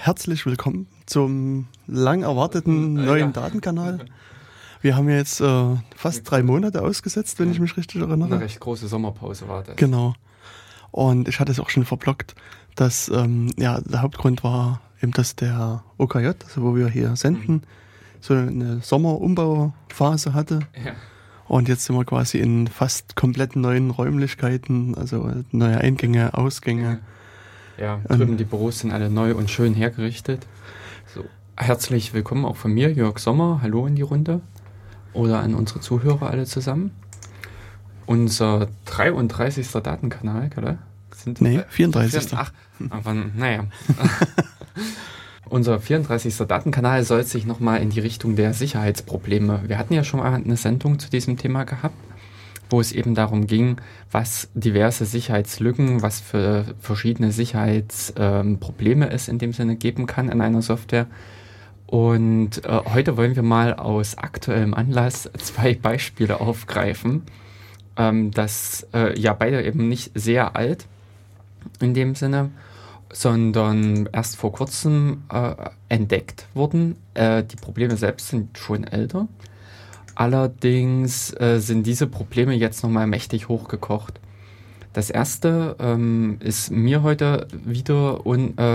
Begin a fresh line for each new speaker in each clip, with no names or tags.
herzlich willkommen zum lang erwarteten neuen Datenkanal. Wir haben jetzt fast 3 Monate ausgesetzt, wenn ich mich richtig erinnere.
Eine recht große Sommerpause war das.
Genau. Und ich hatte es auch schon verblockt, dass der Hauptgrund war eben, dass der OKJ, also wo wir hier senden, so eine Sommerumbauphase hatte.
Ja.
Und jetzt sind wir quasi in fast kompletten neuen Räumlichkeiten, also neue Eingänge, Ausgänge.
Ja, drüben die Büros sind alle neu und schön hergerichtet. So, herzlich willkommen auch von mir, Jörg Sommer. Hallo in die Runde. Oder an unsere Zuhörer alle zusammen. Unser 33. Datenkanal, oder?
34.
Aber naja. Unser 34. Datenkanal soll sich nochmal in die Richtung der Sicherheitsprobleme. Wir hatten ja schon mal eine Sendung zu diesem Thema gehabt, wo es eben darum ging, was diverse Sicherheitslücken, was für verschiedene Sicherheitsprobleme es in dem Sinne geben kann in einer Software. Und heute wollen wir mal aus aktuellem Anlass 2 Beispiele aufgreifen, das beide eben nicht sehr alt in dem Sinne, sondern erst vor kurzem entdeckt wurden. Die Probleme selbst sind schon älter. Allerdings sind diese Probleme jetzt nochmal mächtig hochgekocht. Das erste ist mir heute wieder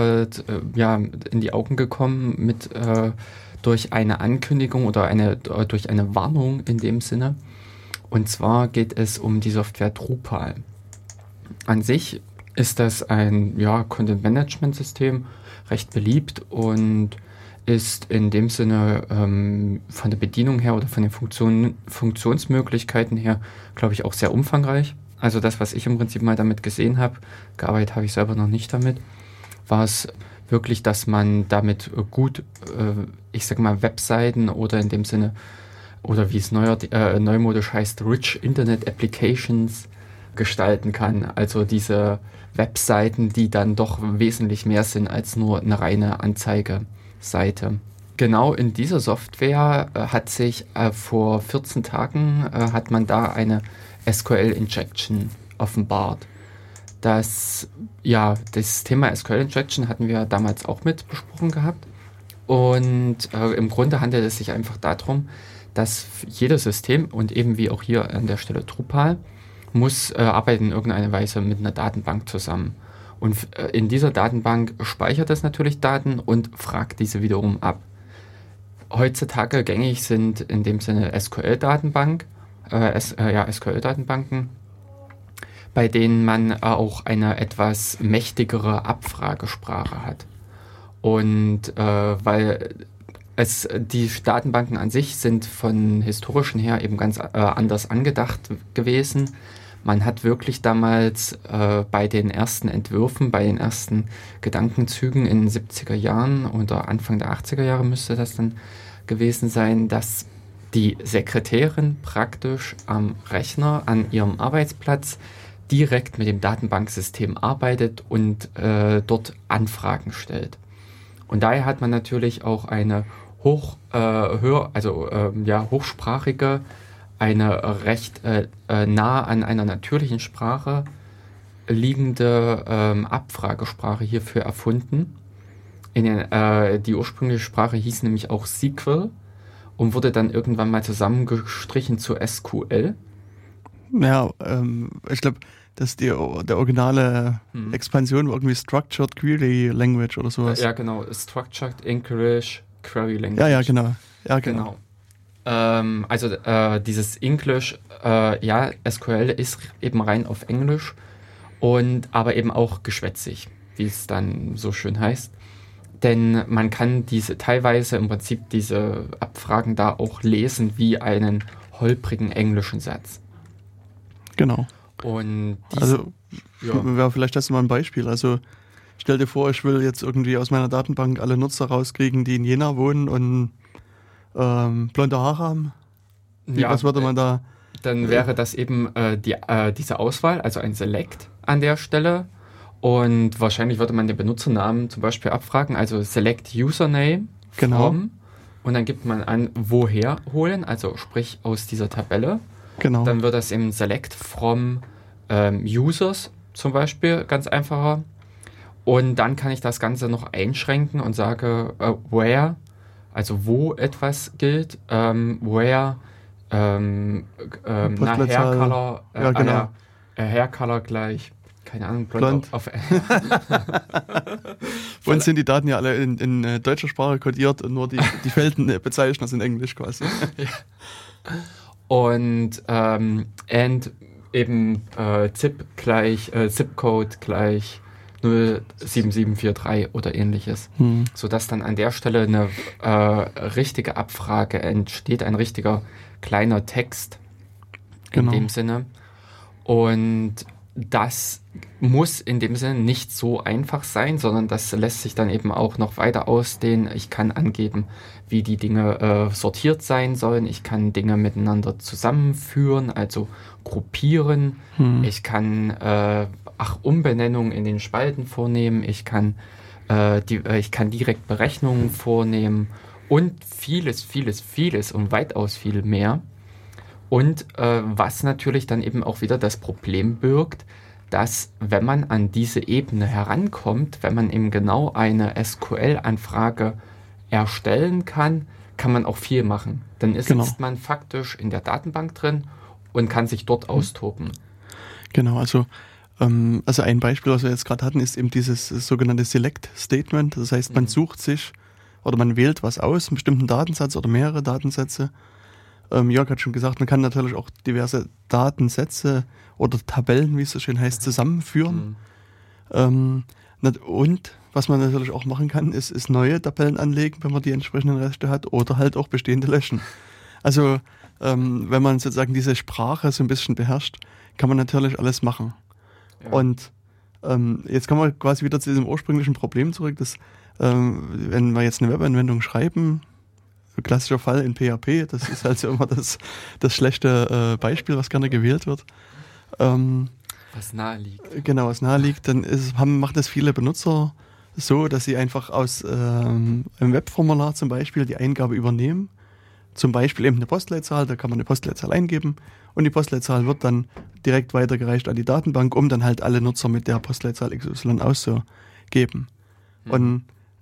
in die Augen gekommen durch eine Ankündigung oder durch eine Warnung in dem Sinne. Und zwar geht es um die Software Drupal. An sich ist das ein Content-Management-System, recht beliebt und ist in dem Sinne von der Bedienung her oder von den Funktionsmöglichkeiten her, glaube ich, auch sehr umfangreich. Also das, was ich im Prinzip mal damit gesehen habe, gearbeitet habe ich selber noch nicht damit, war es wirklich, dass man damit gut, Webseiten oder in dem Sinne, oder wie es neumodisch heißt, Rich Internet Applications gestalten kann. Also diese Webseiten, die dann doch wesentlich mehr sind als nur eine reine Anzeigeseite. Genau in dieser Software hat sich vor 14 Tagen hat man da eine SQL-Injection offenbart. Das Thema SQL-Injection hatten wir damals auch mit besprochen gehabt. Und im Grunde handelt es sich einfach darum, dass jedes System und eben wie auch hier an der Stelle Drupal arbeitet in irgendeiner Weise mit einer Datenbank zusammen. Und in dieser Datenbank speichert es natürlich Daten und fragt diese wiederum ab. Heutzutage gängig sind in dem Sinne SQL-Datenbanken, bei denen man auch eine etwas mächtigere Abfragesprache hat. Und weil die Datenbanken an sich sind von historischen her eben ganz anders angedacht gewesen. Man hat wirklich damals bei den ersten Entwürfen, bei den ersten Gedankenzügen in den 70er Jahren oder Anfang der 80er Jahre müsste das dann gewesen sein, dass die Sekretärin praktisch am Rechner an ihrem Arbeitsplatz direkt mit dem Datenbanksystem arbeitet und dort Anfragen stellt. Und daher hat man natürlich auch eine hochsprachige, eine recht nah an einer natürlichen Sprache liegende Abfragesprache hierfür erfunden. Die ursprüngliche Sprache hieß nämlich auch SQL und wurde dann irgendwann mal zusammengestrichen zu SQL.
Ja, ich glaube, dass der originale Expansion war irgendwie Structured Query Language oder sowas.
Ja, genau. Structured English Query Language.
Ja, genau.
Dieses English, SQL ist eben rein auf Englisch aber eben auch geschwätzig, wie es dann so schön heißt. Denn man kann teilweise im Prinzip diese Abfragen da auch lesen wie einen holprigen englischen Satz.
Genau.
Und
vielleicht hast du mal ein Beispiel. Also stell dir vor, ich will jetzt irgendwie aus meiner Datenbank alle Nutzer rauskriegen, die in Jena wohnen und blonde Haare haben. Was würde man da?
Dann wäre das eben diese Auswahl, also ein Select an der Stelle. Und wahrscheinlich würde man den Benutzernamen zum Beispiel abfragen, also Select Username from, und dann gibt man an, woher holen, also sprich aus dieser Tabelle.
Genau.
Dann wird das eben Select from Users zum Beispiel, ganz einfacher. Und dann kann ich das Ganze noch einschränken und sage, where, also wo etwas gilt, where, Haircolor,
ja, genau.
Haircolor gleich, keine Ahnung,
blond. Bei uns sind die Daten ja alle in deutscher Sprache kodiert und nur die Felden sind Englisch quasi.
Ja. Und eben Zip-Code gleich 07743 oder ähnliches. Sodass dann an der Stelle eine richtige Abfrage entsteht, ein richtiger kleiner Text in dem Sinne. Und das muss in dem Sinne nicht so einfach sein, sondern das lässt sich dann eben auch noch weiter ausdehnen. Ich kann angeben, wie die Dinge sortiert sein sollen. Ich kann Dinge miteinander zusammenführen, also gruppieren. Ich kann Umbenennungen in den Spalten vornehmen. Ich kann direkt Berechnungen vornehmen und vieles und weitaus viel mehr. Und was natürlich dann eben auch wieder das Problem birgt, dass wenn man an diese Ebene herankommt, wenn man eben genau eine SQL-Anfrage erstellen kann, kann man auch viel machen. Dann sitzt man faktisch in der Datenbank drin und kann sich dort austoben.
Genau, also ein Beispiel, was wir jetzt gerade hatten, ist eben dieses sogenannte Select-Statement. Das heißt, man sucht sich oder man wählt was aus, einen bestimmten Datensatz oder mehrere Datensätze. Jörg hat schon gesagt, man kann natürlich auch diverse Datensätze oder Tabellen, wie es so schön heißt, zusammenführen. Und was man natürlich auch machen kann, ist neue Tabellen anlegen, wenn man die entsprechenden Rechte hat, oder halt auch bestehende löschen. Also wenn man sozusagen diese Sprache so ein bisschen beherrscht, kann man natürlich alles machen. Ja. Und jetzt kommen wir quasi wieder zu diesem ursprünglichen Problem zurück, dass wenn wir jetzt eine Webanwendung schreiben, klassischer Fall in PHP, das ist halt so immer das schlechte Beispiel, was gerne gewählt wird.
Was nahe liegt.
Genau, was nahe liegt, dann machen das viele Benutzer so, dass sie einfach aus einem Webformular zum Beispiel die Eingabe übernehmen. Zum Beispiel eben eine Postleitzahl, da kann man eine Postleitzahl eingeben und die Postleitzahl wird dann direkt weitergereicht an die Datenbank, um dann halt alle Nutzer mit der Postleitzahl XY auszugeben. Und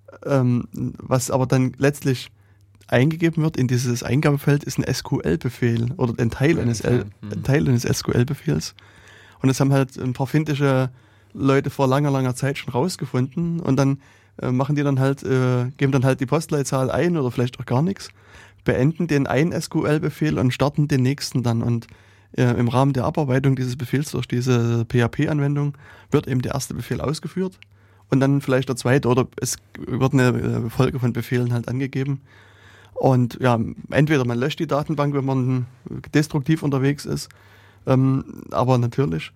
was aber dann letztlich eingegeben wird in dieses Eingabefeld, ist ein SQL-Befehl oder ein Teil eines SQL-Befehls. Und das haben halt ein paar finnische Leute vor langer Zeit schon rausgefunden und dann geben dann halt die Postleitzahl ein oder vielleicht auch gar nichts, beenden den einen SQL-Befehl und starten den nächsten dann. Und im Rahmen der Abarbeitung dieses Befehls durch diese PHP-Anwendung wird eben der erste Befehl ausgeführt und dann vielleicht der zweite oder es wird eine Folge von Befehlen halt angegeben. Und ja, entweder man löscht die Datenbank, wenn man destruktiv unterwegs ist, aber natürlich,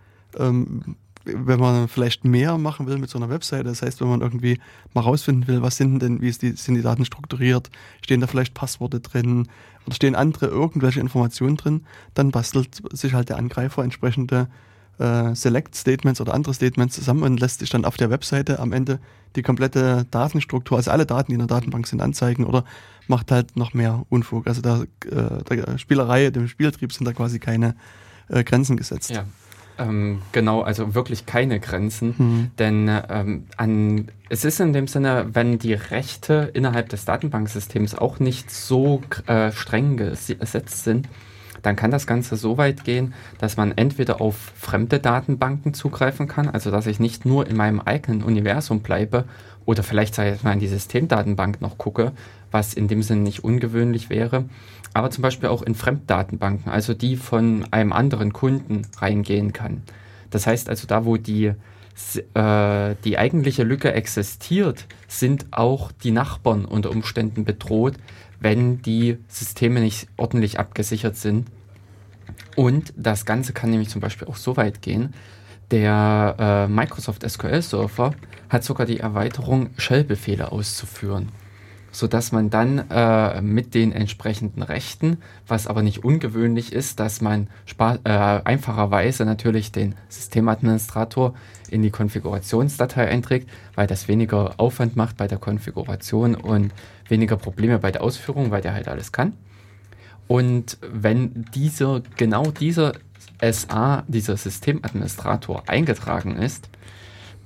wenn man vielleicht mehr machen will mit so einer Webseite, das heißt, wenn man irgendwie mal rausfinden will, was sind die Daten strukturiert, stehen da vielleicht Passworte drin oder stehen irgendwelche Informationen drin, dann bastelt sich halt der Angreifer entsprechende Select-Statements oder andere Statements zusammen und lässt sich dann auf der Webseite am Ende die komplette Datenstruktur, also alle Daten, die in der Datenbank sind, anzeigen oder macht halt noch mehr Unfug. Also der Spielerei, dem Spieltrieb sind da quasi keine Grenzen gesetzt.
Ja, genau, also wirklich keine Grenzen, denn es ist in dem Sinne, wenn die Rechte innerhalb des Datenbanksystems auch nicht so streng gesetzt sind, dann kann das Ganze so weit gehen, dass man entweder auf fremde Datenbanken zugreifen kann, also dass ich nicht nur in meinem eigenen Universum bleibe oder vielleicht, sage ich mal, in die Systemdatenbank noch gucke, was in dem Sinne nicht ungewöhnlich wäre, aber zum Beispiel auch in Fremddatenbanken, also die von einem anderen Kunden reingehen kann. Das heißt also, da wo die eigentliche Lücke existiert, sind auch die Nachbarn unter Umständen bedroht, wenn die Systeme nicht ordentlich abgesichert sind. Und das Ganze kann nämlich zum Beispiel auch so weit gehen, der Microsoft SQL Server hat sogar die Erweiterung, Shell-Befehle auszuführen, sodass man dann mit den entsprechenden Rechten, was aber nicht ungewöhnlich ist, dass man einfacherweise natürlich den Systemadministrator in die Konfigurationsdatei einträgt, weil das weniger Aufwand macht bei der Konfiguration und weniger Probleme bei der Ausführung, weil der halt alles kann. Und wenn dieser SA, dieser Systemadministrator eingetragen ist,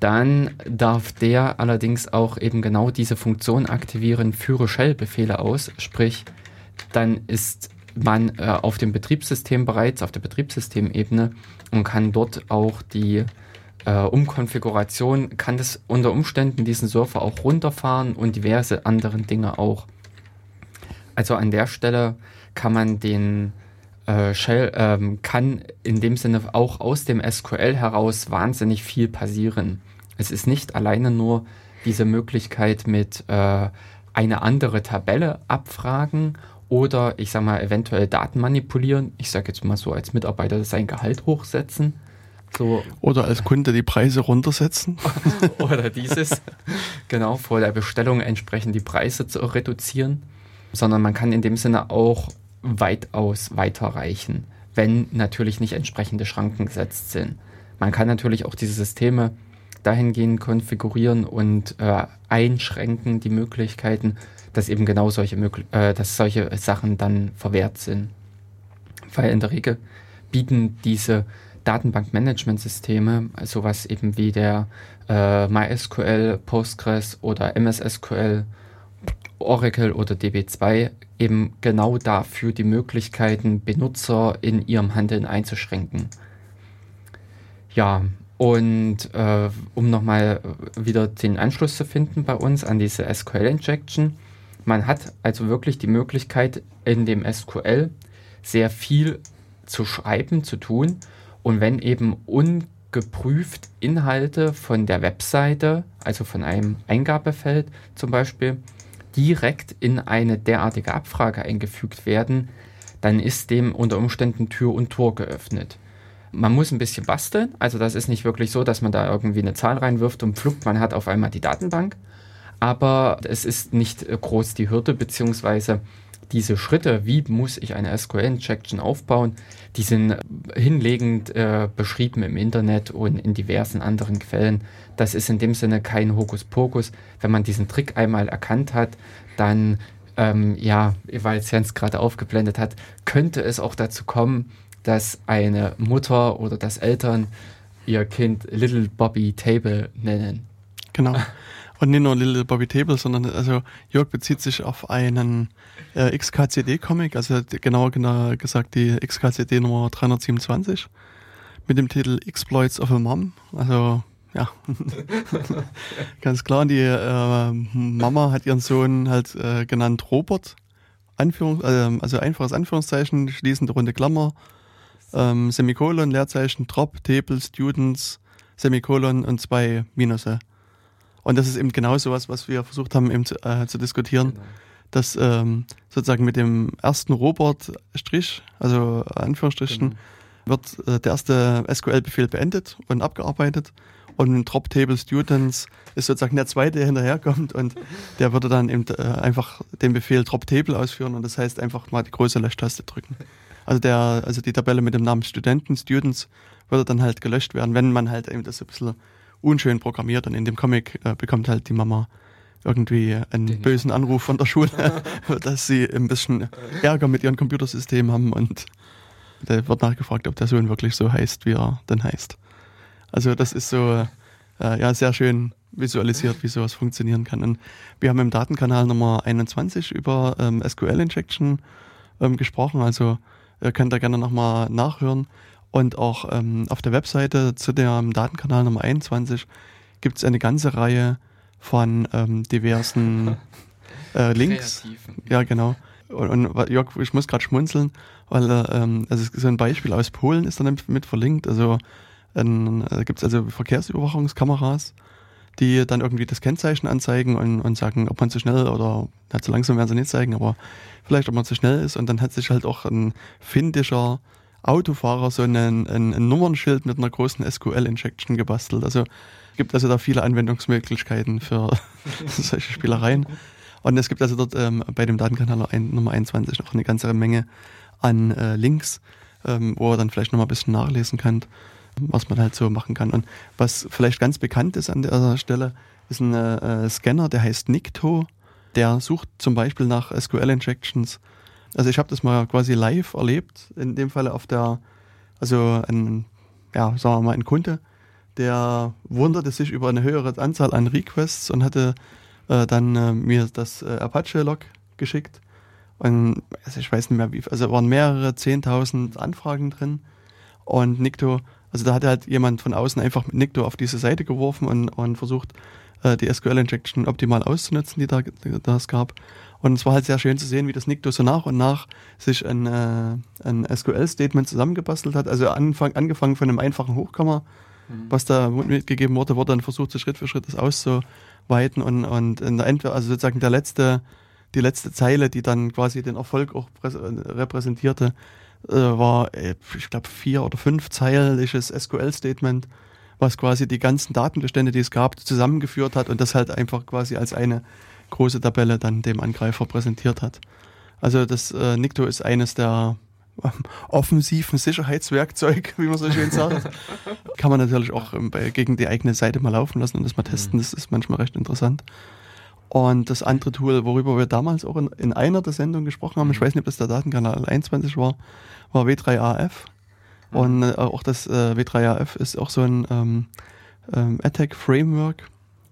dann darf der allerdings auch eben genau diese Funktion aktivieren, führe Shell-Befehle aus, sprich, dann ist man auf dem Betriebssystem bereits, auf der Betriebssystemebene und kann dort auch die Umkonfiguration, kann das unter Umständen diesen Server auch runterfahren und diverse anderen Dinge auch. Also an der Stelle kann man den Shell, kann in dem Sinne auch aus dem SQL heraus wahnsinnig viel passieren. Es ist nicht alleine nur diese Möglichkeit mit eine andere Tabelle abfragen oder ich sage mal eventuell Daten manipulieren. Ich sage jetzt mal so als Mitarbeiter sein Gehalt hochsetzen. So.
Oder als Kunde die Preise runtersetzen.
Oder dieses, genau, vor der Bestellung entsprechend die Preise zu reduzieren. Sondern man kann in dem Sinne auch weitaus weiterreichen, wenn natürlich nicht entsprechende Schranken gesetzt sind. Man kann natürlich auch diese Systeme dahingehend konfigurieren und einschränken die Möglichkeiten, dass eben genau dass solche Sachen dann verwehrt sind. Weil in der Regel bieten diese Datenbankmanagementsysteme, sowas eben wie der MySQL, Postgres oder MS SQL, Oracle oder DB2 eben genau dafür die Möglichkeiten, Benutzer in ihrem Handeln einzuschränken. Ja, und um nochmal wieder den Anschluss zu finden bei uns an diese SQL-Injection, man hat also wirklich die Möglichkeit, in dem SQL sehr viel zu schreiben, zu tun. Und wenn eben ungeprüft Inhalte von der Webseite, also von einem Eingabefeld zum Beispiel, direkt in eine derartige Abfrage eingefügt werden, dann ist dem unter Umständen Tür und Tor geöffnet. Man muss ein bisschen basteln, also das ist nicht wirklich so, dass man da irgendwie eine Zahl reinwirft und pfluppt, man hat auf einmal die Datenbank, aber es ist nicht groß die Hürde, beziehungsweise diese Schritte, wie muss ich eine SQL-Injection aufbauen, die sind hinlegend beschrieben im Internet und in diversen anderen Quellen. Das ist in dem Sinne kein Hokuspokus. Wenn man diesen Trick einmal erkannt hat, dann, weil es Jens gerade aufgeblendet hat, könnte es auch dazu kommen, dass eine Mutter oder das Eltern ihr Kind Little Bobby Table nennen.
Genau. Und nicht nur Little Bobby Table, sondern also Jörg bezieht sich auf einen XKCD-Comic, also genauer gesagt die XKCD Nummer 327 mit dem Titel Exploits of a Mom. Also ja, ganz klar. Und die Mama hat ihren Sohn halt genannt Robert, also einfaches Anführungszeichen, schließende runde Klammer, Semikolon, Leerzeichen, Drop, Table, Students, Semikolon und 2 Minusse. Und das ist eben genau sowas, was wir versucht haben eben zu diskutieren, genau. Dass sozusagen mit dem ersten Robert-Strich, also Anführungsstrichen, wird der erste SQL-Befehl beendet und abgearbeitet und ein Drop Table Students ist sozusagen der zweite, der hinterherkommt und der würde dann eben einfach den Befehl Drop Table ausführen und das heißt einfach mal die große Löschtaste drücken. Also die Tabelle mit dem Namen Studenten, Students, würde dann halt gelöscht werden, wenn man halt eben das so ein bisschen unschön programmiert und in dem Comic bekommt halt die Mama irgendwie einen bösen Anruf von der Schule, dass sie ein bisschen Ärger mit ihrem Computersystem haben und da wird nachgefragt, ob der Sohn wirklich so heißt, wie er denn heißt. Also das ist so sehr schön visualisiert, wie sowas funktionieren kann. Und wir haben im Datenkanal Nummer 21 über SQL-Injection gesprochen, also könnt ihr gerne nochmal nachhören. Und auch auf der Webseite zu dem Datenkanal Nummer 21 gibt es eine ganze Reihe von diversen Links. Kreativen. Ja, genau. Und Jörg, ich muss gerade schmunzeln, weil also so ein Beispiel aus Polen ist dann mit verlinkt. Also gibt es also Verkehrsüberwachungskameras, die dann irgendwie das Kennzeichen anzeigen und sagen, ob man zu schnell oder zu langsam werden sie nicht zeigen, aber vielleicht ob man zu schnell ist. Und dann hat sich halt auch ein finnischer Autofahrer so ein Nummernschild mit einer großen SQL-Injection gebastelt. Also gibt also da viele Anwendungsmöglichkeiten für solche Spielereien. Und es gibt also dort bei dem Datenkanal Nummer 21 noch eine ganze Menge an Links, wo ihr dann vielleicht noch mal ein bisschen nachlesen könnt, was man halt so machen kann. Und was vielleicht ganz bekannt ist an der Stelle, ist ein Scanner, der heißt Nikto. Der sucht zum Beispiel nach SQL-Injections. Also ich habe das mal quasi live erlebt, in dem Fall sagen wir mal ein Kunde, der wunderte sich über eine höhere Anzahl an Requests und hatte dann mir das Apache-Log geschickt. Und also ich weiß nicht mehr wie, also waren mehrere 10.000 Anfragen drin. Und Nikto, also da hat halt jemand von außen einfach mit Nikto auf diese Seite geworfen und versucht, die SQL-Injection optimal auszunutzen, die da es gab. Und es war halt sehr schön zu sehen, wie das Nikto so nach und nach sich ein SQL-Statement zusammengebastelt hat. Also angefangen von einem einfachen Hochkomma, was da mitgegeben wurde dann versucht, so Schritt für Schritt das auszuweiten und in der also sozusagen die letzte Zeile, die dann quasi den Erfolg auch repräsentierte, war, ich glaube, 4 oder 5 zeiliges SQL-Statement, was quasi die ganzen Datenbestände, die es gab, zusammengeführt hat und das halt einfach quasi als eine große Tabelle dann dem Angreifer präsentiert hat. Also das Nikto ist eines der offensiven Sicherheitswerkzeuge, wie man so schön sagt. Kann man natürlich auch gegen die eigene Seite mal laufen lassen und das mal testen. Das ist manchmal recht interessant. Und das andere Tool, worüber wir damals auch in einer der Sendungen gesprochen haben, ich weiß nicht, ob das der Datenkanal 21 war W3AF. Und auch das W3AF ist auch so ein Attack-Framework.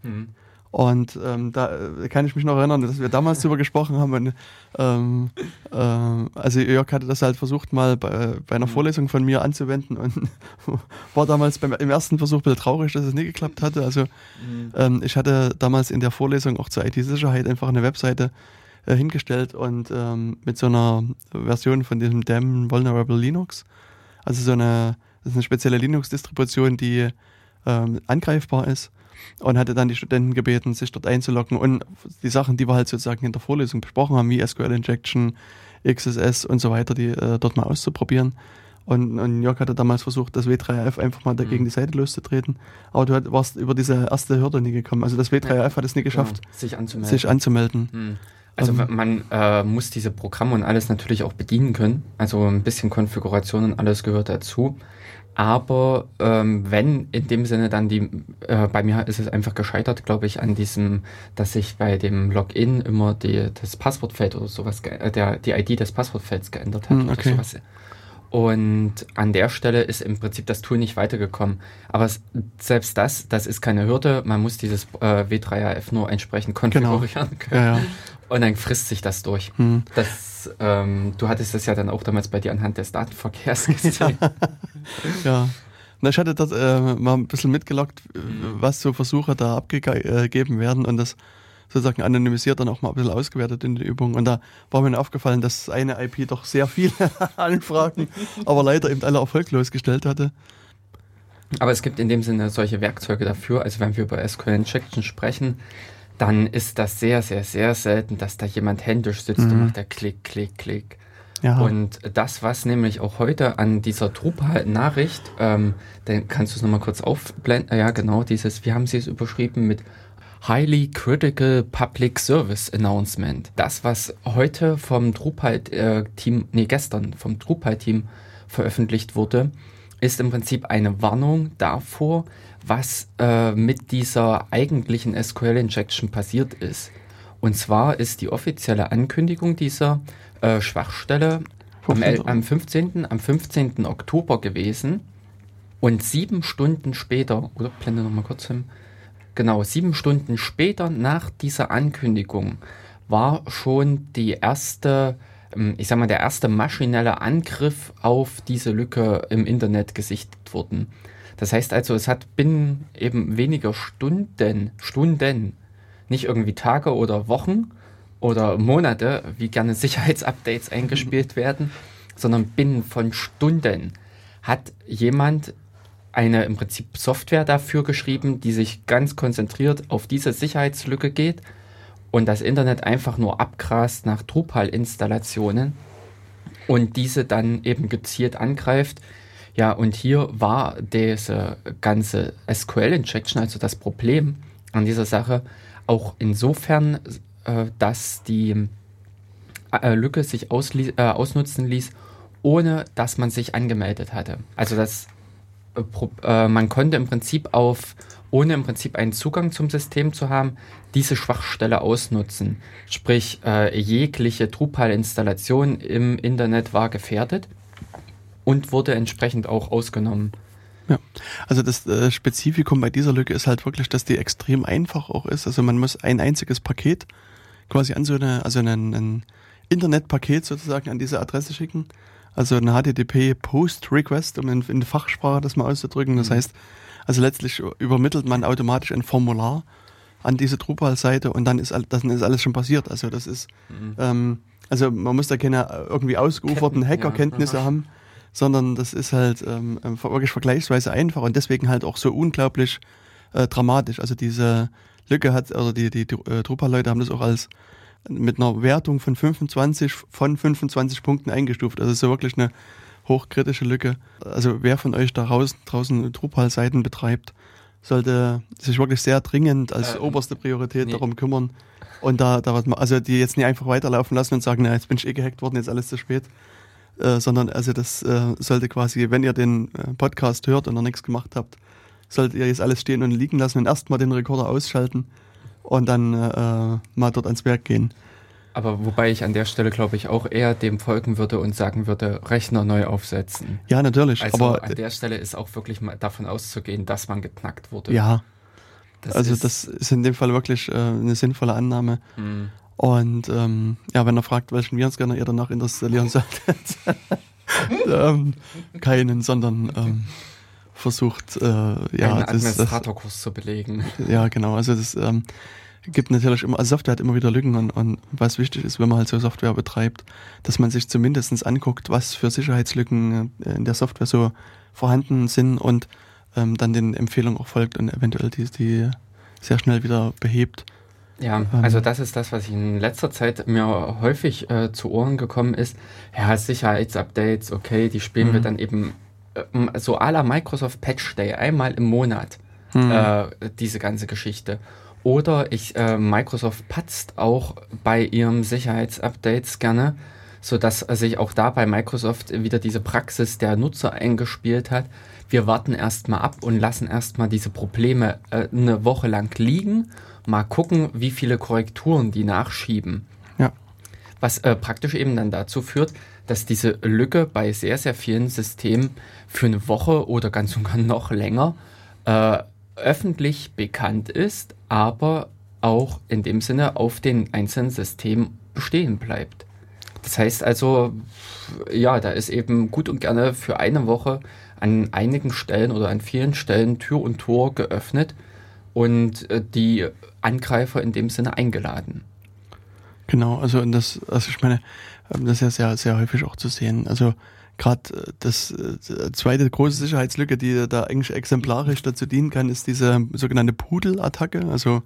Und da kann ich mich noch erinnern, dass wir damals drüber gesprochen haben. Und, also Jörg hatte das halt versucht, mal bei einer Vorlesung von mir anzuwenden und war damals im ersten Versuch ein bisschen traurig, dass es nie geklappt hatte. Also ich hatte damals in der Vorlesung auch zur IT-Sicherheit einfach eine Webseite hingestellt und mit so einer Version von diesem Damn Vulnerable Linux. Also das ist eine spezielle Linux-Distribution, die angreifbar ist. Und hatte dann die Studenten gebeten, sich dort einzuloggen und die Sachen, die wir halt sozusagen in der Vorlesung besprochen haben, wie SQL-Injection, XSS und so weiter, die dort mal auszuprobieren. Und Jörg hatte damals versucht, das W3AF einfach mal dagegen die Seite loszutreten. Aber du warst über diese erste Hürde nie gekommen. Also das W3AF hat es nie geschafft, sich anzumelden.
Also man muss diese Programme und alles natürlich auch bedienen können. Also ein bisschen Konfiguration und alles gehört dazu. Aber wenn in dem Sinne dann bei mir ist es einfach gescheitert, glaube ich, an diesem, dass sich bei dem Login immer das Passwortfeld oder sowas, die ID des Passwortfelds geändert hat oder sowas. Und an der Stelle ist im Prinzip das Tool nicht weitergekommen. Aber selbst das ist keine Hürde. Man muss dieses W3AF nur entsprechend konfigurieren können. Ja. Und dann frisst sich das durch. Du hattest das ja dann auch damals bei dir anhand des Datenverkehrs gesehen.
Ja. Na, ich hatte dort mal ein bisschen mitgelockt, was so Versuche da abgegeben werden und das sozusagen anonymisiert dann auch mal ein bisschen ausgewertet in der Übung. Und da war mir aufgefallen, dass eine IP doch sehr viele Anfragen, aber leider eben alle erfolglos gestellt hatte.
Aber es gibt in dem Sinne solche Werkzeuge dafür. Also wenn wir über SQL-Injection sprechen, dann ist das sehr, sehr, sehr selten, dass da jemand händisch sitzt und macht da Klick, Klick, Klick. Ja. Und das, was nämlich auch heute an dieser Drupal-Nachricht, dann kannst du es nochmal kurz aufblenden, ja genau, wie haben sie es überschrieben mit Highly Critical Public Service Announcement. Das, was heute vom Drupal-Team, gestern vom Drupal-Team veröffentlicht wurde, ist im Prinzip eine Warnung davor, was mit dieser eigentlichen SQL-Injection passiert ist. Und zwar ist die offizielle Ankündigung dieser Schwachstelle am 15. Oktober gewesen und 7 Stunden später, oder blende nochmal kurz hin, genau, 7 Stunden später nach dieser Ankündigung war schon der erste maschinelle Angriff auf diese Lücke im Internet gesichtet worden. Das heißt also, es hat binnen eben weniger Stunden, nicht irgendwie Tage oder Wochen oder Monate, wie gerne Sicherheitsupdates eingespielt werden, sondern binnen von Stunden hat jemand eine im Prinzip Software dafür geschrieben, die sich ganz konzentriert auf diese Sicherheitslücke geht und das Internet einfach nur abgrast nach Drupal-Installationen und diese dann eben gezielt angreift. Ja, und hier war diese ganze SQL-Injection, also das Problem an dieser Sache, auch insofern, dass die Lücke sich ausnutzen ließ, ohne dass man sich angemeldet hatte. Also man konnte im Prinzip ohne im Prinzip einen Zugang zum System zu haben, diese Schwachstelle ausnutzen. Sprich, jegliche Drupal-Installation im Internet war gefährdet und wurde entsprechend auch ausgenommen.
Ja, also das Spezifikum bei dieser Lücke ist halt wirklich, dass die extrem einfach auch ist. Also man muss ein einziges Paket quasi an ein Internetpaket sozusagen an diese Adresse schicken. Also ein HTTP Post Request, um in Fachsprache das mal auszudrücken. Das heißt, also letztlich übermittelt man automatisch ein Formular an diese Drupal-Seite und dann ist alles schon passiert. Also das ist, also man muss da keine irgendwie ausgeuferten Hackerkenntnisse haben, sondern das ist halt wirklich vergleichsweise einfach und deswegen halt auch so unglaublich dramatisch. Also diese Lücke hat, also die Drupal-Leute haben das auch als mit einer Wertung von 25 Punkten eingestuft. Also so wirklich eine hochkritische Lücke. Also wer von euch da draußen Drupal-Seiten betreibt, sollte sich wirklich sehr dringend als oberste Priorität darum kümmern und da was machen. Also die jetzt nicht einfach weiterlaufen lassen und sagen, na, jetzt bin ich gehackt worden, jetzt alles zu spät. Sondern also das sollte quasi, wenn ihr den Podcast hört und noch nichts gemacht habt, solltet ihr jetzt alles stehen und liegen lassen und erstmal den Rekorder ausschalten und dann mal dort ans Werk gehen.
Aber wobei ich an der Stelle, glaube ich, auch eher dem folgen würde und sagen würde, Rechner neu aufsetzen.
Ja, natürlich.
Also
aber
an der Stelle ist auch wirklich mal davon auszugehen, dass man geknackt wurde.
Ja, das ist in dem Fall wirklich eine sinnvolle Annahme. Und wenn er fragt, welchen Virenscanner ihr danach installieren solltet, keinen, sondern versucht,
einen Administratorkurs zu belegen.
Ja, genau. Also das gibt natürlich immer, also Software hat immer wieder Lücken und was wichtig ist, wenn man halt so Software betreibt, dass man sich zumindest anguckt, was für Sicherheitslücken in der Software so vorhanden sind und dann den Empfehlungen auch folgt und eventuell die sehr schnell wieder behebt.
Ja, also das ist das, was in letzter Zeit mir häufig zu Ohren gekommen ist. Ja, Sicherheitsupdates, okay, die spielen wir dann eben so à la Microsoft Patch Day, einmal im Monat, diese ganze Geschichte. Oder Microsoft patzt auch bei ihren Sicherheitsupdates gerne, sodass sich auch da bei Microsoft wieder diese Praxis der Nutzer eingespielt hat. Wir warten erstmal ab und lassen erstmal diese Probleme eine Woche lang liegen, mal gucken, wie viele Korrekturen die nachschieben.
Ja.
Was praktisch eben dann dazu führt, dass diese Lücke bei sehr, sehr vielen Systemen für eine Woche oder ganz und gar noch länger öffentlich bekannt ist, aber auch in dem Sinne auf den einzelnen Systemen bestehen bleibt. Das heißt also, ja, da ist eben gut und gerne für eine Woche an einigen Stellen oder an vielen Stellen Tür und Tor geöffnet und die Angreifer in dem Sinne eingeladen.
Genau, also ich meine, das ist ja sehr, sehr häufig auch zu sehen. Also gerade das zweite große Sicherheitslücke, die da eigentlich exemplarisch dazu dienen kann, ist diese sogenannte Pudel-Attacke, also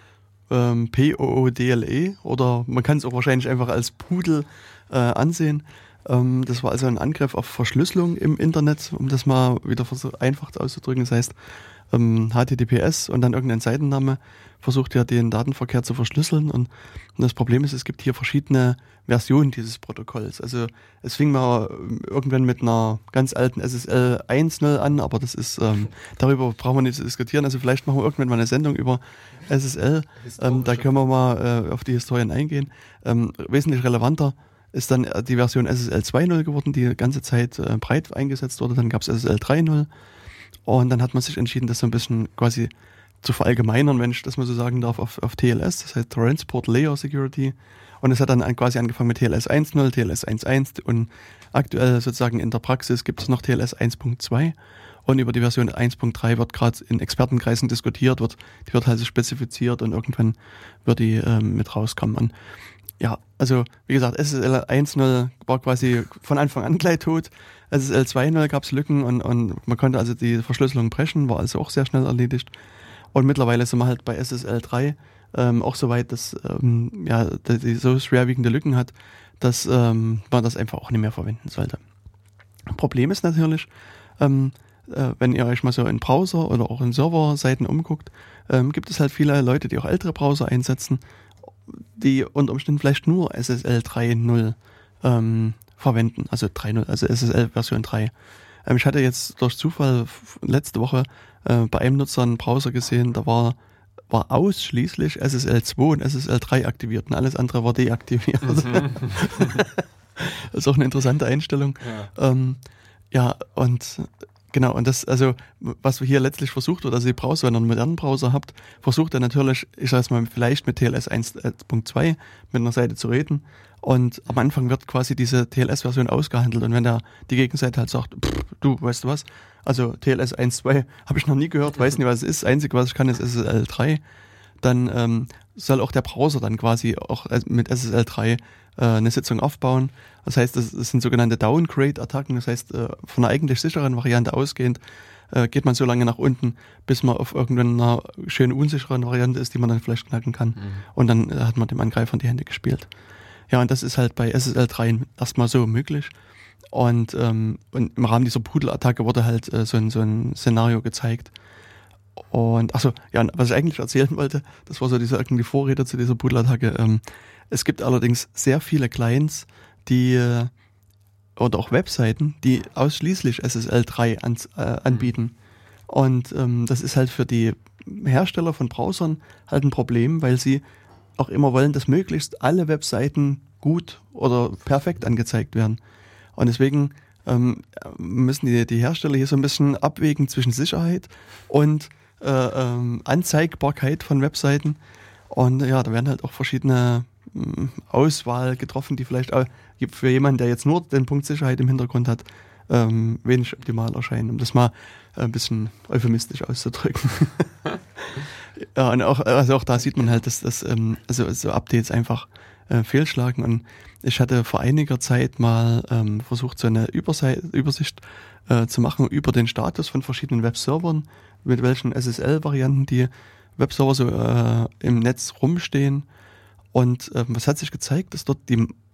POODLE, oder man kann es auch wahrscheinlich einfach als Pudel ansehen. Das war also ein Angriff auf Verschlüsselung im Internet, um das mal wieder einfach auszudrücken. Das heißt, HTTPS und dann irgendein Seitenname versucht ja den Datenverkehr zu verschlüsseln und das Problem ist, es gibt hier verschiedene Versionen dieses Protokolls. Also es fing mal irgendwann mit einer ganz alten SSL 1.0 an, aber das ist, darüber brauchen wir nicht zu diskutieren. Also vielleicht machen wir irgendwann mal eine Sendung über SSL, da können wir mal auf die Historien eingehen. Wesentlich relevanter ist dann die Version SSL 2.0 geworden, die ganze Zeit breit eingesetzt wurde. Dann gab es SSL 3.0 und dann hat man sich entschieden, das so ein bisschen quasi zu verallgemeinern, wenn ich das mal so sagen darf, auf TLS, das heißt Transport Layer Security. Und es hat dann quasi angefangen mit TLS 1.0, TLS 1.1 und aktuell sozusagen in der Praxis gibt es noch TLS 1.2 und über die Version 1.3 wird gerade in Expertenkreisen diskutiert, die wird halt spezifiziert und irgendwann wird die mit rauskommen. Und ja, also wie gesagt, SSL 1.0 war quasi von Anfang an gleich tot. SSL 2.0 gab es Lücken und man konnte also die Verschlüsselung brechen, war also auch sehr schnell erledigt. Und mittlerweile sind wir halt bei SSL 3 auch so weit, dass die so schwerwiegende Lücken hat, dass man das einfach auch nicht mehr verwenden sollte. Problem ist natürlich, wenn ihr euch mal so in Browser oder auch in Serverseiten umguckt, gibt es halt viele Leute, die auch ältere Browser einsetzen, die unter Umständen vielleicht nur SSL 3.0 verwenden, also 3.0, also SSL Version 3. Ich hatte jetzt durch Zufall letzte Woche bei einem Nutzer einen Browser gesehen, da war ausschließlich SSL 2 und SSL 3 aktiviert und alles andere war deaktiviert. Das ist auch eine interessante Einstellung. Ja, und Genau, und das, also, was wir hier letztlich versucht wird, also die Browser, wenn ihr einen modernen Browser habt, versucht er natürlich, ich sag mal, vielleicht mit TLS 1.2 mit einer Seite zu reden. Und am Anfang wird quasi diese TLS-Version ausgehandelt. Und wenn die Gegenseite halt sagt, du, weißt du was, also TLS 1.2 habe ich noch nie gehört, weiß nicht, was es ist, das Einzige, was ich kann, ist SSL 3, dann soll auch der Browser dann quasi auch mit SSL 3 eine Sitzung aufbauen. Das heißt, das sind sogenannte Downgrade-Attacken. Das heißt, von einer eigentlich sicheren Variante ausgehend geht man so lange nach unten, bis man auf irgendeiner schön unsicheren Variante ist, die man dann vielleicht knacken kann. Und dann hat man dem Angreifer in die Hände gespielt. Ja, und das ist halt bei SSL 3 erstmal so möglich. Und im Rahmen dieser Pudel-Attacke wurde halt so ein Szenario gezeigt. Und achso, ja, was ich eigentlich erzählen wollte, das war so irgendwie Vorrede zu dieser Pudel-Attacke. Es gibt allerdings sehr viele Clients, oder auch Webseiten, die ausschließlich SSL 3 anbieten. Und das ist halt für die Hersteller von Browsern halt ein Problem, weil sie auch immer wollen, dass möglichst alle Webseiten gut oder perfekt angezeigt werden. Und deswegen müssen die Hersteller hier so ein bisschen abwägen zwischen Sicherheit und Anzeigbarkeit von Webseiten. Und ja, da werden halt auch verschiedene Auswahl getroffen, die vielleicht auch für jemanden, der jetzt nur den Punkt Sicherheit im Hintergrund hat, wenig optimal erscheinen, um das mal ein bisschen euphemistisch auszudrücken. Ja, und auch da sieht man halt, dass also so Updates einfach fehlschlagen. Und ich hatte vor einiger Zeit mal versucht, so eine Übersicht zu machen über den Status von verschiedenen Webservern, mit welchen SSL-Varianten die Webserver so im Netz rumstehen. Und was hat sich gezeigt, dass dort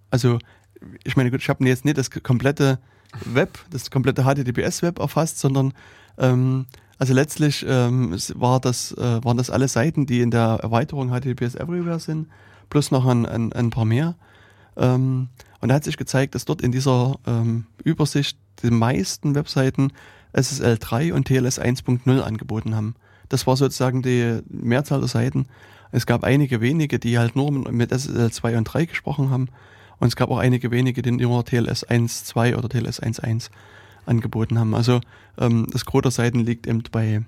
ich meine, gut, ich habe jetzt nicht das komplette Web, das komplette HTTPS-Web erfasst, sondern also letztlich waren das alle Seiten, die in der Erweiterung HTTPS Everywhere sind, plus noch ein paar mehr. Und da hat sich gezeigt, dass dort in dieser Übersicht die meisten Webseiten SSL 3 und TLS 1.0 angeboten haben. Das war sozusagen die Mehrzahl der Seiten. Es gab einige wenige, die halt nur mit SSL 2 und 3 gesprochen haben. Und es gab auch einige wenige, die nur TLS 1.2 oder TLS 1.1 angeboten haben. Also das Gros der Seiten liegt eben bei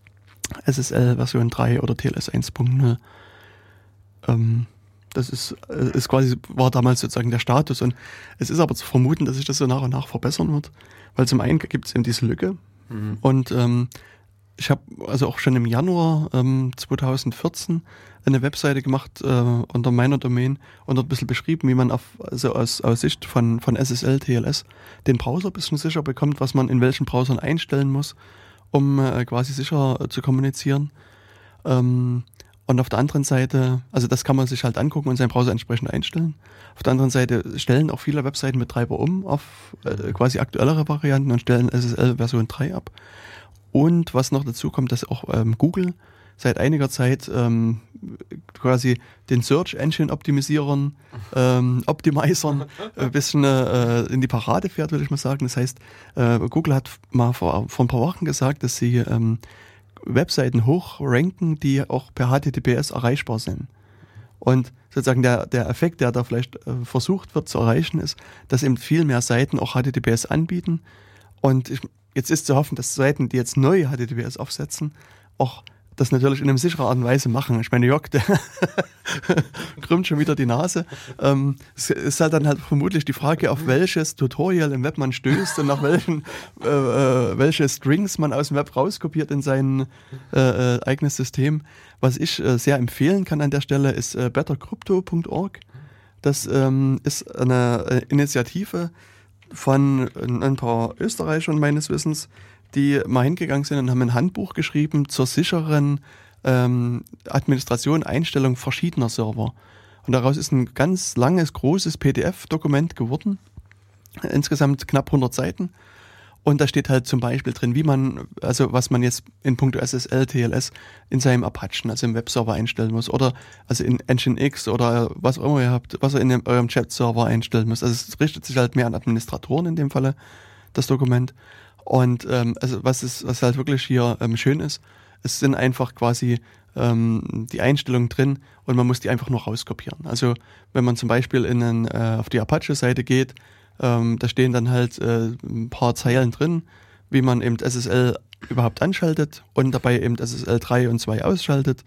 SSL Version 3 oder TLS 1.0. Das ist quasi, war damals sozusagen der Status. Und es ist aber zu vermuten, dass sich das so nach und nach verbessern wird. Weil zum einen gibt es eben diese Lücke. Und ich habe also auch schon im Januar 2014 eine Webseite gemacht unter meiner Domain und dort ein bisschen beschrieben, wie man aus Sicht von SSL, TLS den Browser ein bisschen sicher bekommt, was man in welchen Browsern einstellen muss, um quasi sicher zu kommunizieren. Und auf der anderen Seite, also das kann man sich halt angucken und seinen Browser entsprechend einstellen. Auf der anderen Seite stellen auch viele Webseitenbetreiber auf quasi aktuellere Varianten und stellen SSL Version 3 ab. Und was noch dazu kommt, dass auch Google seit einiger Zeit quasi den Search Engine Optimisierern, Optimizern ein bisschen in die Parade fährt, würde ich mal sagen. Das heißt, Google hat mal vor ein paar Wochen gesagt, dass sie Webseiten hochranken, die auch per HTTPS erreichbar sind. Und sozusagen der Effekt, der da vielleicht versucht wird zu erreichen, ist, dass eben viel mehr Seiten auch HTTPS anbieten. Und jetzt ist zu hoffen, dass Seiten, die jetzt neu HTTPS aufsetzen, auch das natürlich in einer sicheren Art und Weise machen. Ich meine, Jörg, der krümmt schon wieder die Nase. Es ist halt dann halt vermutlich die Frage, auf welches Tutorial im Web man stößt und nach welche Strings man aus dem Web rauskopiert in sein eigenes System. Was ich sehr empfehlen kann an der Stelle ist bettercrypto.org. Das ist eine Initiative von ein paar Österreichern meines Wissens, die mal hingegangen sind und haben ein Handbuch geschrieben zur sicheren Administration, Einstellung verschiedener Server. Und daraus ist ein ganz langes, großes PDF-Dokument geworden. Insgesamt knapp 100 Seiten. Und da steht halt zum Beispiel drin, was man jetzt in puncto SSL, TLS in seinem Apachen, also im Webserver einstellen muss. Oder also in Nginx oder was auch immer ihr habt, was ihr in eurem Chat-Server einstellen müsst. Also es richtet sich halt mehr an Administratoren in dem Falle, das Dokument. Und also was halt wirklich hier schön ist, es sind einfach quasi die Einstellungen drin und man muss die einfach nur rauskopieren. Also wenn man zum Beispiel auf die Apache-Seite geht, da stehen dann halt ein paar Zeilen drin, wie man eben SSL überhaupt anschaltet und dabei eben SSL 3 und 2 ausschaltet.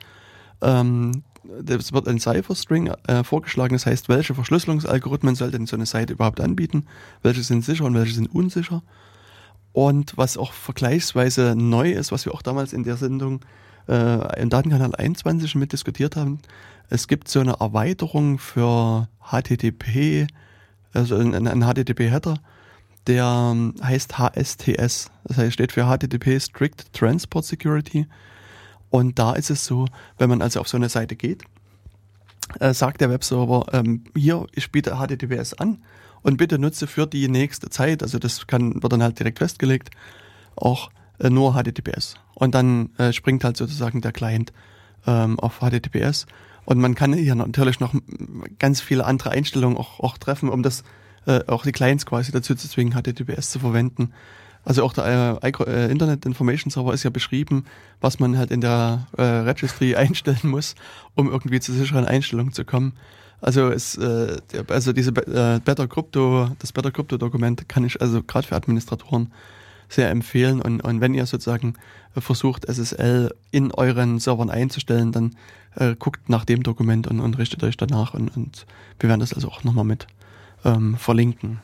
Es wird ein Cipher-String vorgeschlagen, das heißt, welche Verschlüsselungsalgorithmen sollte denn so eine Seite überhaupt anbieten, welche sind sicher und welche sind unsicher. Und was auch vergleichsweise neu ist, was wir auch damals in der Sendung im Datenkanal 21 mit diskutiert haben, es gibt so eine Erweiterung für HTTP, also ein HTTP-Header, der heißt HSTS, das heißt steht für HTTP Strict Transport Security. Und da ist es so, wenn man also auf so eine Seite geht, sagt der Webserver, hier, ich biete HTTPS an und bitte nutze für die nächste Zeit, also das wird dann halt direkt festgelegt, auch nur HTTPS. Und dann springt halt sozusagen der Client auf HTTPS. Und man kann hier natürlich noch ganz viele andere Einstellungen auch treffen, um das auch die Clients quasi dazu zu zwingen, HTTPS zu verwenden. Also auch der Internet Information Server ist ja beschrieben, was man halt in der Registry einstellen muss, um irgendwie zu sicheren Einstellungen zu kommen. Also diese Better Crypto, das Better Crypto Dokument kann ich also gerade für Administratoren sehr empfehlen. Und wenn ihr sozusagen versucht, SSL in euren Servern einzustellen, dann guckt nach dem Dokument und richtet euch danach. Und wir werden das also auch nochmal mit verlinken.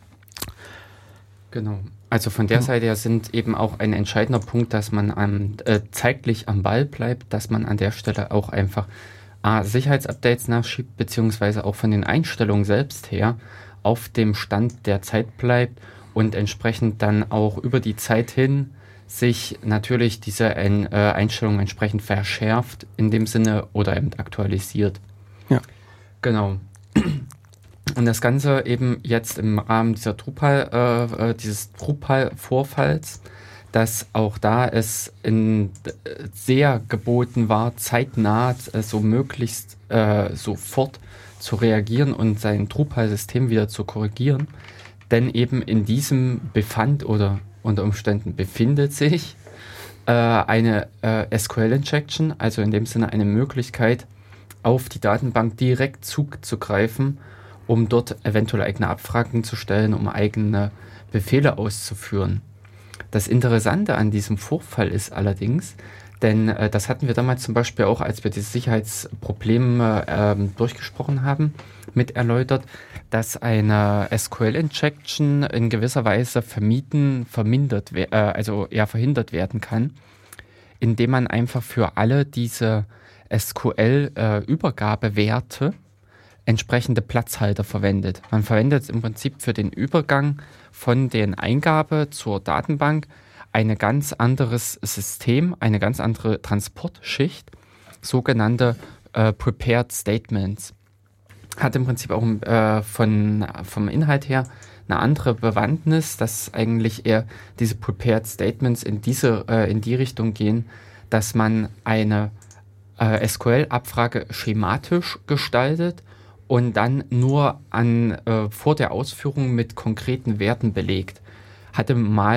Genau. Also von der Seite her sind eben auch ein entscheidender Punkt, dass man zeitlich am Ball bleibt, dass man an der Stelle auch einfach Sicherheitsupdates nachschiebt, beziehungsweise auch von den Einstellungen selbst her auf dem Stand der Zeit bleibt und entsprechend dann auch über die Zeit hin sich natürlich diese Einstellung entsprechend verschärft in dem Sinne oder eben aktualisiert.
Ja.
Genau. Und das Ganze eben jetzt im Rahmen dieses Drupal-Vorfalls, dass auch da es sehr geboten war, zeitnah so möglichst sofort zu reagieren und sein Drupal-System wieder zu korrigieren. Denn eben in diesem befand oder unter Umständen befindet sich eine SQL-Injection, also in dem Sinne eine Möglichkeit, auf die Datenbank direkt zuzugreifen, um dort eventuell eigene Abfragen zu stellen, um eigene Befehle auszuführen. Das Interessante an diesem Vorfall ist allerdings, denn das hatten wir damals zum Beispiel auch, als wir die Sicherheitsprobleme durchgesprochen haben, mit erläutert, dass eine SQL-Injection in gewisser Weise verhindert werden kann, indem man einfach für alle diese SQL-Übergabewerte entsprechende Platzhalter verwendet. Man verwendet im Prinzip für den Übergang von den Eingabe zur Datenbank ein ganz anderes System, eine ganz andere Transportschicht, sogenannte Prepared Statements. Hat im Prinzip auch vom Inhalt her eine andere Bewandtnis, dass eigentlich eher diese Prepared Statements in die Richtung gehen, dass man eine SQL-Abfrage schematisch gestaltet und dann nur vor der Ausführung mit konkreten Werten belegt. Hat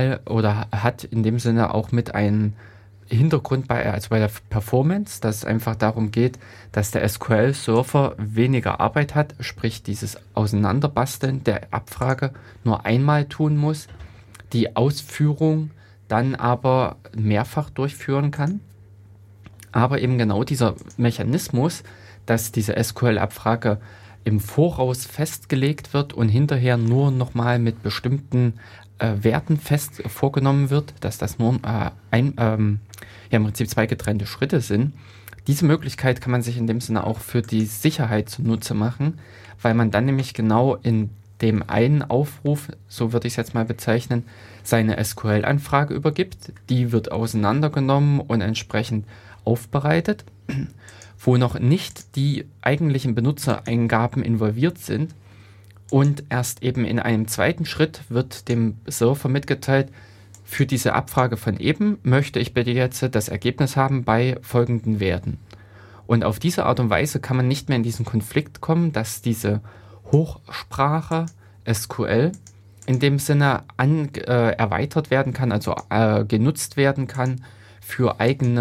in dem Sinne auch mit einem Hintergrund bei der Performance, dass es einfach darum geht, dass der SQL-Server weniger Arbeit hat, sprich dieses Auseinanderbasteln der Abfrage nur einmal tun muss, die Ausführung dann aber mehrfach durchführen kann. Aber eben genau dieser Mechanismus, dass diese SQL-Abfrage im Voraus festgelegt wird und hinterher nur nochmal mit bestimmten Werten vorgenommen wird, dass das nur im Prinzip zwei getrennte Schritte sind. Diese Möglichkeit kann man sich in dem Sinne auch für die Sicherheit zunutze machen, weil man dann nämlich genau in dem einen Aufruf, so würde ich es jetzt mal bezeichnen, seine SQL-Anfrage übergibt. Die wird auseinandergenommen und entsprechend aufbereitet, wo noch nicht die eigentlichen Benutzereingaben involviert sind. Und erst eben in einem zweiten Schritt wird dem Server mitgeteilt, für diese Abfrage von eben möchte ich bitte jetzt das Ergebnis haben bei folgenden Werten. Und auf diese Art und Weise kann man nicht mehr in diesen Konflikt kommen, dass diese Hochsprache SQL in dem Sinne erweitert werden kann, also genutzt werden kann für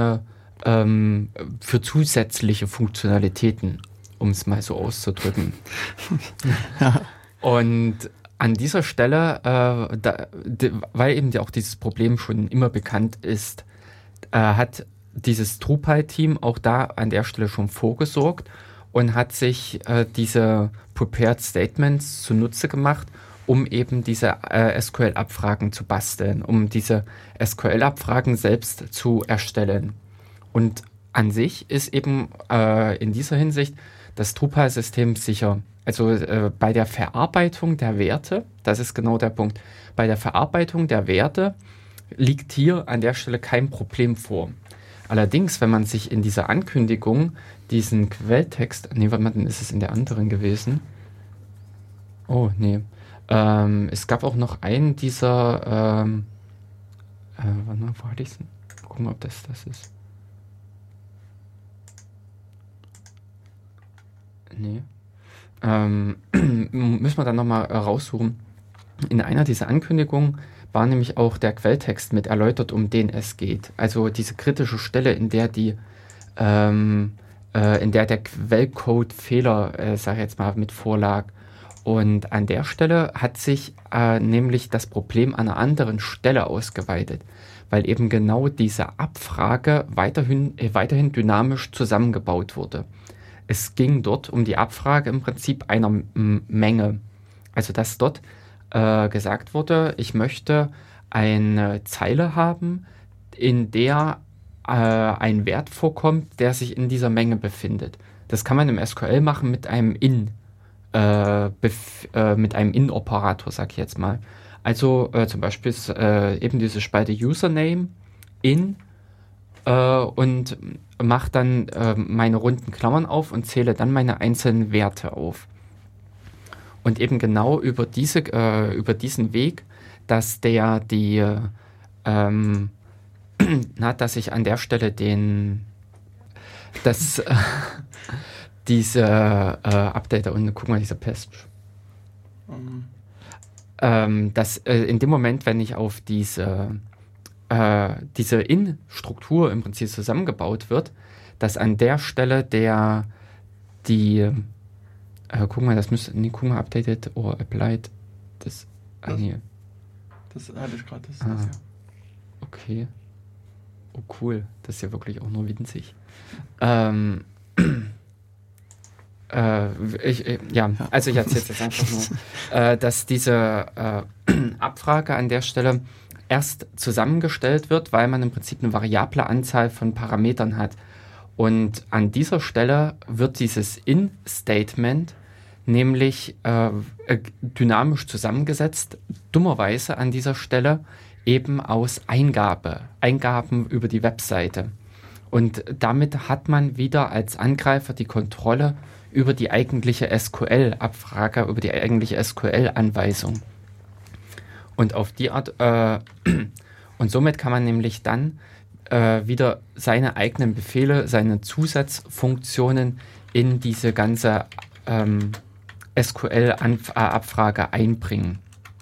für zusätzliche Funktionalitäten, um es mal so auszudrücken.
Ja.
Und an dieser Stelle, weil eben auch dieses Problem schon immer bekannt ist, hat dieses Drupal-Team auch da an der Stelle schon vorgesorgt und hat sich diese Prepared Statements zunutze gemacht, um eben diese SQL-Abfragen zu basteln, um diese SQL-Abfragen selbst zu erstellen. Und an sich ist eben in dieser Hinsicht das Drupal-System sicher. Also bei der Verarbeitung der Werte, das ist genau der Punkt, bei der Verarbeitung der Werte liegt hier an der Stelle kein Problem vor. Allerdings, wenn man sich in dieser Ankündigung diesen Quelltext, warte mal, dann ist es in der anderen gewesen. Oh, nee. Es gab auch noch einen dieser, warte mal, wo hatte ich es denn? Gucken, ob das ist. Nee. Müssen wir dann nochmal raussuchen. In einer dieser Ankündigungen war nämlich auch der Quelltext mit erläutert, um den es geht. Also diese kritische Stelle, in der der Quellcode-Fehler, sage ich jetzt mal, mit vorlag. Und an der Stelle hat sich nämlich das Problem an einer anderen Stelle ausgeweitet, weil eben genau diese Abfrage weiterhin dynamisch zusammengebaut wurde. Es ging dort um die Abfrage im Prinzip einer Menge. Also dass dort gesagt wurde, ich möchte eine Zeile haben, in der ein Wert vorkommt, der sich in dieser Menge befindet. Das kann man im SQL machen mit einem In-Operator, sag ich jetzt mal. Also zum Beispiel eben diese Spalte Username in und mache dann meine runden Klammern auf und zähle dann meine einzelnen Werte auf. Und eben genau über diesen Weg, dass dass ich an der Stelle diese Update da unten, guck mal, dieser Pest. Dass in dem Moment, wenn ich auf diese In-Struktur im Prinzip zusammengebaut wird, dass an der Stelle guck mal, updated or applied, das hatte ich gerade, das ja. Okay. Oh cool, das ist ja wirklich auch nur winzig. Also ich erzähle jetzt einfach nur, dass diese Abfrage an der Stelle erst zusammengestellt wird, weil man im Prinzip eine variable Anzahl von Parametern hat. Und an dieser Stelle wird dieses In-Statement nämlich dynamisch zusammengesetzt, dummerweise an dieser Stelle eben aus Eingaben über die Webseite. Und damit hat man wieder als Angreifer die Kontrolle über die eigentliche SQL-Abfrage, über die eigentliche SQL-Anweisung. Und auf die Art, und somit kann man nämlich dann wieder seine eigenen Befehle, seine Zusatzfunktionen in diese ganze SQL-Abfrage einbringen.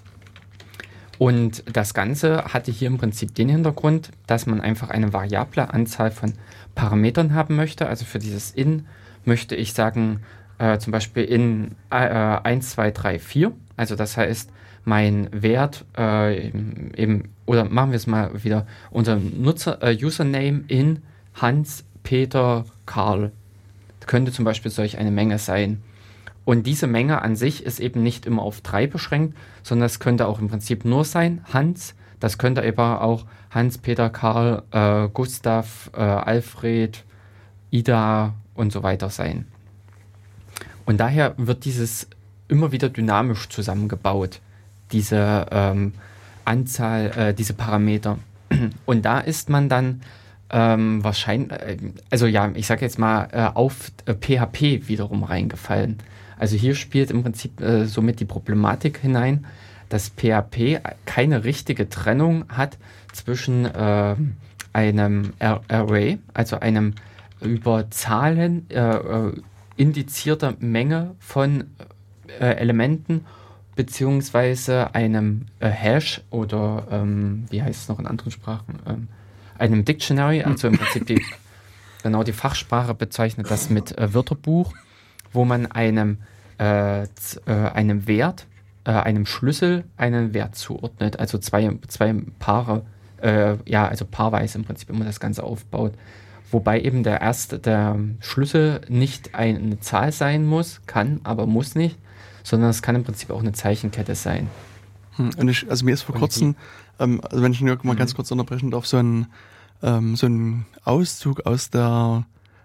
Und das Ganze hatte hier im Prinzip den Hintergrund, dass man einfach eine variable Anzahl von Parametern haben möchte. Also für dieses In möchte ich sagen, zum Beispiel in 1, 2, 3, 4. Also das heißt, mein Wert oder machen wir es mal wieder, unser Username in Hans, Peter, Karl. Könnte zum Beispiel solch eine Menge sein. Und diese Menge an sich ist eben nicht immer auf 3 beschränkt, sondern es könnte auch im Prinzip nur sein, Hans, das könnte eben auch Hans, Peter, Karl, Gustav, Alfred, Ida und so weiter sein. Und daher wird dieses immer wieder dynamisch zusammengebaut, diese Anzahl, diese Parameter. Und da ist man dann wahrscheinlich, ich sage jetzt mal, auf PHP wiederum reingefallen. Also hier spielt im Prinzip somit die Problematik hinein, dass PHP keine richtige Trennung hat zwischen einem Array, also einem über Zahlen indizierter Menge von Elementen, beziehungsweise einem Hash oder wie heißt es noch in anderen Sprachen, einem Dictionary, also im Prinzip die Fachsprache bezeichnet das mit Wörterbuch, wo man einem Wert einem Schlüssel einen Wert zuordnet, also zwei Paare, also paarweise im Prinzip immer das Ganze aufbaut. Wobei eben der Schlüssel nicht eine Zahl sein muss, kann, aber muss nicht, sondern es kann im Prinzip auch eine Zeichenkette sein.
Und mir ist vor kurzem, also wenn ich nur mal ganz kurz unterbrechen darf, so ein Auszug aus der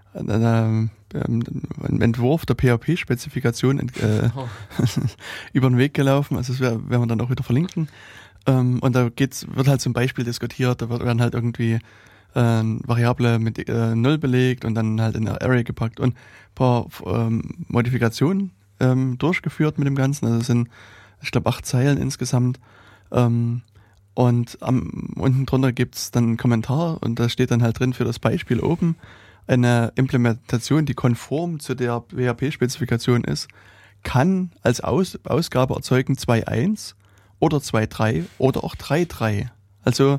Entwurf der PHP-Spezifikation über den Weg gelaufen. Also das werden wir dann auch wieder verlinken. Und da wird halt zum Beispiel diskutiert, da werden halt irgendwie Variable mit 0 belegt und dann halt in ein Array gepackt und ein paar Modifikationen durchgeführt mit dem Ganzen. Also es sind, ich glaube, 8 Zeilen insgesamt. Und unten drunter gibt's dann einen Kommentar und da steht dann halt drin für das Beispiel oben eine Implementation, die konform zu der PHP-Spezifikation ist, kann als Ausgabe erzeugen 2.1 oder 2.3 oder auch 3.3. Also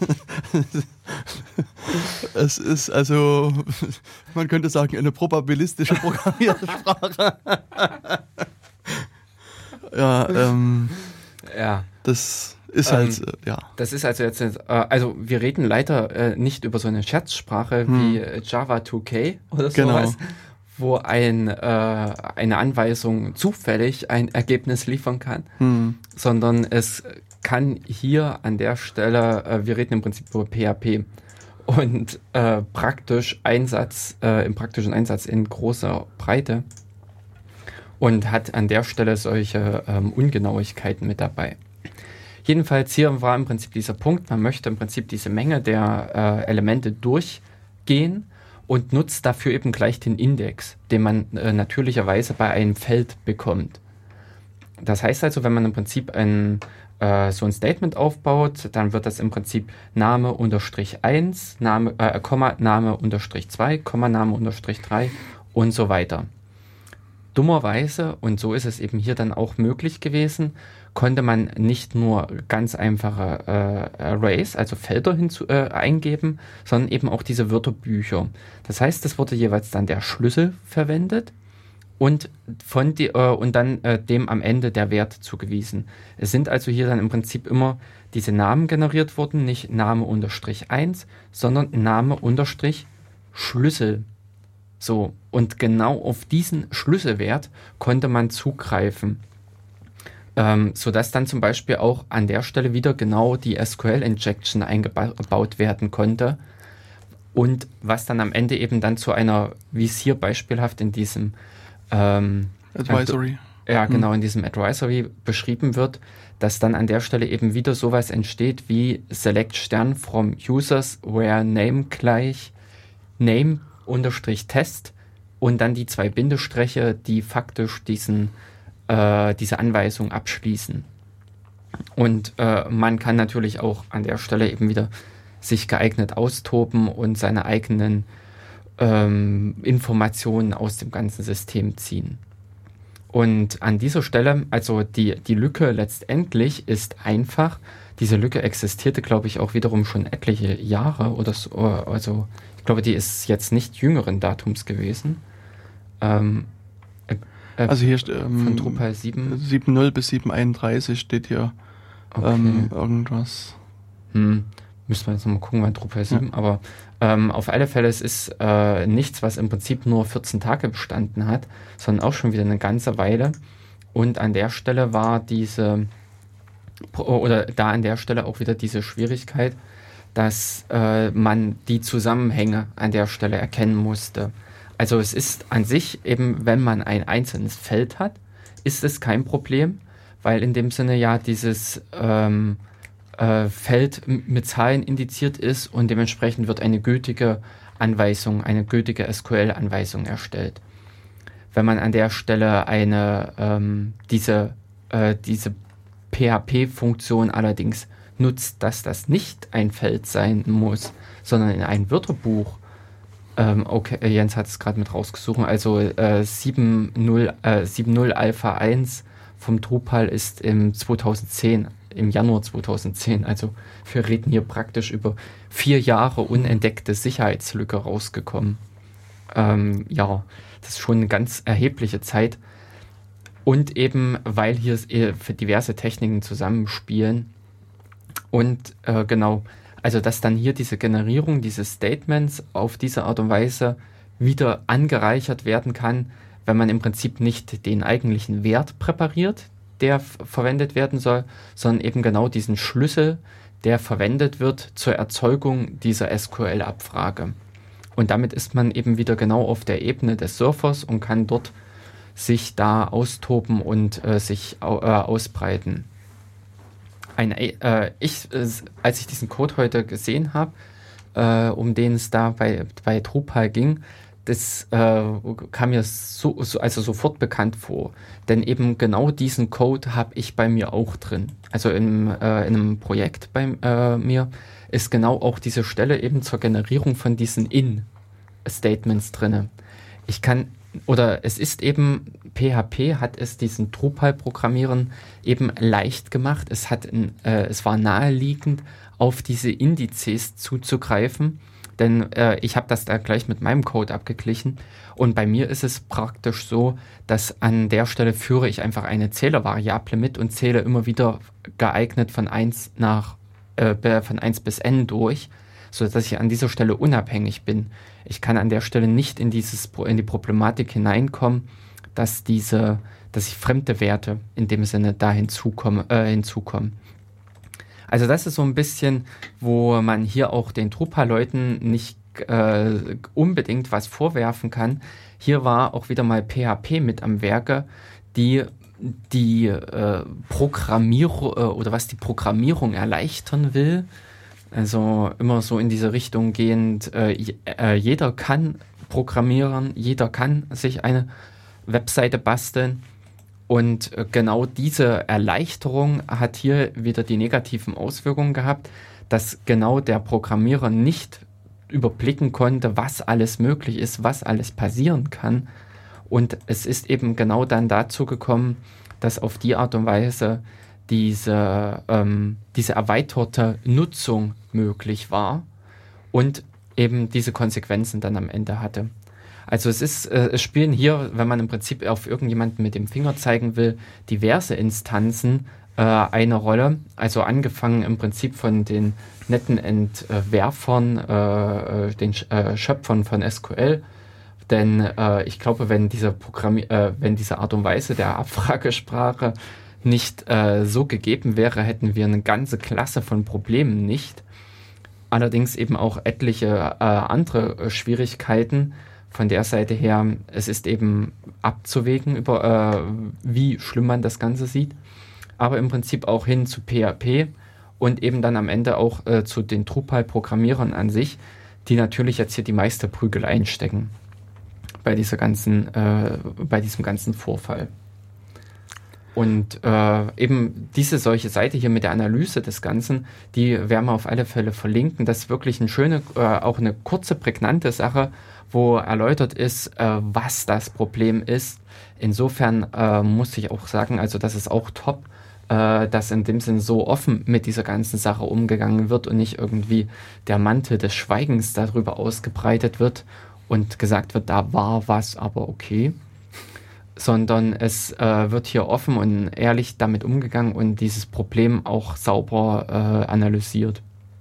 es ist also, man könnte sagen, eine probabilistische Programmiersprache. Das ist halt,
Das ist also jetzt, also wir reden leider nicht über so eine Scherzsprache wie Java 2K oder sowas, wo eine Anweisung zufällig ein Ergebnis liefern kann, sondern es kann hier an der Stelle, wir reden im Prinzip über PHP und im praktischen Einsatz in großer Breite und hat an der Stelle solche Ungenauigkeiten mit dabei. Jedenfalls hier war im Prinzip dieser Punkt, man möchte im Prinzip diese Menge der Elemente durchgehen und nutzt dafür eben gleich den Index, den man natürlicherweise bei einem Feld bekommt. Das heißt also, wenn man im Prinzip so ein Statement aufbaut, dann wird das im Prinzip Name unterstrich 1, Komma, Name unterstrich 2, Komma, Name unterstrich 3 und so weiter. Dummerweise, und so ist es eben hier dann auch möglich gewesen, konnte man nicht nur ganz einfache Arrays, also Felder eingeben, sondern eben auch diese Wörterbücher. Das heißt, es wurde jeweils dann der Schlüssel verwendet und dann dem am Ende der Wert zugewiesen. Es sind also hier dann im Prinzip immer diese Namen generiert worden, nicht Name unterstrich 1, sondern Name unterstrich Schlüssel. So, und genau auf diesen Schlüsselwert konnte man zugreifen, sodass dann zum Beispiel auch an der Stelle wieder genau die SQL-Injection eingebaut werden konnte und was dann am Ende eben dann zu einer, wie es hier beispielhaft in diesem
Advisory.
In diesem Advisory beschrieben wird, dass dann an der Stelle eben wieder sowas entsteht wie select Stern from users where name gleich name unterstrich Test und dann die 2 Bindestriche, die faktisch diese Anweisung abschließen. Und man kann natürlich auch an der Stelle eben wieder sich geeignet austoben und seine eigenen Informationen aus dem ganzen System ziehen. Und an dieser Stelle, also die Lücke letztendlich ist einfach, diese Lücke existierte, glaube ich, auch wiederum schon etliche Jahre oder so, also ich glaube, die ist jetzt nicht jüngeren Datums gewesen.
Also hier
von Drupal 7.
7.0 bis 7.31 steht hier irgendwas.
Müssen wir jetzt nochmal gucken, wann Drupal 7, aber auf alle Fälle, es ist nichts, was im Prinzip nur 14 Tage bestanden hat, sondern auch schon wieder eine ganze Weile. Und an der Stelle war an der Stelle auch wieder diese Schwierigkeit, dass man die Zusammenhänge an der Stelle erkennen musste. Also es ist an sich eben, wenn man ein einzelnes Feld hat, ist es kein Problem, weil in dem Sinne ja dieses Feld mit Zahlen indiziert ist und dementsprechend wird eine gültige Anweisung, eine gültige SQL-Anweisung erstellt. Wenn man an der Stelle diese PHP-Funktion allerdings nutzt, dass das nicht ein Feld sein muss, sondern in ein Wörterbuch. Okay, Jens hat es gerade mit rausgesucht. Also 7.0 Alpha 1 vom Drupal ist im Januar 2010. Also wir reden hier praktisch über 4 Jahre unentdeckte Sicherheitslücke rausgekommen. Das ist schon eine ganz erhebliche Zeit. Und eben, weil hier für diverse Techniken zusammenspielen. Und genau, also dass dann hier diese Generierung dieses Statements auf diese Art und Weise wieder angereichert werden kann, wenn man im Prinzip nicht den eigentlichen Wert präpariert, der verwendet werden soll, sondern eben genau diesen Schlüssel, der verwendet wird zur Erzeugung dieser SQL-Abfrage. Und damit ist man eben wieder genau auf der Ebene des Surfers und kann dort sich da austoben und sich ausbreiten. Als ich diesen Code heute gesehen habe, um den es da bei Drupal ging, das kam mir also sofort bekannt vor. Denn eben genau diesen Code habe ich bei mir auch drin. Also in einem Projekt bei mir ist genau auch diese Stelle eben zur Generierung von diesen In-Statements drin. Es ist eben, PHP hat es diesen Drupal-Programmierern eben leicht gemacht. Es war naheliegend, auf diese Indizes zuzugreifen. Denn ich habe das da gleich mit meinem Code abgeglichen und bei mir ist es praktisch so, dass an der Stelle führe ich einfach eine Zählervariable mit und zähle immer wieder geeignet von 1 bis n durch, sodass ich an dieser Stelle unabhängig bin. Ich kann an der Stelle nicht in die Problematik hineinkommen, dass ich fremde Werte in dem Sinne da hinzukommen. Also das ist so ein bisschen, wo man hier auch den Drupal-Leuten nicht unbedingt was vorwerfen kann. Hier war auch wieder mal PHP mit am Werke, die Programmierung oder was die Programmierung erleichtern will. Also immer so in diese Richtung gehend, jeder kann programmieren, jeder kann sich eine Webseite basteln. Und genau diese Erleichterung hat hier wieder die negativen Auswirkungen gehabt, dass genau der Programmierer nicht überblicken konnte, was alles möglich ist, was alles passieren kann. Und es ist eben genau dann dazu gekommen, dass auf die Art und Weise diese erweiterte Nutzung möglich war und eben diese Konsequenzen dann am Ende hatte. Also es spielen hier, wenn man im Prinzip auf irgendjemanden mit dem Finger zeigen will, diverse Instanzen eine Rolle. Also angefangen im Prinzip von den netten Entwerfern, den Schöpfern von SQL. Denn ich glaube, wenn diese Art und Weise der Abfragesprache nicht so gegeben wäre, hätten wir eine ganze Klasse von Problemen nicht. Allerdings eben auch etliche andere Schwierigkeiten. Von der Seite her, es ist eben abzuwägen, wie schlimm man das Ganze sieht. Aber im Prinzip auch hin zu PHP und eben dann am Ende auch zu den Drupal-Programmierern an sich, die natürlich jetzt hier die meiste Prügelei einstecken bei diesem ganzen Vorfall. Und eben solche Seite hier mit der Analyse des Ganzen, die werden wir auf alle Fälle verlinken. Das ist wirklich auch eine kurze, prägnante Sache, wo erläutert ist, was das Problem ist. Insofern muss ich auch sagen, also das ist auch top, dass in dem Sinn so offen mit dieser ganzen Sache umgegangen wird und nicht irgendwie der Mantel des Schweigens darüber ausgebreitet wird und gesagt wird, da war was, aber okay. Sondern es wird hier offen und ehrlich damit umgegangen und dieses Problem auch sauber analysiert.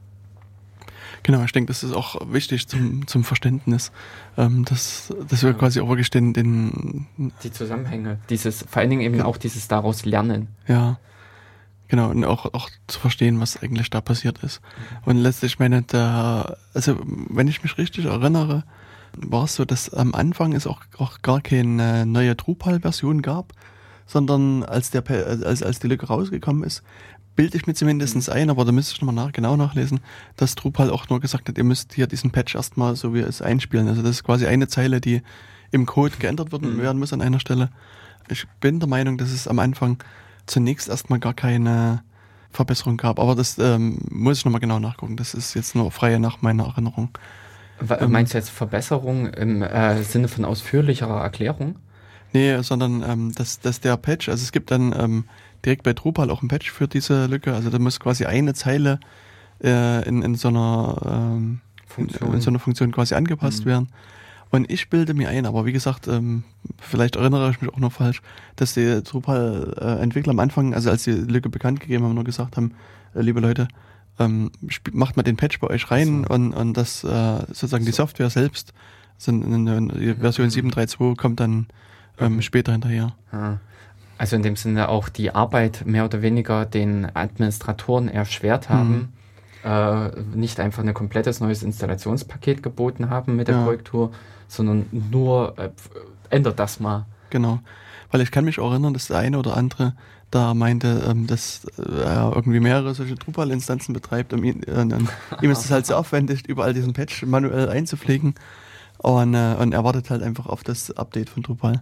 Genau, ich denke, das ist auch wichtig zum Verständnis, dass wir quasi auch wirklich
die Zusammenhänge, vor allen Dingen eben auch dieses daraus Lernen.
Ja, genau, und auch zu verstehen, was eigentlich da passiert ist. Und letztlich, also wenn ich mich richtig erinnere, war es so, dass am Anfang es auch gar keine neue Drupal-Version gab, sondern als die Lücke rausgekommen ist, bilde ich mir zumindest ein, aber da müsste ich nochmal genau nachlesen, dass Drupal auch nur gesagt hat, ihr müsst hier diesen Patch erstmal so wie es einspielen. Also das ist quasi eine Zeile, die im Code geändert werden muss an einer Stelle. Ich bin der Meinung, dass es am Anfang zunächst erstmal gar keine Verbesserung gab, aber das muss ich nochmal genau nachgucken. Das ist jetzt nur freie nach meiner Erinnerung.
Meinst du jetzt Verbesserung im Sinne von ausführlicherer Erklärung?
Nee, sondern dass der Patch, also es gibt dann direkt bei Drupal auch ein Patch für diese Lücke, also da muss quasi eine Zeile in so einer Funktion quasi angepasst werden Und ich bilde mir ein, aber wie gesagt, vielleicht erinnere ich mich auch noch falsch, dass die Drupal-Entwickler am Anfang, also als die Lücke bekannt gegeben haben, nur gesagt haben, liebe Leute, macht mal den Patch bei euch rein und das sozusagen die Software selbst, die Version 7.3.2 kommt dann später hinterher.
Also in dem Sinne auch die Arbeit mehr oder weniger den Administratoren erschwert haben, nicht einfach ein komplettes neues Installationspaket geboten haben mit der Korrektur, sondern nur ändert das mal.
Genau, weil ich kann mich auch erinnern, dass der eine oder andere da meinte, dass er irgendwie mehrere solche Drupal-Instanzen betreibt und ihm ist es halt sehr aufwendig, überall diesen Patch manuell einzupflegen und er wartet halt einfach auf das Update von Drupal.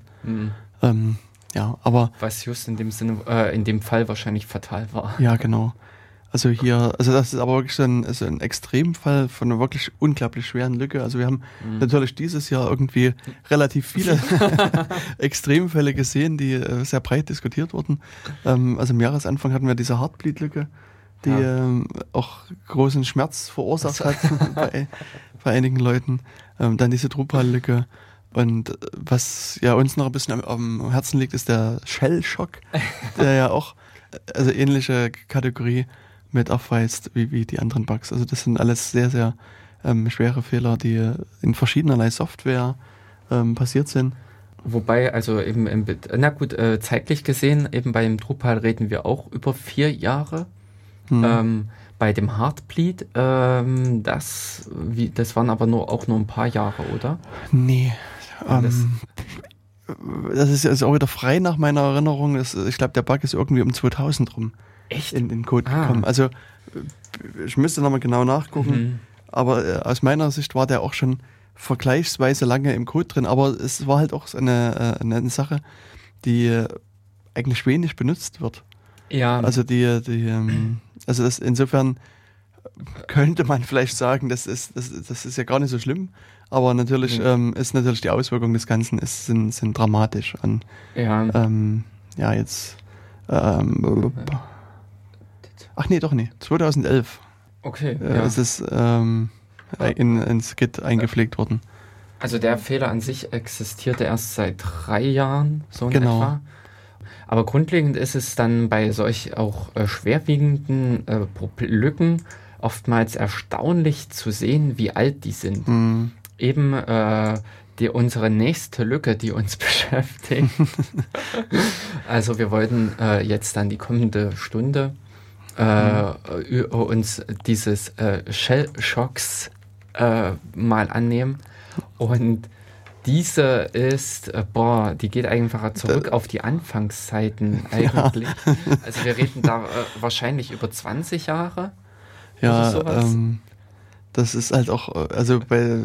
Aber
was just in dem Sinne, in dem Fall wahrscheinlich fatal war.
Ja, genau. Also das ist aber wirklich so ein Extremfall von einer wirklich unglaublich schweren Lücke. Also wir haben natürlich dieses Jahr irgendwie relativ viele Extremfälle gesehen, die sehr breit diskutiert wurden. Also im Jahresanfang hatten wir diese Heartbleed-Lücke, die auch großen Schmerz verursacht hat bei einigen Leuten. Dann diese Drupal-Lücke. Und was ja uns noch ein bisschen am Herzen liegt, ist der Shell-Shock, der ja auch also ähnliche Kategorie mit aufweist wie die anderen Bugs. Also das sind alles sehr, sehr schwere Fehler, die in verschiedenerlei Software passiert sind.
Wobei, also eben, zeitlich gesehen, eben beim Drupal reden wir auch über 4 Jahre. Bei dem Heartbleed, das waren aber auch nur ein paar Jahre, oder?
Nee. Das ist auch wieder frei nach meiner Erinnerung. Ich glaube, der Bug ist irgendwie um 2000 rum.
Echt?
In den Code gekommen. Also ich müsste nochmal genau nachgucken, aber aus meiner Sicht war der auch schon vergleichsweise lange im Code drin, aber es war halt auch eine Sache, die eigentlich wenig benutzt wird.
Ja.
Also also das insofern könnte man vielleicht sagen, das ist ja gar nicht so schlimm, aber natürlich ist natürlich die Auswirkung des Ganzen sind dramatisch. Ach nee, doch nicht. 2011.
Okay.
Ist es ins Git eingepflegt worden.
Also der Fehler an sich existierte erst seit 3 Jahren, so in
Genau.
etwa. Aber grundlegend ist es dann bei solch auch schwerwiegenden Lücken oftmals erstaunlich zu sehen, wie alt die sind. Eben unsere nächste Lücke, die uns beschäftigt. Also wir wollten jetzt dann die kommende Stunde uns dieses Shell-Shocks mal annehmen. Und diese ist, die geht einfach zurück auf die Anfangszeiten eigentlich. Ja. Also wir reden da wahrscheinlich über 20 Jahre.
Ja, das ist halt auch, also bei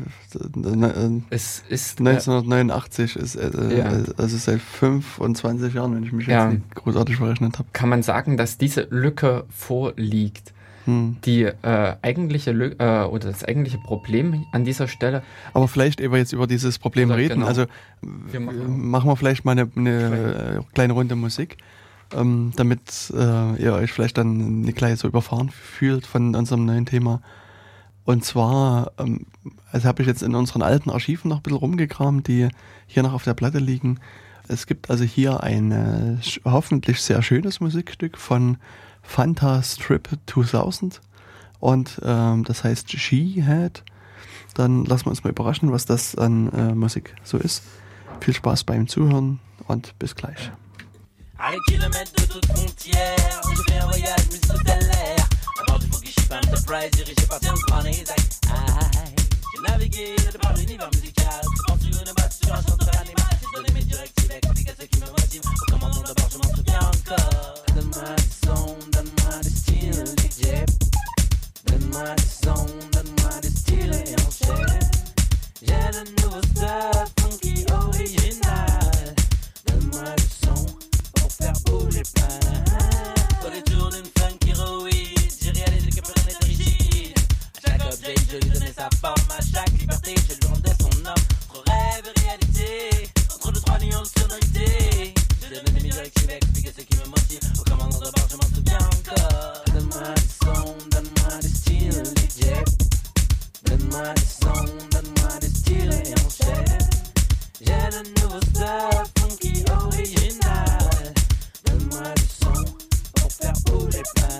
es ist
1989 ist also seit 25 Jahren, wenn ich mich jetzt nicht großartig verrechnet habe.
Kann man sagen, dass diese Lücke vorliegt. Die eigentliche Lücke oder das eigentliche Problem an dieser Stelle.
Aber vielleicht, ehe wir jetzt über dieses Problem reden,
genau.
Also machen wir vielleicht mal eine kleine Runde Musik, damit ihr euch vielleicht dann nicht gleich so überfahren fühlt von unserem neuen Thema. Und zwar, also habe ich jetzt in unseren alten Archiven noch ein bisschen rumgekramt, die hier noch auf der Platte liegen. Es gibt also hier ein hoffentlich sehr schönes Musikstück von Fantastrip 2000 und das heißt She-Head. Dann lassen wir uns mal überraschen, was das an Musik so ist. Viel Spaß beim Zuhören und bis gleich.
À des kilomètres de toute frontière, je fais un voyage multistellaire. À bord du Fukushima Enterprise, dirigé par James Brown et Isaac Hayes. J'ai navigué de par l'univers musical, souvent sur une base, sur un chanteur animal. J'ai donné mes directives, explique à ceux qui me motivent. Au commandant d'abord, je m'en souviens encore. Donne-moi du son, donne-moi du style, DJ. Donne-moi du son, donne-moi du style et enchaîne. J'ai le nouveau stuff, funky original. Donne-moi du son pour faire bouger plein. Dans les tours d'une funky héroïde, j'ai réalisé que plus rien n'était rigide. À chaque objet, je lui donnais sa forme. À chaque liberté, je lui rendais son nom. Entre rêve et réalité, entre les 3 nuances de sonorité. J'ai donné mes directives, expliqué ce qui me motive. Au commandant de bord, je m'en souviens encore. Donne-moi du son, donne-moi du style, DJ. Donne-moi du son, donne-moi du style et on cherche. J'ai le nouveau stuff, funky original. Donne-moi du son pour faire bouger plein.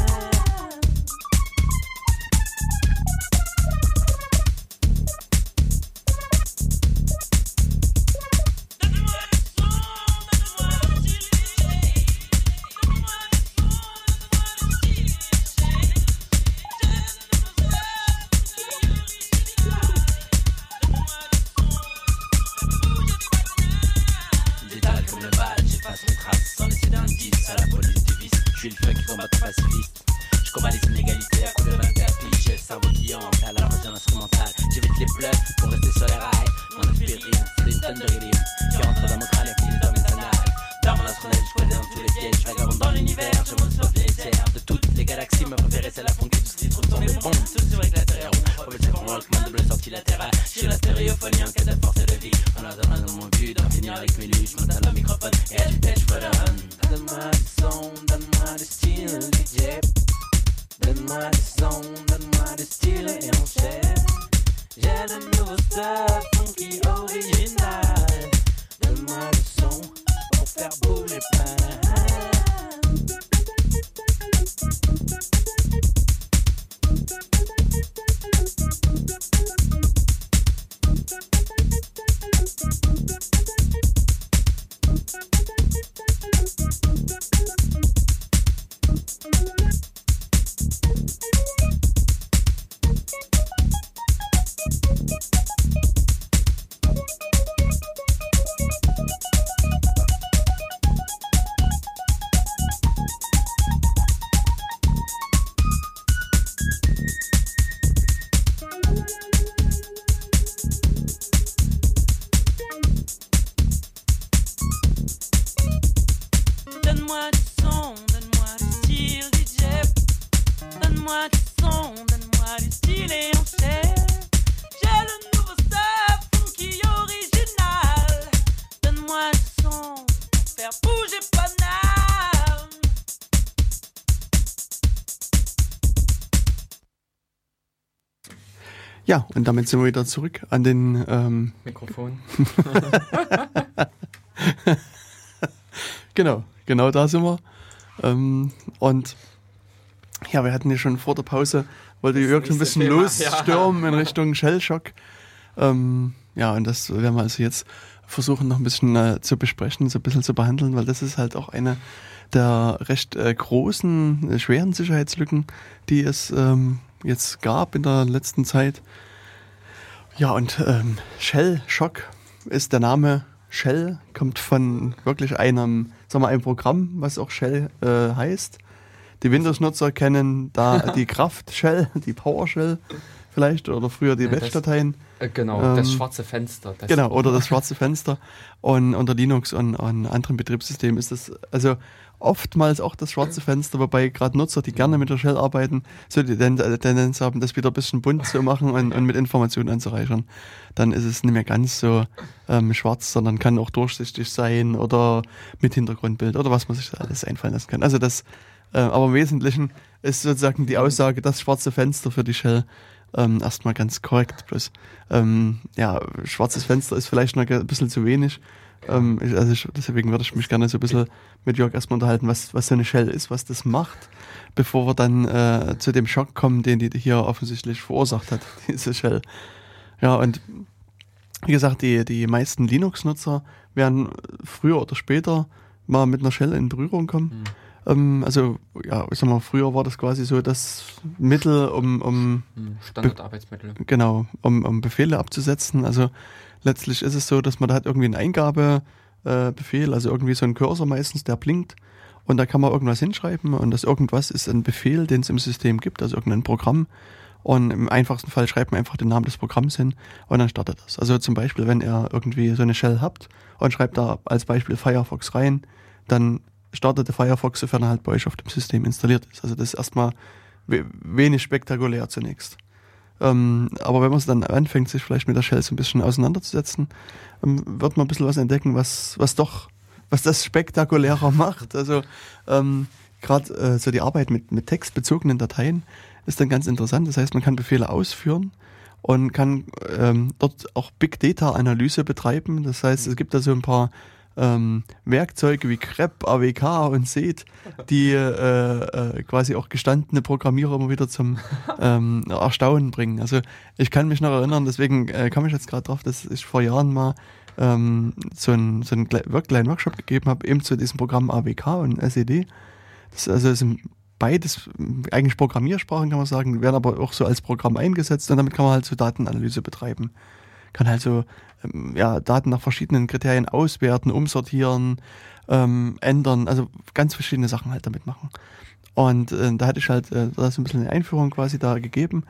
Je suis le fun qui combat ton pacifiste. Je combats les inégalités à coups de 24 piges. J'ai le cerveau qui hante à la recherche instrumentale. J'évite les bluffs pour rester sur les rails. Mon aspirine, c'est une tonne de rhythm qui rentre dans mon crâne et finit dans mes annales. Dans mon astronaute, je connais dans tous les pièges. Vagabonde dans l'univers, je monte sur les terres. De toutes les galaxies, ma préférée c'est la funky. Tout ce qui se trouve dans les bombes, tout sur avec la terre. Professeur pour Walkman, double sortie latérale. J'ai la stéréophonie en cas de force et de vie. En attendant dans mon but d'en finir avec mes luttes. Je monte à le microphone et agite for the run. Donne-moi du son, donne-moi du style, DJ. Donne-moi du son, donne-moi du style et on cherche. J'ai le nouveau stuff, funky original. Donne-moi du son pour faire bouger plein.
Ja, und damit sind wir wieder zurück an den
Mikrofon.
Genau da sind wir. Und ja, wir hatten ja schon vor der Pause, wollte Jörg ein bisschen losstürmen in Richtung Shellshock. Ja, und das werden wir also jetzt versuchen noch ein bisschen zu besprechen, so ein bisschen zu behandeln, weil das ist halt auch eine der recht großen, schweren Sicherheitslücken, die es jetzt gab in der letzten Zeit. Ja, und Shell-Shock ist der Name. Shell kommt von wirklich einem Programm, was auch Shell heißt. Die Windows-Nutzer kennen da die Kraft-Shell, die PowerShell vielleicht oder früher die Batch-Dateien.
Genau, das schwarze Fenster.
Oder das schwarze Fenster. Und unter Linux und anderen Betriebssystemen ist das also oftmals auch das schwarze Fenster, wobei gerade Nutzer, die gerne mit der Shell arbeiten, so die Tendenz haben, das wieder ein bisschen bunt zu machen und mit Informationen anzureichern. Dann ist es nicht mehr ganz so schwarz, sondern kann auch durchsichtig sein oder mit Hintergrundbild oder was man sich da alles einfallen lassen kann. Also das, aber im Wesentlichen ist sozusagen die Aussage, das schwarze Fenster für die Shell erstmal ganz korrekt. Bloß, schwarzes Fenster ist vielleicht noch ein bisschen zu wenig. Deswegen würde ich mich gerne so ein bisschen mit Jörg erstmal unterhalten, was so eine Shell ist, was das macht, bevor wir dann zu dem Schock kommen, den die hier offensichtlich verursacht hat, diese Shell. Ja, und wie gesagt, die meisten Linux-Nutzer werden früher oder später mal mit einer Shell in Berührung kommen. Früher war das quasi so das Mittel, um
Standardarbeitsmittel.
Genau, um Befehle abzusetzen. Also letztlich ist es so, dass man da hat irgendwie einen Eingabebefehl, also irgendwie so ein Cursor meistens, der blinkt und da kann man irgendwas hinschreiben und das irgendwas ist ein Befehl, den es im System gibt, also irgendein Programm. Und im einfachsten Fall schreibt man einfach den Namen des Programms hin und dann startet das. Also zum Beispiel, wenn ihr irgendwie so eine Shell habt und schreibt da als Beispiel Firefox rein, dann startet der Firefox, sofern er halt bei euch auf dem System installiert ist. Also das ist erstmal wenig spektakulär zunächst. Aber wenn man es dann anfängt, sich vielleicht mit der Shell so ein bisschen auseinanderzusetzen, wird man ein bisschen was entdecken, was das spektakulärer macht. Also gerade so die Arbeit mit textbezogenen Dateien ist dann ganz interessant. Das heißt, man kann Befehle ausführen und kann dort auch Big Data Analyse betreiben. Das heißt, es gibt da so ein paar Werkzeuge wie grep, AWK und SED, die quasi auch gestandene Programmierer immer wieder zum Erstaunen bringen. Also ich kann mich noch erinnern, deswegen komme ich jetzt gerade drauf, dass ich vor Jahren mal so einen kleinen Workshop gegeben habe, eben zu diesem Programm AWK und SED. Das sind beides eigentlich Programmiersprachen, kann man sagen, werden aber auch so als Programm eingesetzt und damit kann man halt so Datenanalyse betreiben. Kann halt so Daten nach verschiedenen Kriterien auswerten, umsortieren, ändern, also ganz verschiedene Sachen halt damit machen. Und da hatte ich halt da so ein bisschen eine Einführung quasi da gegeben.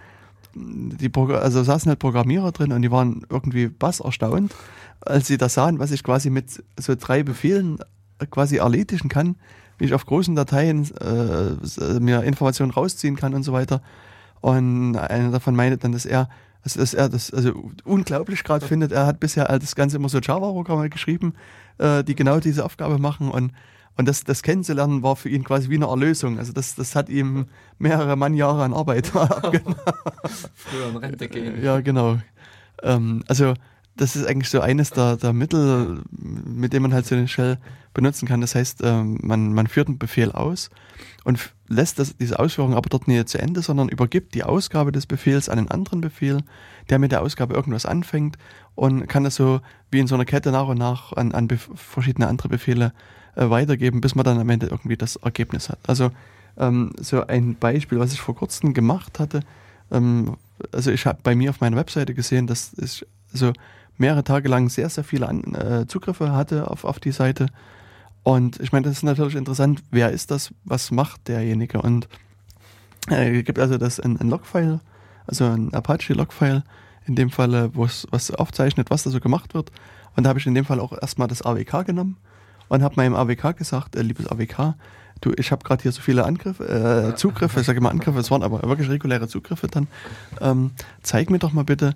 Also saßen halt Programmierer drin und die waren irgendwie erstaunt, als sie das sahen, was ich quasi mit so 3 Befehlen quasi erledigen kann, wie ich auf großen Dateien mir Informationen rausziehen kann und so weiter. Und einer davon meinte dann, dass er das unglaublich gerade findet. Er hat bisher das Ganze immer so Java-Programme geschrieben, die genau diese Aufgabe machen und das kennenzulernen war für ihn quasi wie eine Erlösung. Also das hat ihm mehrere Mannjahre an Arbeit abgenommen.
Früher in Rente gehen.
Ja, genau. Also das ist eigentlich so eines der Mittel, mit dem man halt so eine Shell benutzen kann. Das heißt, man führt einen Befehl aus und lässt diese Ausführung aber dort nicht zu Ende, sondern übergibt die Ausgabe des Befehls an einen anderen Befehl, der mit der Ausgabe irgendwas anfängt und kann das so wie in so einer Kette nach und nach an verschiedene andere Befehle weitergeben, bis man dann am Ende irgendwie das Ergebnis hat. Also so ein Beispiel, was ich vor kurzem gemacht hatte, also ich habe bei mir auf meiner Webseite gesehen, dass ich so mehrere Tage lang sehr, sehr viele Zugriffe hatte auf die Seite. Und ich meine, das ist natürlich interessant, wer ist das, was macht derjenige? Und es gibt also ein Logfile, also ein Apache-Logfile, in dem Fall, wo es was aufzeichnet, was da so gemacht wird. Und da habe ich in dem Fall auch erstmal das AWK genommen und habe meinem AWK gesagt, liebes AWK, du, ich habe gerade hier so viele Zugriffe, ich sage immer Angriffe, es waren aber wirklich reguläre Zugriffe dann. Zeig mir doch mal bitte,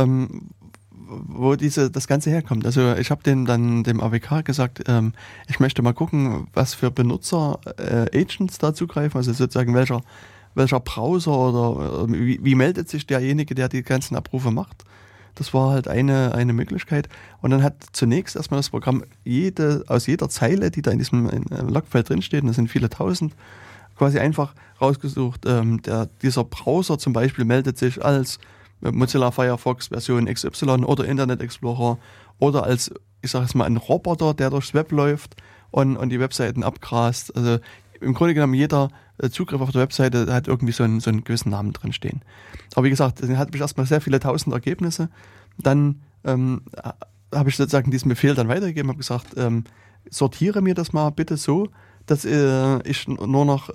wo das Ganze herkommt. Also ich habe dem AWK gesagt, ich möchte mal gucken, was für Benutzer Agents da zugreifen, also sozusagen welcher Browser oder wie meldet sich derjenige, der die ganzen Abrufe macht. Das war halt eine Möglichkeit. Und dann hat zunächst erstmal das Programm aus jeder Zeile, die da in diesem Logfile drinsteht, und das sind viele tausend, quasi einfach rausgesucht, dieser Browser zum Beispiel meldet sich als Mozilla Firefox Version XY oder Internet Explorer oder als, ich sage jetzt mal, ein Roboter, der durchs Web läuft und die Webseiten abgrast. Also im Grunde genommen jeder Zugriff auf der Webseite hat irgendwie so einen gewissen Namen drin stehen. Aber wie gesagt, dann hatte ich erstmal sehr viele tausend Ergebnisse. Dann habe ich sozusagen diesen Befehl dann weitergegeben, habe gesagt, sortiere mir das mal bitte so, dass ich nur noch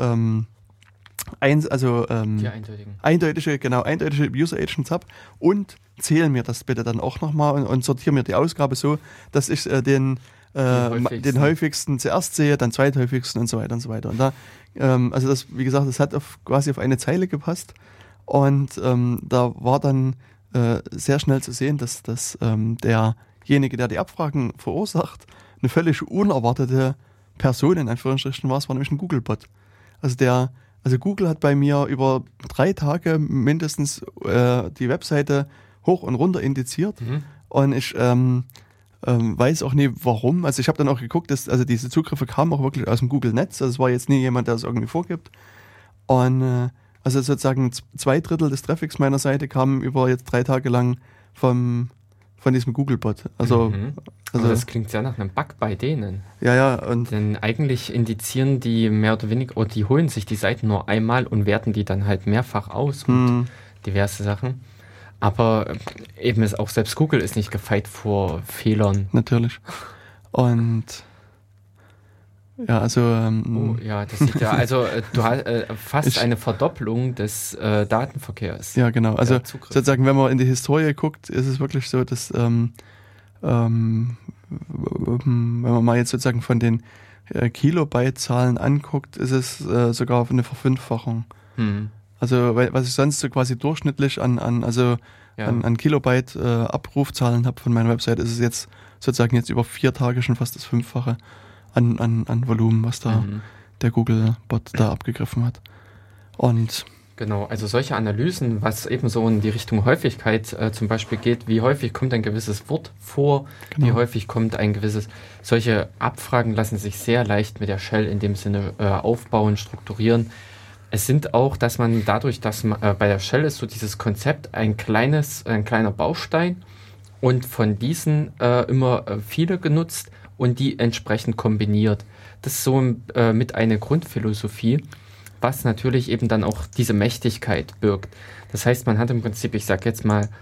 eindeutige User Agents habe und zähle mir das bitte dann auch nochmal und sortiere mir die Ausgabe so, dass ich den häufigsten zuerst sehe, dann zweithäufigsten und so weiter und so weiter. Und da, also das, wie gesagt, das hat quasi auf eine Zeile gepasst und da war dann sehr schnell zu sehen, dass derjenige, der die Abfragen verursacht, eine völlig unerwartete Person in Anführungsstrichen war. Es war nämlich ein Google-Bot. Also Google hat bei mir über 3 Tage mindestens die Webseite hoch und runter indiziert und ich weiß auch nie warum. Also ich habe dann auch geguckt, also diese Zugriffe kamen auch wirklich aus dem Google-Netz, also es war jetzt nie jemand, der es irgendwie vorgibt. Und also sozusagen 2/3 des Traffics meiner Seite kamen über jetzt 3 Tage lang von diesem Google-Bot. Also
das klingt ja nach einem Bug bei denen.
Ja.
Denn eigentlich indizieren die mehr oder weniger, oder die holen sich die Seiten nur einmal und werten die dann halt mehrfach aus und diverse Sachen. Aber eben ist auch selbst Google ist nicht gefeit vor Fehlern.
Natürlich. Und ja, also
das sieht ja, also du hast fast eine Verdopplung des Datenverkehrs.
Ja, genau. Also sozusagen, wenn man in die Historie guckt, ist es wirklich so, dass wenn man mal jetzt sozusagen von den Kilobyte-Zahlen anguckt, ist es sogar eine Verfünffachung. Also was ich sonst so quasi durchschnittlich an Kilobyte Abrufzahlen habe von meiner Website, ist es jetzt sozusagen über 4 Tage schon fast das 5-fache an Volumen, was da der Google-Bot da abgegriffen hat. Und
Genau, also solche Analysen, was eben so in die Richtung Häufigkeit zum Beispiel geht, wie häufig kommt ein gewisses Wort vor, wie häufig kommt ein gewisses, solche Abfragen lassen sich sehr leicht mit der Shell in dem Sinne aufbauen, strukturieren. Es sind auch, dass man dadurch, dass man, bei der Shell ist so dieses Konzept ein kleiner Baustein und von diesen immer viele genutzt und die entsprechend kombiniert. Das ist so mit einer Grundphilosophie, was natürlich eben dann auch diese Mächtigkeit birgt. Das heißt, man hat im Prinzip, ich sage jetzt mal,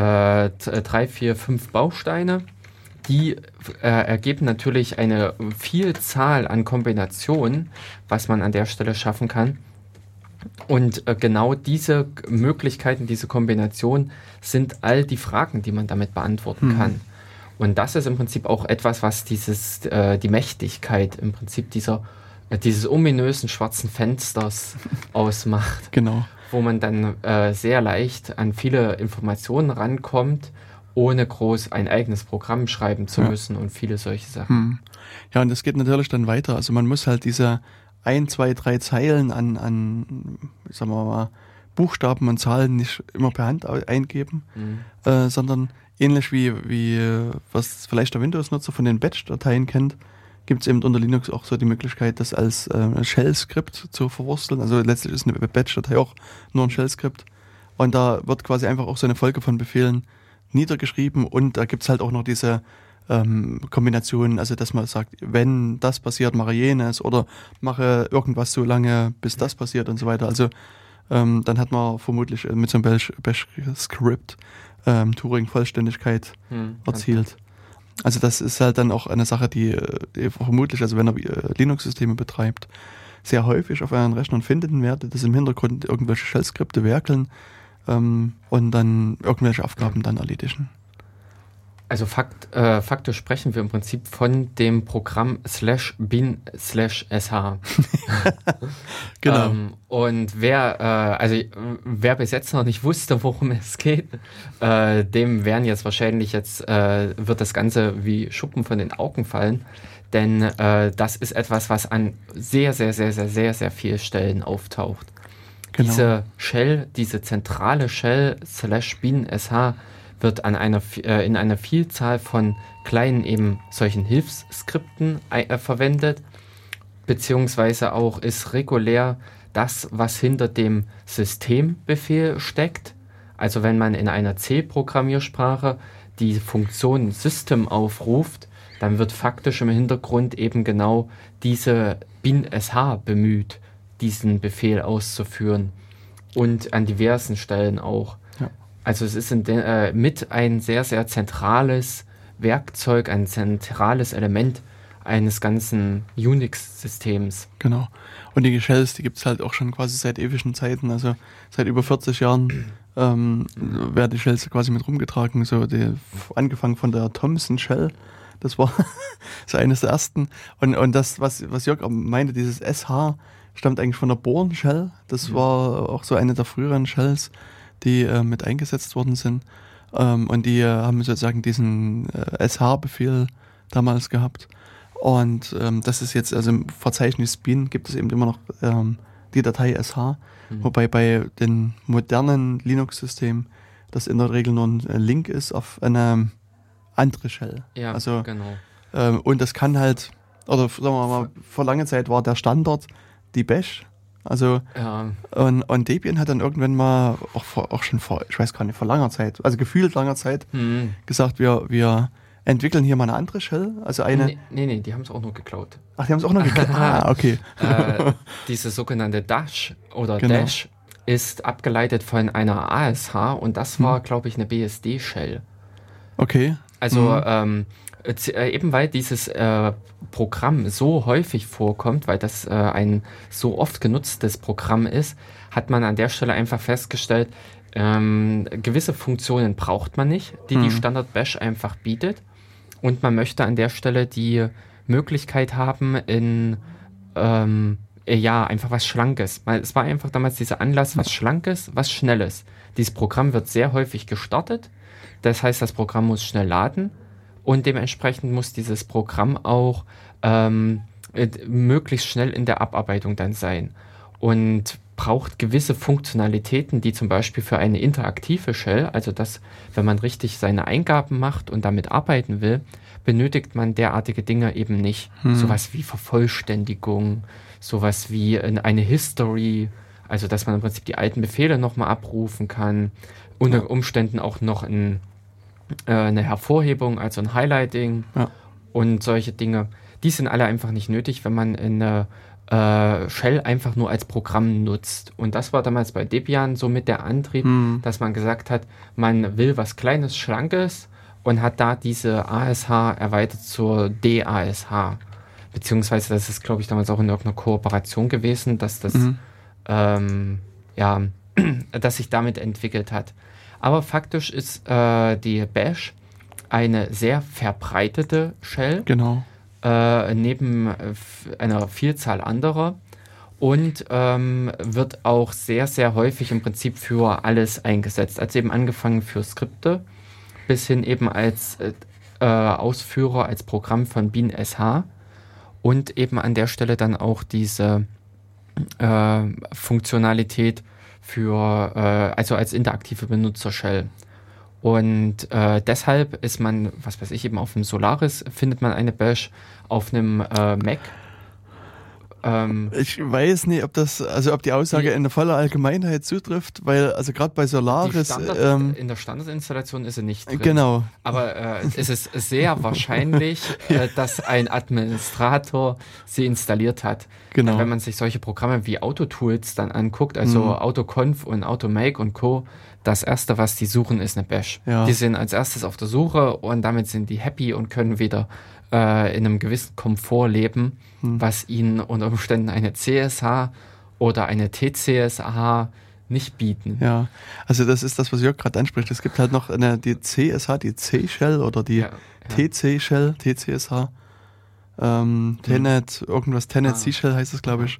3, 4, 5 Bausteine, die ergeben natürlich eine Vielzahl an Kombinationen, was man an der Stelle schaffen kann. Und genau diese Möglichkeiten, diese Kombination sind all die Fragen, die man damit beantworten kann. Und das ist im Prinzip auch etwas, was die Mächtigkeit im Prinzip dieses ominösen schwarzen Fensters ausmacht.
Genau.
Wo man dann sehr leicht an viele Informationen rankommt, ohne groß ein eigenes Programm schreiben zu müssen und viele solche Sachen.
Ja, und das geht natürlich dann weiter. Also man muss halt diese 1, 2, 3 Zeilen an sagen wir mal, Buchstaben und Zahlen nicht immer per Hand eingeben, sondern ähnlich wie was vielleicht der Windows-Nutzer von den Batch-Dateien kennt, gibt es eben unter Linux auch so die Möglichkeit, das als Shell-Skript zu verwursteln. Also letztlich ist eine Batch-Datei auch nur ein Shell-Skript. Und da wird quasi einfach auch so eine Folge von Befehlen niedergeschrieben und da gibt es halt auch noch diese Kombinationen, also dass man sagt, wenn das passiert, mache jenes oder mache irgendwas so lange, bis das passiert und so weiter. Also dann hat man vermutlich mit so einem Bash-Script Turing-Vollständigkeit erzielt. Also das ist halt dann auch eine Sache, die vermutlich, also wenn er Linux-Systeme betreibt, sehr häufig auf euren Rechnern finden werdet, dass im Hintergrund irgendwelche Shell-Skripte werkeln und dann irgendwelche Aufgaben dann erledigen.
Also faktisch sprechen wir im Prinzip von dem Programm /bin/sh.
Genau.
Und wer bis jetzt noch nicht wusste, worum es geht, dem werden jetzt wahrscheinlich wird das Ganze wie Schuppen von den Augen fallen. Denn das ist etwas, was an sehr, sehr, sehr, sehr, sehr, sehr vielen Stellen auftaucht. Genau. Diese Shell, diese zentrale Shell /bin/sh wird in einer Vielzahl von kleinen eben solchen Hilfsskripten verwendet, beziehungsweise auch ist regulär das, was hinter dem Systembefehl steckt. Also wenn man in einer C-Programmiersprache die Funktion System aufruft, dann wird faktisch im Hintergrund eben genau diese bin/sh bemüht, diesen Befehl auszuführen und an diversen Stellen auch. Also es ist mit ein sehr, sehr zentrales Werkzeug, ein zentrales Element eines ganzen Unix-Systems.
Genau. Und die Shells, die gibt es halt auch schon quasi seit ewigen Zeiten, also seit über 40 Jahren werden die Shells quasi mit rumgetragen, so angefangen von der Thomson Shell, das war so eines der ersten. Und das, was Jörg meinte, dieses SH, stammt eigentlich von der Bourne Shell, das war auch so eine der früheren Shells, die mit eingesetzt worden sind. Und die haben sozusagen diesen SH-Befehl damals gehabt. Und das ist jetzt, also im Verzeichnis Bin gibt es eben immer noch die Datei SH, wobei bei den modernen Linux-Systemen das in der Regel nur ein Link ist auf eine andere Shell.
Ja,
also,
genau.
Und das kann halt, oder sagen wir mal, vor langer Zeit war der Standard die Bash. Also und Debian hat dann irgendwann mal auch schon vor, ich weiß gar nicht, vor langer Zeit, also gefühlt langer Zeit, gesagt, wir entwickeln hier mal eine andere Shell, also eine...
Nee, die haben es auch noch geklaut.
Ach, die haben es auch noch geklaut? Okay.
Diese sogenannte Dash oder Dash ist abgeleitet von einer ASH und das war, glaube ich, eine BSD-Shell.
Okay.
Also eben weil dieses Programm so häufig vorkommt, weil das ein so oft genutztes Programm ist, hat man an der Stelle einfach festgestellt, gewisse Funktionen braucht man nicht, die Standard Bash einfach bietet. Und man möchte an der Stelle die Möglichkeit haben, einfach was Schlankes. Es war einfach damals dieser Anlass, was Schlankes, was Schnelles. Dieses Programm wird sehr häufig gestartet. Das heißt, das Programm muss schnell laden. Und dementsprechend muss dieses Programm auch möglichst schnell in der Abarbeitung dann sein. Und braucht gewisse Funktionalitäten, die zum Beispiel für eine interaktive Shell, also dass, wenn man richtig seine Eingaben macht und damit arbeiten will, benötigt man derartige Dinge eben nicht. Sowas wie Vervollständigung, sowas wie eine History, also dass man im Prinzip die alten Befehle nochmal abrufen kann, unter Umständen auch noch eine Hervorhebung, also ein Highlighting und solche Dinge. Die sind alle einfach nicht nötig, wenn man eine Shell einfach nur als Programm nutzt. Und das war damals bei Debian so mit der Antrieb, dass man gesagt hat, man will was Kleines, Schlankes und hat da diese ASH erweitert zur DASH. Beziehungsweise das ist, glaube ich, damals auch in irgendeiner Kooperation gewesen, dass das dass sich damit entwickelt hat. Aber faktisch ist die Bash eine sehr verbreitete Shell.
Genau.
Neben einer Vielzahl anderer und wird auch sehr, sehr häufig im Prinzip für alles eingesetzt. Also eben angefangen für Skripte bis hin eben als Ausführer, als Programm von BeanSH und eben an der Stelle dann auch diese Funktionalität für, also als interaktive Benutzer-Shell. Und deshalb ist man, was weiß ich, eben auf dem Solaris findet man eine Bash, auf einem Mac.
Ich weiß nicht, ob die Aussage in der voller Allgemeinheit zutrifft, weil, also gerade bei Solaris...
in der Standardinstallation ist sie nicht drin.
Genau.
Aber es ist sehr wahrscheinlich, dass ein Administrator sie installiert hat.
Genau.
Wenn man sich solche Programme wie Autotools dann anguckt, also AutoConf und AutoMake und Co., das erste, was die suchen, ist eine Bash.
Ja.
Die sind als erstes auf der Suche und damit sind die happy und können wieder in einem gewissen Komfort leben, was ihnen unter Umständen eine CSH oder eine TCSH nicht bieten.
Ja, also das ist das, was Jörg gerade anspricht. Es gibt halt noch die CSH, die C-Shell oder die TC-Shell, TCSH, Tenet, irgendwas, Tenet C-Shell heißt es, glaube ich.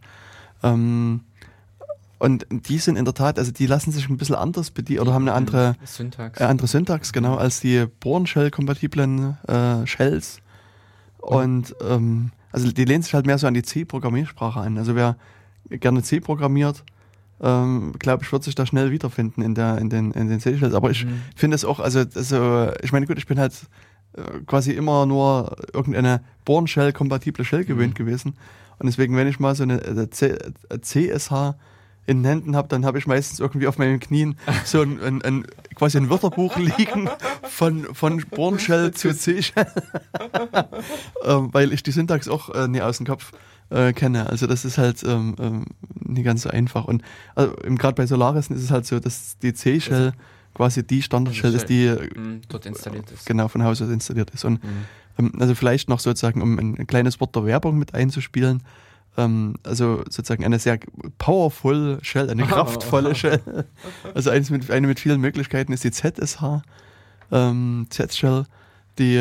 Und die sind in der Tat, also die lassen sich ein bisschen anders bedienen oder haben eine andere Syntax, genau, als die Bourne-Shell-kompatiblen Shells. Und also die lehnen sich halt mehr so an die C-Programmiersprache an. Also wer gerne C programmiert, glaube ich, wird sich da schnell wiederfinden in den C-Shells. Aber ich finde es auch, also ich meine, gut, ich bin halt quasi immer nur irgendeine Bourne-Shell-kompatible Shell gewöhnt gewesen. Und deswegen, wenn ich mal so eine CSH in den Händen habe, dann habe ich meistens irgendwie auf meinen Knien so quasi ein Wörterbuch liegen von Bourne-Shell zu C-Shell, weil ich die Syntax auch nie aus dem Kopf kenne. Also das ist halt nicht ganz so einfach. Und gerade bei Solaris ist es halt so, dass die C-Shell quasi die Standard-Shell ist, die
dort installiert ist.
Genau, von Haus aus installiert ist. Und also vielleicht noch sozusagen, um ein kleines Wort der Werbung mit einzuspielen, also sozusagen eine sehr powerful Shell, eine kraftvolle Shell. Also eine mit vielen Möglichkeiten ist die ZSH, Z-Shell, die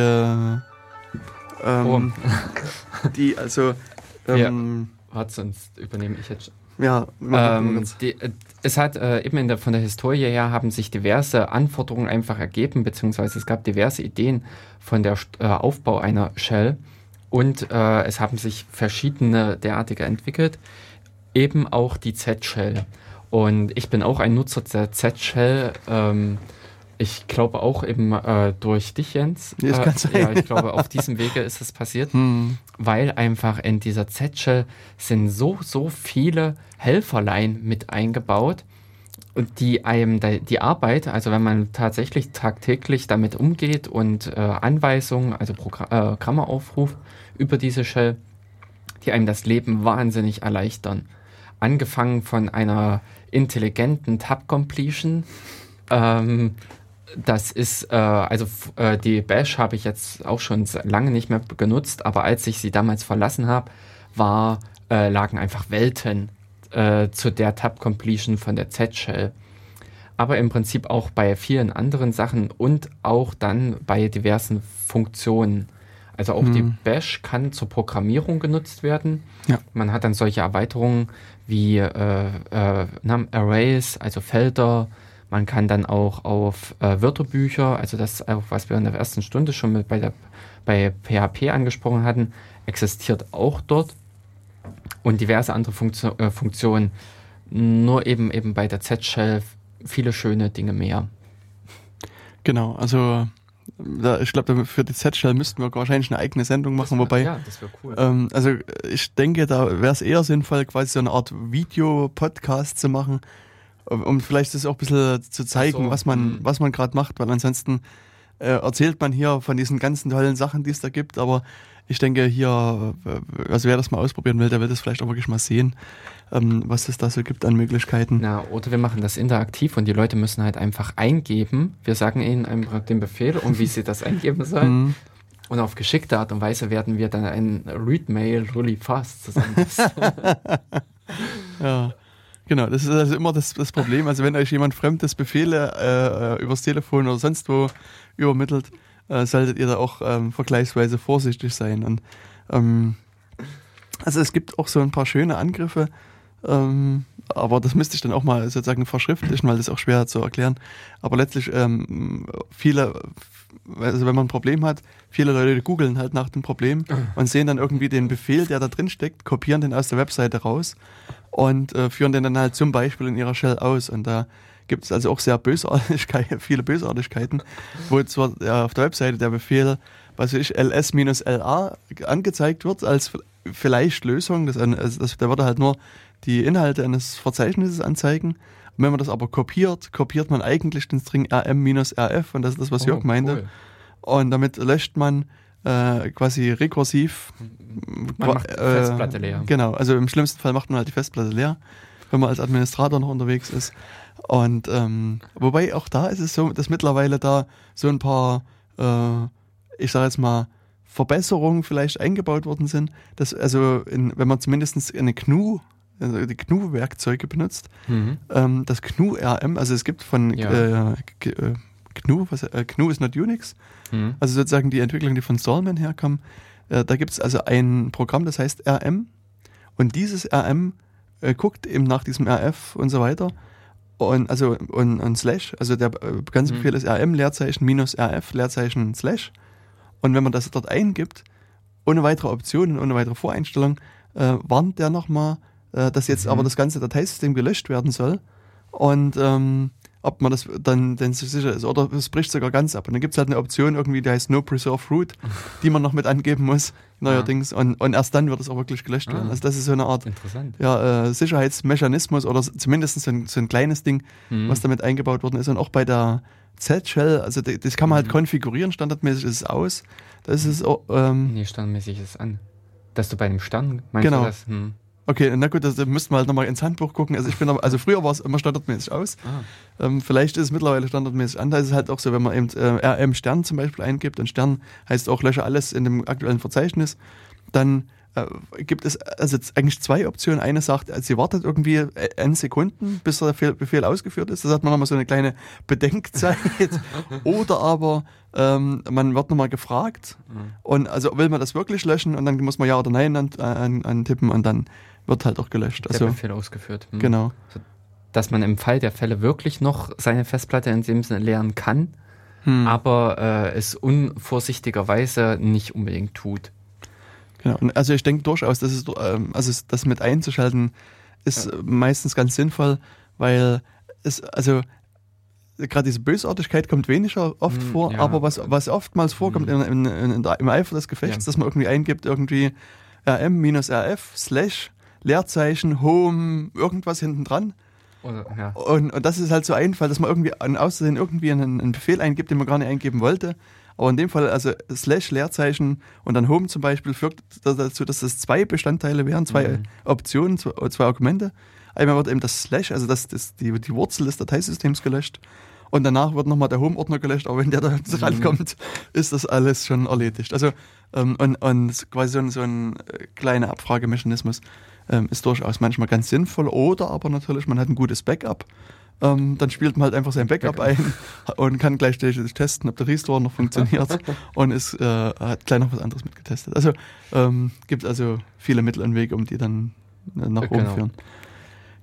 also
warte, sonst übernehme ich jetzt.
Ja,
es hat eben von der Historie her haben sich diverse Anforderungen einfach ergeben, beziehungsweise es gab diverse Ideen von der Aufbau einer Shell. Und es haben sich verschiedene derartige entwickelt, eben auch die Z-Shell. Und ich bin auch ein Nutzer der Z-Shell. Ich glaube auch eben durch dich, Jens.
Das kann sein.
Ja, ich glaube, auf diesem Wege ist es passiert, weil einfach in dieser Z-Shell sind so viele Helferlein mit eingebaut, die einem die Arbeit, also wenn man tatsächlich tagtäglich damit umgeht und Anweisungen, also Programme aufruft über diese Shell, die einem das Leben wahnsinnig erleichtern. Angefangen von einer intelligenten Tab-Completion. Das ist, die Bash habe ich jetzt auch schon lange nicht mehr genutzt, aber als ich sie damals verlassen habe, lagen einfach Welten zu der Tab-Completion von der Z-Shell. Aber im Prinzip auch bei vielen anderen Sachen und auch dann bei diversen Funktionen. Also auch die Bash kann zur Programmierung genutzt werden. Ja. Man hat dann solche Erweiterungen wie Arrays, also Felder. Man kann dann auch auf Wörterbücher, also das auch, was wir in der ersten Stunde schon bei PHP angesprochen hatten, existiert auch dort. Und diverse andere Funktionen. Nur eben bei der Z-Shell viele schöne Dinge mehr.
Genau, also ich glaube, für die Z-Shell müssten wir wahrscheinlich eine eigene Sendung machen,
das wäre cool.
Also ich denke, da wäre es eher sinnvoll, quasi so eine Art Video-Podcast zu machen, um vielleicht das auch ein bisschen zu zeigen, was man gerade macht, weil ansonsten erzählt man hier von diesen ganzen tollen Sachen, die es da gibt, aber ich denke hier, also wer das mal ausprobieren will, der will das vielleicht auch wirklich mal sehen, was es da so gibt an Möglichkeiten.
Oder wir machen das interaktiv und die Leute müssen halt einfach eingeben. Wir sagen ihnen einfach den Befehl und wie sie das eingeben sollen. Und auf geschickte Art und Weise werden wir dann ein Readmail really fast zusammenfassen.
Ja, genau. Das ist also immer das Problem. Also wenn euch jemand Fremdes Befehle übers Telefon oder sonst wo übermittelt, solltet ihr da auch vergleichsweise vorsichtig sein. Und also es gibt auch so ein paar schöne Angriffe, aber das müsste ich dann auch mal sozusagen verschriftlichen, weil das ist auch schwer zu erklären. Aber letztlich also wenn man ein Problem hat, viele Leute googeln halt nach dem Problem und sehen dann irgendwie den Befehl, der da drin steckt, kopieren den aus der Webseite raus und führen den dann halt zum Beispiel in ihrer Shell aus. Und da gibt es also auch sehr viele Bösartigkeiten, wo zwar auf der Webseite der Befehl, was weiß ich, ls-la angezeigt wird als vielleicht Lösung. Der würde halt nur die Inhalte eines Verzeichnisses anzeigen. Und wenn man das aber kopiert man eigentlich den String rm-rf und das ist das, was Jörg meinte.
Cool.
Und damit löscht man quasi rekursiv
man macht die Festplatte leer.
Genau, also im schlimmsten Fall macht man halt die Festplatte leer, wenn man als Administrator noch unterwegs ist. Und wobei auch da ist es so, dass mittlerweile da so ein paar, ich sage jetzt mal, Verbesserungen vielleicht eingebaut worden sind, dass also wenn man zumindest die GNU-Werkzeuge benutzt, das GNU-RM, also es gibt von GNU, GNU ist not Unix, also sozusagen die Entwicklung, die von Stallman herkam, da gibt es also ein Programm, das heißt RM und dieses RM guckt eben nach diesem RF und so weiter und Slash, also der ganze Befehl ist RM, Leerzeichen, minus RF, Leerzeichen, Slash. Und wenn man das dort eingibt, ohne weitere Optionen, ohne weitere Voreinstellung, warnt der nochmal, dass jetzt aber das ganze Dateisystem gelöscht werden soll. Und ob man das dann denn sicher ist. Oder es bricht sogar ganz ab. Und dann gibt es halt eine Option irgendwie, die heißt No Preserve Root, die man noch mit angeben muss, neuerdings. Und erst dann wird es auch wirklich gelöscht werden. Also das ist so eine Art Sicherheitsmechanismus oder zumindest so ein kleines Ding, was damit eingebaut worden ist. Und auch bei der Z-Shell, also das kann man halt konfigurieren, standardmäßig ist es aus. Das ist
nee, standardmäßig ist es an. Dass du bei einem Stern meinst du das?
Okay, na gut, da müssten wir halt nochmal ins Handbuch gucken. Also früher war es immer standardmäßig aus. Vielleicht ist es mittlerweile standardmäßig an. Da ist es halt auch so, wenn man eben RM Stern zum Beispiel eingibt, und Stern heißt auch lösche alles in dem aktuellen Verzeichnis, dann gibt es also jetzt eigentlich zwei Optionen. Eine sagt, sie wartet irgendwie n Sekunden, bis der Befehl ausgeführt ist. Das hat man nochmal so eine kleine Bedenkzeit. Oder aber man wird nochmal gefragt und also will man das wirklich löschen und dann muss man Ja oder Nein antippen und dann wird halt auch gelöscht.
Der Befehl ausgeführt.
Genau.
Dass man im Fall der Fälle wirklich noch seine Festplatte in dem Sinne leeren kann, aber es unvorsichtigerweise nicht unbedingt tut.
Genau. Also ich denke durchaus, dass das mit einzuschalten ist meistens ganz sinnvoll, weil gerade diese Bösartigkeit kommt weniger oft vor, aber was oftmals vorkommt im Eifer des Gefechts, dass man irgendwie eingibt, irgendwie rm-rf / Leerzeichen, Home, irgendwas hinten dran. Und das ist halt so ein Fall, dass man irgendwie auszusehen einen Befehl eingibt, den man gar nicht eingeben wollte. Aber in dem Fall, also / Leerzeichen und dann Home zum Beispiel, führt dazu, dass das zwei Bestandteile wären, zwei Optionen, zwei Argumente. Einmal wird eben das /, also die Wurzel des Dateisystems gelöscht. Und danach wird nochmal der Home-Ordner gelöscht, aber wenn der da rankommt, ist das alles schon erledigt. Also und quasi so ein kleiner Abfragemechanismus ist durchaus manchmal ganz sinnvoll. Oder aber natürlich, man hat ein gutes Backup. Dann spielt man halt einfach sein Backup ein und kann gleichzeitig testen, ob der Restore noch funktioniert und hat gleich noch was anderes mitgetestet. Also gibt also viele Mittel und Wege, um die dann nach oben führen.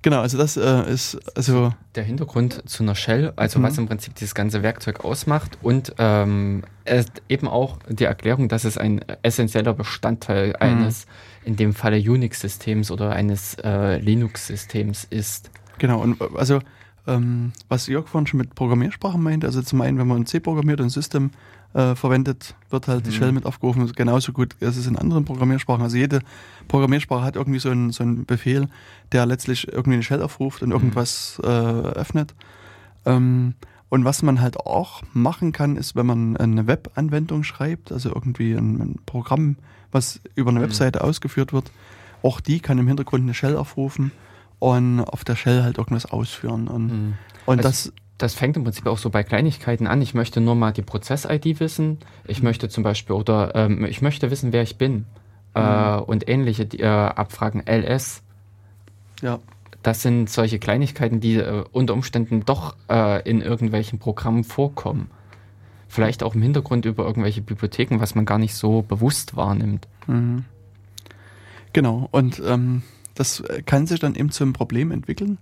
Genau, also das ist also
der Hintergrund zu einer Shell, also was im Prinzip dieses ganze Werkzeug ausmacht und eben auch die Erklärung, dass es ein essentieller Bestandteil eines, in dem Falle Unix-Systems oder eines Linux-Systems ist.
Genau, und also was Jörg vorhin schon mit Programmiersprachen meint, also zum einen, wenn man C programmiert und System verwendet, wird halt die Shell mit aufgerufen. Genauso gut ist es in anderen Programmiersprachen. Also jede Programmiersprache hat irgendwie so einen Befehl, der letztlich irgendwie eine Shell aufruft und irgendwas öffnet. Und was man halt auch machen kann, ist, wenn man eine Web-Anwendung schreibt, also irgendwie ein Programm, was über eine Webseite ausgeführt wird, auch die kann im Hintergrund eine Shell aufrufen und auf der Shell halt irgendwas ausführen. Und
also das fängt im Prinzip auch so bei Kleinigkeiten an. Ich möchte nur mal die Prozess-ID wissen. Ich möchte zum Beispiel, ich möchte wissen, wer ich bin. Und ähnliche Abfragen. LS.
Ja.
Das sind solche Kleinigkeiten, die unter Umständen doch in irgendwelchen Programmen vorkommen. Vielleicht auch im Hintergrund über irgendwelche Bibliotheken, was man gar nicht so bewusst wahrnimmt.
Mhm. Genau. Und das kann sich dann eben zum Problem entwickeln.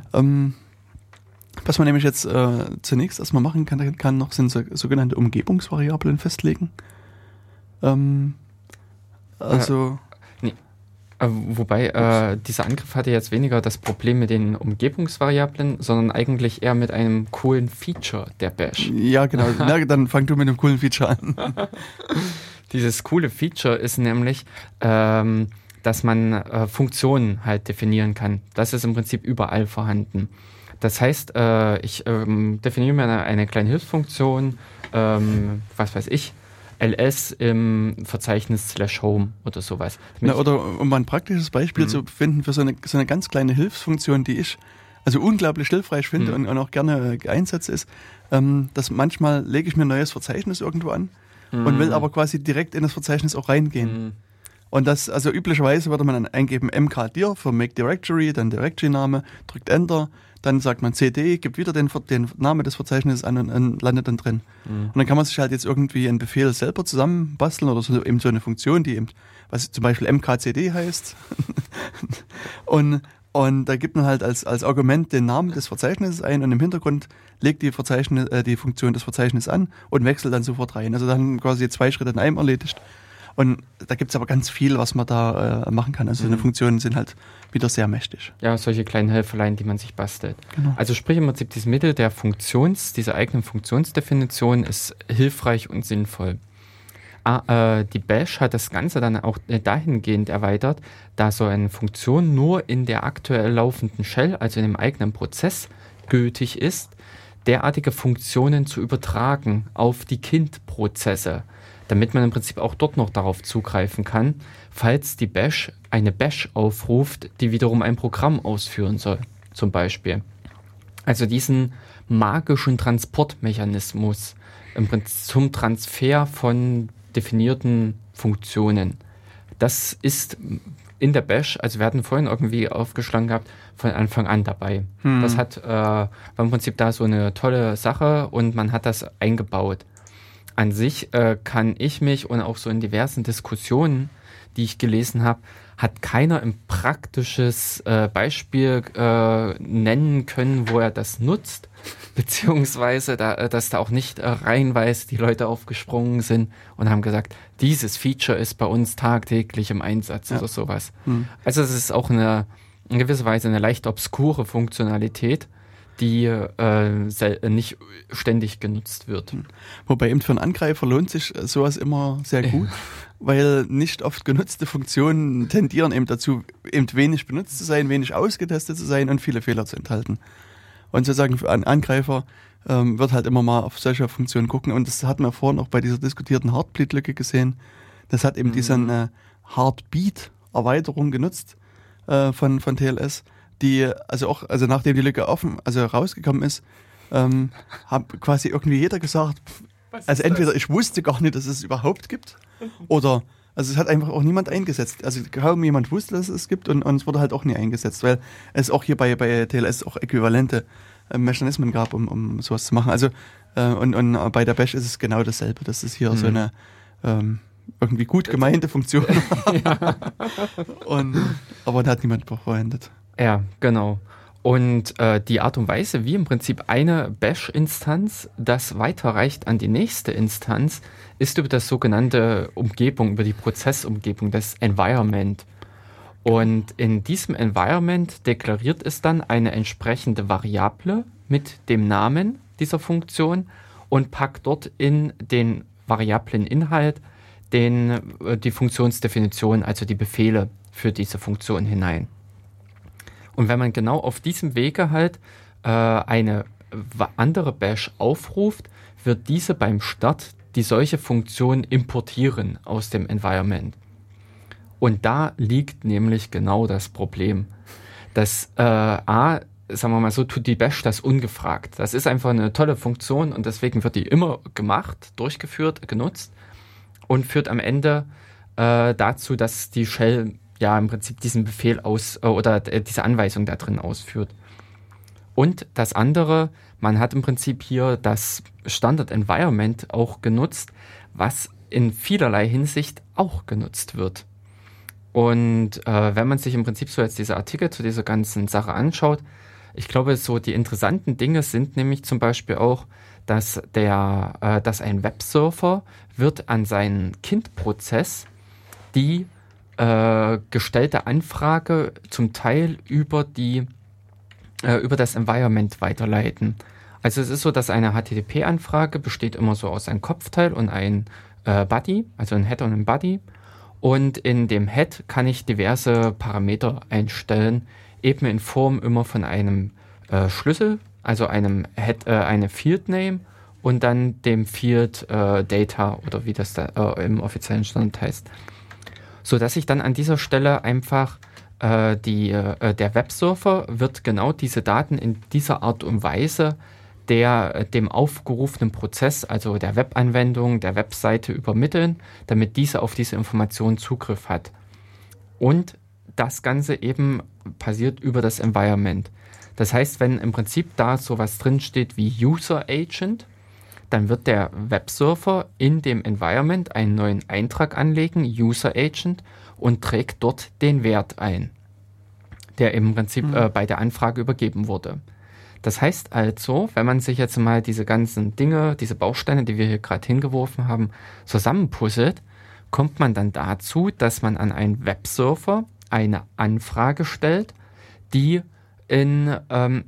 Was man nämlich jetzt zunächst erstmal machen kann noch sind sogenannte Umgebungsvariablen festlegen.
Wobei dieser Angriff hatte jetzt weniger das Problem mit den Umgebungsvariablen, sondern eigentlich eher mit einem coolen Feature der Bash.
Ja, genau. Na, dann fang du mit einem coolen Feature an.
Dieses coole Feature ist nämlich, dass man Funktionen halt definieren kann. Das ist im Prinzip überall vorhanden. Das heißt, ich definiere mir eine kleine Hilfsfunktion, was weiß ich, ls im Verzeichnis /home oder sowas.
Oder um mal ein praktisches Beispiel zu finden für so eine ganz kleine Hilfsfunktion, die ich also unglaublich hilfreich finde und auch gerne einsetze, ist, dass manchmal lege ich mir ein neues Verzeichnis irgendwo an und will aber quasi direkt in das Verzeichnis auch reingehen. Und das, also üblicherweise würde man dann eingeben mkdir für Make Directory, dann Directory-Name, drückt Enter, dann sagt man cd, gibt wieder den Namen des Verzeichnisses an und landet dann drin. Und dann kann man sich halt jetzt irgendwie einen Befehl selber zusammenbasteln oder so, eben so eine Funktion, die eben, was zum Beispiel mkcd heißt. und da gibt man halt als Argument den Namen des Verzeichnisses ein und im Hintergrund legt die Funktion das Verzeichnis an und wechselt dann sofort rein. Also dann quasi 2 Schritte in einem erledigt. Und da gibt es aber ganz viel, was man da machen kann. Also so eine Funktionen sind halt wieder sehr mächtig.
Ja, solche kleinen Helferlein, die man sich bastelt.
Genau.
Also sprich im Prinzip, dieses Mittel der dieser eigenen Funktionsdefinition ist hilfreich und sinnvoll. Die Bash hat das Ganze dann auch dahingehend erweitert, da so eine Funktion nur in der aktuell laufenden Shell, also in dem eigenen Prozess, gültig ist, derartige Funktionen zu übertragen auf die Kindprozesse, damit man im Prinzip auch dort noch darauf zugreifen kann, falls die Bash eine Bash aufruft, die wiederum ein Programm ausführen soll, zum Beispiel. Also diesen magischen Transportmechanismus im Prinzip zum Transfer von definierten Funktionen. Das ist in der Bash, also wir hatten vorhin irgendwie aufgeschlagen gehabt, von Anfang an dabei. Das war im Prinzip da so eine tolle Sache und man hat das eingebaut. An sich kann ich mich und auch so in diversen Diskussionen, die ich gelesen habe, hat keiner ein praktisches Beispiel nennen können, wo er das nutzt, beziehungsweise dass da auch nicht reihenweise die Leute aufgesprungen sind und haben gesagt, dieses Feature ist bei uns tagtäglich im Einsatz oder sowas. Also es ist auch in gewisser Weise eine leicht obskure Funktionalität, die nicht ständig genutzt wird.
Wobei eben für einen Angreifer lohnt sich sowas immer sehr gut, weil nicht oft genutzte Funktionen tendieren eben dazu, eben wenig benutzt zu sein, wenig ausgetestet zu sein und viele Fehler zu enthalten. Und sozusagen für einen Angreifer wird halt immer mal auf solche Funktionen gucken und das hatten wir vorhin auch bei dieser diskutierten Heartbleed-Lücke gesehen. Das hat eben diese Heartbeat-Erweiterung genutzt von TLS, die also nachdem die Lücke rausgekommen ist, hat quasi irgendwie jeder gesagt, also entweder ich wusste gar nicht, dass es überhaupt gibt, oder also es hat einfach auch niemand eingesetzt. Also kaum jemand wusste, dass es gibt und es wurde halt auch nie eingesetzt, weil es auch hier bei TLS auch äquivalente Mechanismen gab, um sowas zu machen. Also und bei der Bash ist es genau dasselbe. Das ist hier so eine irgendwie gut gemeinte Funktion. Aber da hat niemand verwendet.
Ja, genau. Und die Art und Weise, wie im Prinzip eine Bash-Instanz das weiterreicht an die nächste Instanz, ist über das sogenannte Umgebung, über die Prozessumgebung, das Environment. Und in diesem Environment deklariert es dann eine entsprechende Variable mit dem Namen dieser Funktion und packt dort in den Variableninhalt die Funktionsdefinition, also die Befehle für diese Funktion hinein. Und wenn man genau auf diesem Wege halt eine andere Bash aufruft, wird diese beim Start die solche Funktion importieren aus dem Environment. Und da liegt nämlich genau das Problem. Dass sagen wir mal so, tut die Bash das ungefragt. Das ist einfach eine tolle Funktion und deswegen wird die immer gemacht, durchgeführt, genutzt und führt am Ende dazu, dass die Shell ja im Prinzip diesen Befehl oder diese Anweisung da drin ausführt. Und das andere, man hat im Prinzip hier das Standard Environment auch genutzt, was in vielerlei Hinsicht auch genutzt wird. Und wenn man sich im Prinzip so jetzt diese Artikel zu dieser ganzen Sache anschaut, ich glaube, so die interessanten Dinge sind nämlich zum Beispiel auch, dass ein Websurfer wird an seinen Kindprozess die gestellte Anfrage zum Teil über das Environment weiterleiten. Also es ist so, dass eine HTTP-Anfrage besteht immer so aus einem Kopfteil und einem Body, also ein Head und ein Body. Und in dem Head kann ich diverse Parameter einstellen, eben in Form immer von einem Schlüssel, also einem eine Field Name und dann dem Field Data oder wie das da im offiziellen Standard heißt. So dass ich dann an dieser Stelle einfach der Websurfer wird genau diese Daten in dieser Art und Weise dem aufgerufenen Prozess, also der Webanwendung, der Webseite übermitteln, damit diese auf diese Information Zugriff hat. Und das Ganze eben passiert über das Environment. Das heißt, wenn im Prinzip da sowas drinsteht wie User Agent, dann wird der Websurfer in dem Environment einen neuen Eintrag anlegen, User Agent, und trägt dort den Wert ein, der im Prinzip bei der Anfrage übergeben wurde. Das heißt also, wenn man sich jetzt mal diese ganzen Dinge, diese Bausteine, die wir hier gerade hingeworfen haben, zusammenpuzzelt, kommt man dann dazu, dass man an einen Websurfer eine Anfrage stellt, die ein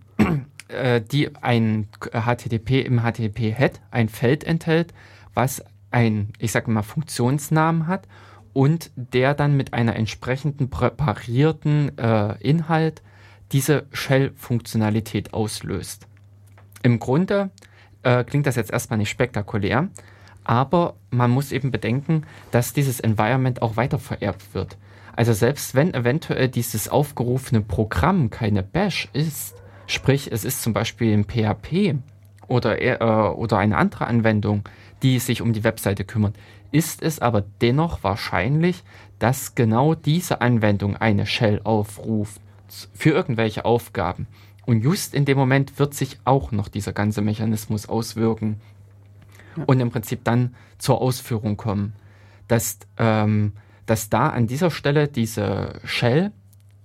HTTP-Head ein Feld enthält, was ich sage mal, Funktionsnamen hat und der dann mit einer entsprechenden präparierten Inhalt diese Shell-Funktionalität auslöst. Im Grunde klingt das jetzt erstmal nicht spektakulär, aber man muss eben bedenken, dass dieses Environment auch weitervererbt wird. Also selbst wenn eventuell dieses aufgerufene Programm keine Bash ist, sprich es ist zum Beispiel ein PHP oder eine andere Anwendung, die sich um die Webseite kümmert, ist es aber dennoch wahrscheinlich, dass genau diese Anwendung eine Shell aufruft für irgendwelche Aufgaben. Und just in dem Moment wird sich auch noch dieser ganze Mechanismus auswirken und im Prinzip dann zur Ausführung kommen. Dass da an dieser Stelle diese Shell,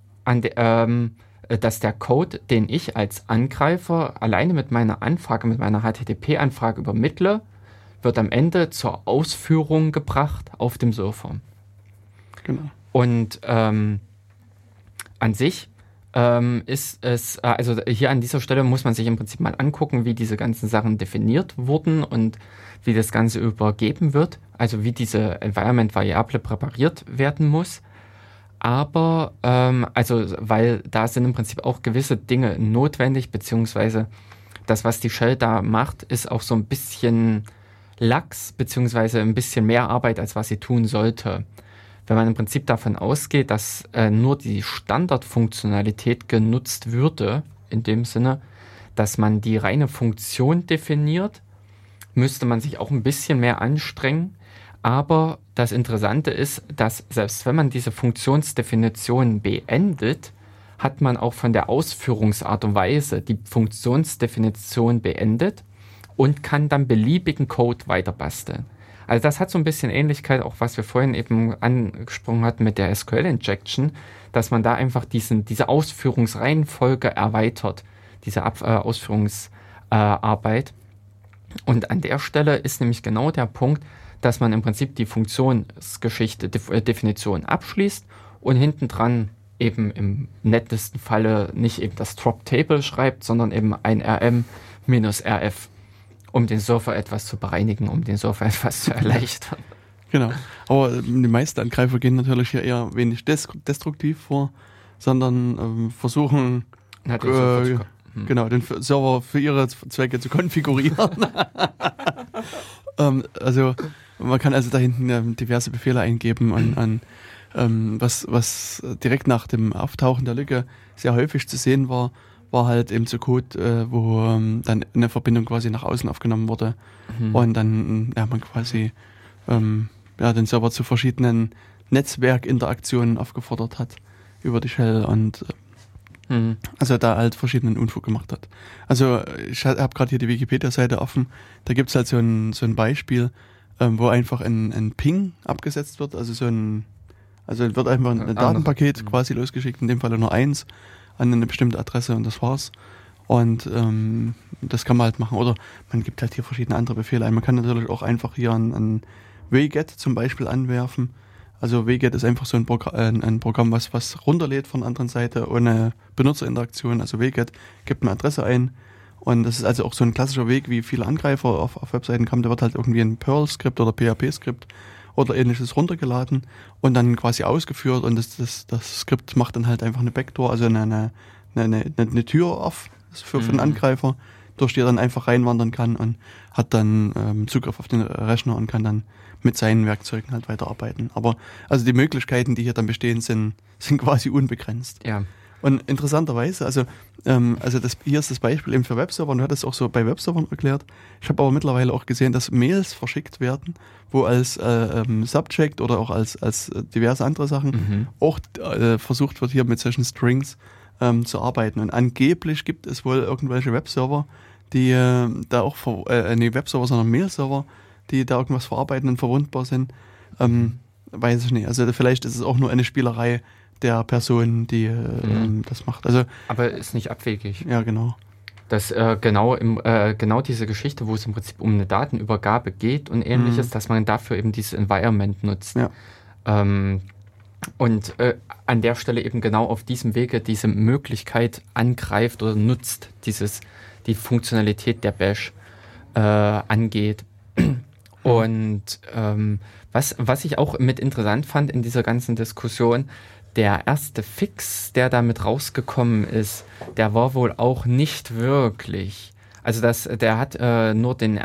dass der Code, den ich als Angreifer alleine mit meiner HTTP-Anfrage übermittle, wird am Ende zur Ausführung gebracht auf dem Surfer. Genau. Und an sich ist es, also hier an dieser Stelle muss man sich im Prinzip mal angucken, wie diese ganzen Sachen definiert wurden und wie das Ganze übergeben wird, also wie diese Environment-Variable präpariert werden muss. Aber, weil da sind im Prinzip auch gewisse Dinge notwendig, beziehungsweise das, was die Shell da macht, ist auch so ein bisschen lax, beziehungsweise ein bisschen mehr Arbeit, als was sie tun sollte. Wenn man im Prinzip davon ausgeht, dass nur die Standardfunktionalität genutzt würde, in dem Sinne, dass man die reine Funktion definiert, müsste man sich auch ein bisschen mehr anstrengen. Aber das Interessante ist, dass selbst wenn man diese Funktionsdefinition beendet, hat man auch von der Ausführungsart und Weise die Funktionsdefinition beendet und kann dann beliebigen Code weiter basteln. Also das hat so ein bisschen Ähnlichkeit, auch was wir vorhin eben angesprochen hatten mit der SQL-Injection, dass man da einfach diese Ausführungsreihenfolge erweitert, diese Ausführungsarbeit. Und an der Stelle ist nämlich genau der Punkt, dass man im Prinzip die Funktionsgeschichte, Definition abschließt und hinten dran eben im nettesten Falle nicht eben das Drop-Table schreibt, sondern eben ein RM-RF, um den Surfer etwas zu bereinigen, um den Surfer etwas zu erleichtern.
Genau. Aber die meisten Angreifer gehen natürlich hier eher wenig destruktiv vor, sondern versuchen genau, den Server für ihre Zwecke zu konfigurieren. Also man kann also da hinten diverse Befehle eingeben und was direkt nach dem Auftauchen der Lücke sehr häufig zu sehen war halt eben so Code, wo dann eine Verbindung quasi nach außen aufgenommen wurde und dann man quasi den Server zu verschiedenen Netzwerkinteraktionen aufgefordert hat über die Shell und also da halt verschiedenen Unfug gemacht hat. Also ich habe gerade hier die Wikipedia-Seite offen, da gibt es halt so ein Beispiel, wo einfach ein Ping abgesetzt wird, also wird einfach ein Datenpaket quasi losgeschickt, in dem Fall nur 1 an eine bestimmte Adresse und das war's. Und das kann man halt machen. Oder man gibt halt hier verschiedene andere Befehle ein. Man kann natürlich auch einfach hier ein wget zum Beispiel anwerfen. Also wget ist einfach so ein Programm, was runterlädt von der anderen Seite ohne Benutzerinteraktion. Also wget gibt eine Adresse ein. Und das ist also auch so ein klassischer Weg, wie viele Angreifer auf Webseiten kommen. Da wird halt irgendwie ein Perl-Skript oder PHP-Skript oder ähnliches runtergeladen und dann quasi ausgeführt und das Skript macht dann halt einfach eine Backdoor, also eine Tür auf für den Angreifer, durch die er dann einfach reinwandern kann und hat dann Zugriff auf den Rechner und kann dann mit seinen Werkzeugen halt weiterarbeiten. Aber also die Möglichkeiten, die hier dann bestehen, sind quasi unbegrenzt.
Ja.
Und interessanterweise, also hier ist das Beispiel eben für Webserver, und du hattest es auch so bei Webservern erklärt. Ich habe aber mittlerweile auch gesehen, dass Mails verschickt werden, wo als Subject oder auch als diverse andere Sachen auch versucht wird, hier mit solchen Strings zu arbeiten. Und angeblich gibt es wohl irgendwelche Webserver, die da auch, Webserver, sondern Mail-Server, die da irgendwas verarbeiten und verwundbar sind. Weiß ich nicht. Also vielleicht ist es auch nur eine Spielerei der Person, die das macht. Also,
aber ist nicht abwegig.
Ja, genau.
Das genau diese Geschichte, wo es im Prinzip um eine Datenübergabe geht und ähnliches, dass man dafür eben dieses Environment nutzt. Ja. Und an der Stelle eben genau auf diesem Wege diese Möglichkeit angreift oder nutzt, die Funktionalität der Bash angeht. Und was ich auch mit interessant fand in dieser ganzen Diskussion, der erste Fix, der damit rausgekommen ist, der war wohl auch nicht wirklich. Also der hat nur die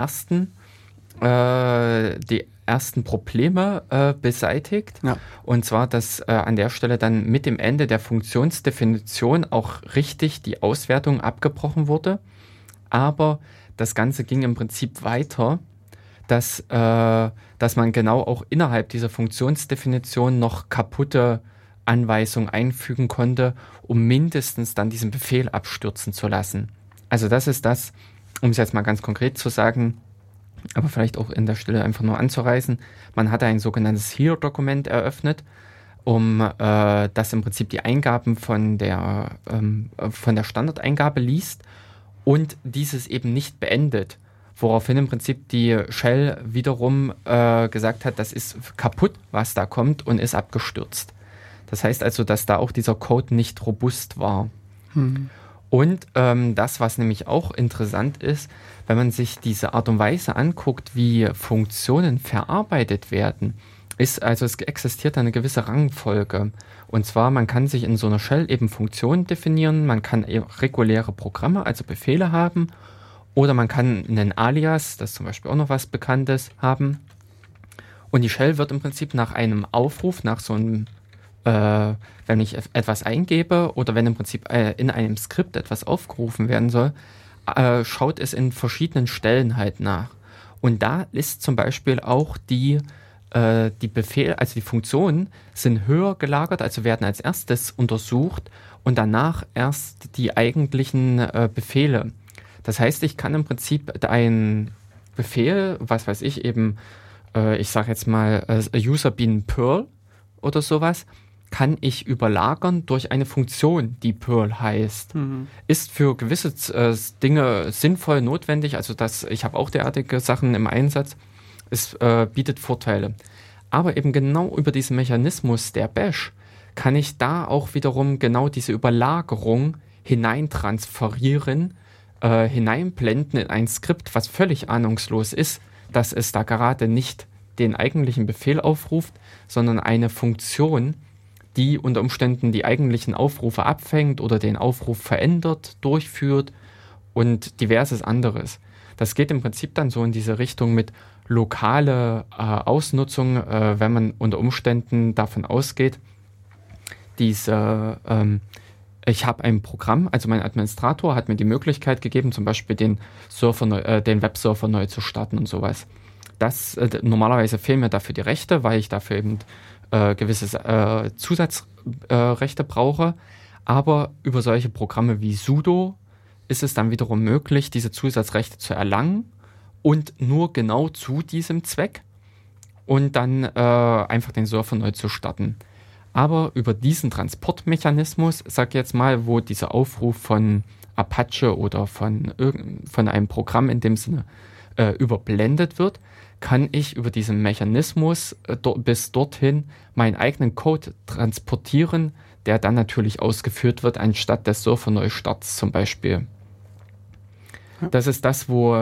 ersten Probleme beseitigt. Ja. Und zwar, dass an der Stelle dann mit dem Ende der Funktionsdefinition auch richtig die Auswertung abgebrochen wurde. Aber das Ganze ging im Prinzip weiter, dass man genau auch innerhalb dieser Funktionsdefinition noch kaputte Anweisung einfügen konnte, um mindestens dann diesen Befehl abstürzen zu lassen. Also das ist das, um es jetzt mal ganz konkret zu sagen, aber vielleicht auch in der Stelle einfach nur anzureißen. Man hatte ein sogenanntes Here-Dokument eröffnet, das im Prinzip die Eingaben von der Standardeingabe liest und dieses eben nicht beendet. Woraufhin im Prinzip die Shell wiederum gesagt hat, das ist kaputt, was da kommt, und ist abgestürzt. Das heißt also, dass da auch dieser Code nicht robust war. Und das, was nämlich auch interessant ist, wenn man sich diese Art und Weise anguckt, wie Funktionen verarbeitet werden, ist also, es existiert eine gewisse Rangfolge. Und zwar, man kann sich in so einer Shell eben Funktionen definieren, man kann reguläre Programme, also Befehle haben, oder man kann einen Alias, das ist zum Beispiel auch noch was Bekanntes, haben. Und die Shell wird im Prinzip nach einem Aufruf, nach so einem wenn ich etwas eingebe oder wenn im Prinzip in einem Skript etwas aufgerufen werden soll, schaut es in verschiedenen Stellen halt nach. Und da ist zum Beispiel auch die Befehle, also die Funktionen sind höher gelagert, also werden als erstes untersucht und danach erst die eigentlichen Befehle. Das heißt, ich kann im Prinzip einen Befehl, was weiß ich, eben ich sage jetzt mal, User-Bean Perl oder sowas, kann ich überlagern durch eine Funktion, die Perl heißt. Ist für gewisse Dinge sinnvoll, notwendig, also ich habe auch derartige Sachen im Einsatz, es bietet Vorteile. Aber eben genau über diesen Mechanismus der Bash kann ich da auch wiederum genau diese Überlagerung hineintransferieren, hineinblenden in ein Skript, was völlig ahnungslos ist, dass es da gerade nicht den eigentlichen Befehl aufruft, sondern eine Funktion, die unter Umständen die eigentlichen Aufrufe abfängt oder den Aufruf verändert, durchführt und diverses anderes. Das geht im Prinzip dann so in diese Richtung mit lokale Ausnutzung, wenn man unter Umständen davon ausgeht, ich habe ein Programm, also mein Administrator hat mir die Möglichkeit gegeben, zum Beispiel den Webserver neu zu starten und sowas. Normalerweise fehlen mir dafür die Rechte, weil ich dafür eben gewisse Zusatzrechte brauche. Aber über solche Programme wie sudo ist es dann wiederum möglich, diese Zusatzrechte zu erlangen und nur genau zu diesem Zweck und dann einfach den Server neu zu starten. Aber über diesen Transportmechanismus, sag ich jetzt mal, wo dieser Aufruf von Apache oder von einem Programm in dem Sinne überblendet wird, kann ich über diesen Mechanismus bis dorthin meinen eigenen Code transportieren, der dann natürlich ausgeführt wird, anstatt des Server-Neustarts zum Beispiel. Ja. Das ist das, wo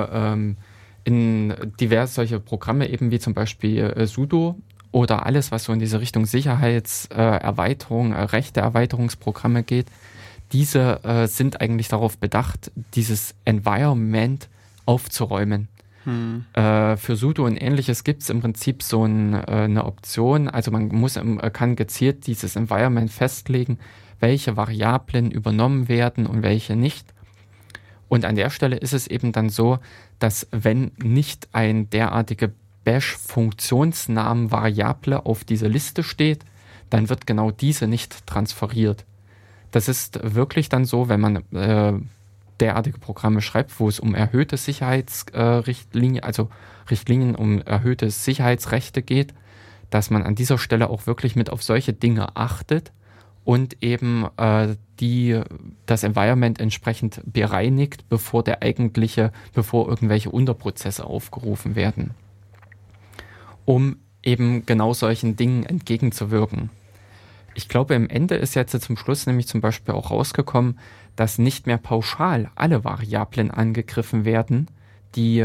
in diverse solche Programme eben wie zum Beispiel sudo oder alles, was so in diese Richtung Sicherheitserweiterung, Rechteerweiterungsprogramme geht, diese sind eigentlich darauf bedacht, dieses Environment aufzuräumen. Für sudo und ähnliches gibt es im Prinzip so eine Option, also man kann gezielt dieses Environment festlegen, welche Variablen übernommen werden und welche nicht. Und an der Stelle ist es eben dann so, dass wenn nicht ein derartige Bash-Funktionsnamen-Variable auf dieser Liste steht, dann wird genau diese nicht transferiert. Das ist wirklich dann so, wenn man derartige Programme schreibt, wo es um erhöhte Sicherheitsrichtlinien, also Richtlinien um erhöhte Sicherheitsrechte geht, dass man an dieser Stelle auch wirklich mit auf solche Dinge achtet und eben das Environment entsprechend bereinigt, bevor irgendwelche Unterprozesse aufgerufen werden, um eben genau solchen Dingen entgegenzuwirken. Ich glaube, im Ende ist jetzt zum Schluss nämlich zum Beispiel auch rausgekommen, dass nicht mehr pauschal alle Variablen angegriffen werden, die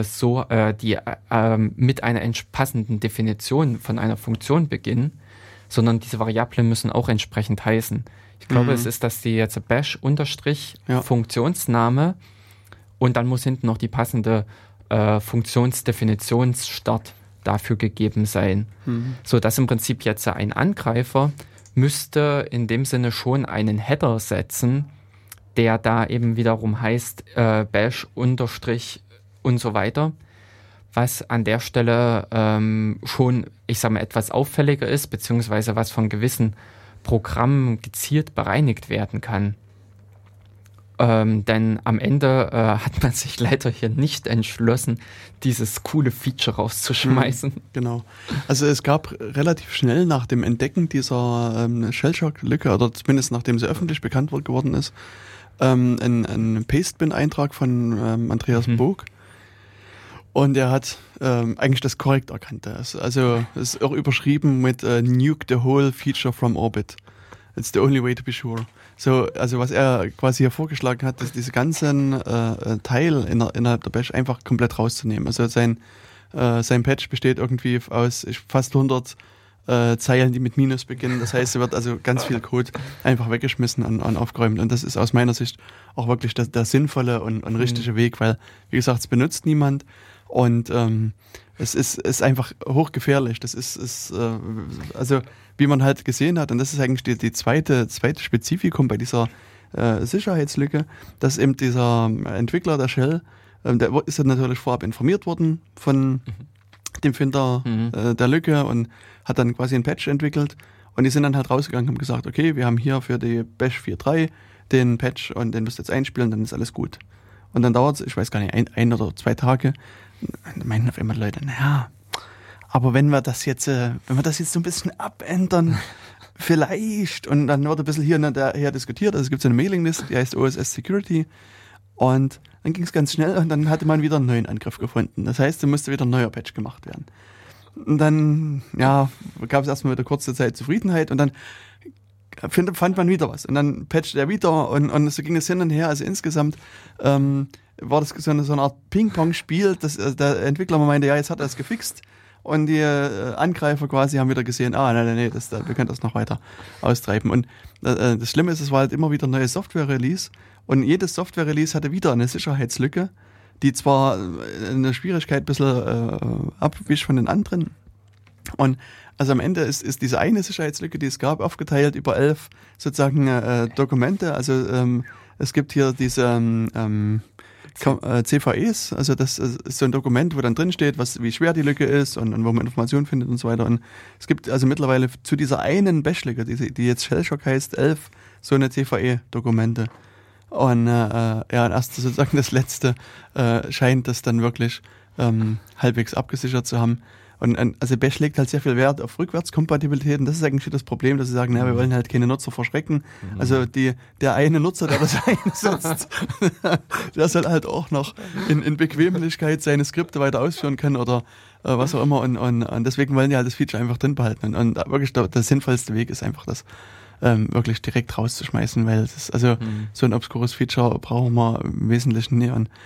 mit einer passenden Definition von einer Funktion beginnen, sondern diese Variablen müssen auch entsprechend heißen. Ich glaube, es ist, dass die jetzt Bash-Funktionsname und dann muss hinten noch die passende Funktionsdefinitionsstart dafür gegeben sein. So dass im Prinzip jetzt ein Angreifer müsste in dem Sinne schon einen Header setzen, der da eben wiederum heißt Bash unterstrich und so weiter, was an der Stelle schon, ich sag mal, etwas auffälliger ist, beziehungsweise was von gewissen Programmen gezielt bereinigt werden kann. Denn am Ende hat man sich leider hier nicht entschlossen, dieses coole Feature rauszuschmeißen.
Genau. Also es gab relativ schnell nach dem Entdecken dieser Shellshock-Lücke, oder zumindest nachdem sie öffentlich bekannt geworden ist, einen Pastebin-Eintrag von Andreas Bog. Und er hat eigentlich das korrekt erkannt. Also es ist auch überschrieben mit Nuke the whole feature from orbit. It's the only way to be sure. So, also was er quasi hier vorgeschlagen hat, ist diese ganzen Teil innerhalb der Bash einfach komplett rauszunehmen. Also sein Patch besteht irgendwie aus fast 100 Zeilen, die mit Minus beginnen. Das heißt, es wird also ganz viel Code einfach weggeschmissen und aufgeräumt. Und das ist aus meiner Sicht auch wirklich der sinnvolle und richtige Weg, weil, wie gesagt, es benutzt niemand und es ist einfach hochgefährlich. Das ist also wie man halt gesehen hat, und das ist eigentlich die zweite Spezifikum bei dieser Sicherheitslücke, dass eben dieser Entwickler der Shell, der ist ja natürlich vorab informiert worden von dem Finder der Lücke und hat dann quasi ein Patch entwickelt und die sind dann halt rausgegangen und haben gesagt, okay, wir haben hier für die Bash 4.3 den Patch und den müsst ihr jetzt einspielen, dann ist alles gut. Und dann dauert es, ich weiß gar nicht, ein oder 2 Tage, und meinten auf einmal Leute, naja, aber wenn wir das jetzt so ein bisschen abändern, vielleicht, und dann wird ein bisschen hier und daher diskutiert, also es gibt so eine Mailingliste, die heißt OSS Security, und dann ging es ganz schnell und dann hatte man wieder einen neuen Angriff gefunden. Das heißt, da musste wieder ein neuer Patch gemacht werden. Und dann, gab es erstmal wieder kurze Zeit Zufriedenheit und dann fand man wieder was. Und dann patcht er wieder und so ging es hin und her. Also insgesamt war das so eine Art Ping-Pong-Spiel, dass der Entwickler meinte, ja, jetzt hat er es gefixt. Und die Angreifer quasi haben wieder gesehen, nein, wir können das noch weiter austreiben. Und das Schlimme ist, es war halt immer wieder neue Software-Release. Und jedes Software-Release hatte wieder eine Sicherheitslücke, die zwar eine Schwierigkeit ein bisschen abwischt von den anderen. Und also am Ende ist diese eine Sicherheitslücke, die es gab, aufgeteilt über 11 sozusagen Dokumente. Also es gibt hier diese CVEs, also das ist so ein Dokument, wo dann drin steht, wie schwer die Lücke ist und wo man Informationen findet und so weiter. Und es gibt also mittlerweile zu dieser einen Bash-Lücke, die jetzt Shellshock heißt, 11 so eine CVE-Dokumente. Und erst sozusagen das letzte scheint das dann wirklich halbwegs abgesichert zu haben. Und also Bash legt halt sehr viel Wert auf Rückwärtskompatibilität und das ist eigentlich das Problem, dass sie sagen, wir wollen halt keine Nutzer verschrecken. Also der eine Nutzer, der das einsetzt, der soll halt auch noch in Bequemlichkeit seine Skripte weiter ausführen können oder was auch immer und deswegen wollen die halt das Feature einfach drin behalten und wirklich der sinnvollste Weg ist einfach das wirklich direkt rauszuschmeißen, weil das ist, so ein obskures Feature brauchen wir im Wesentlichen nicht und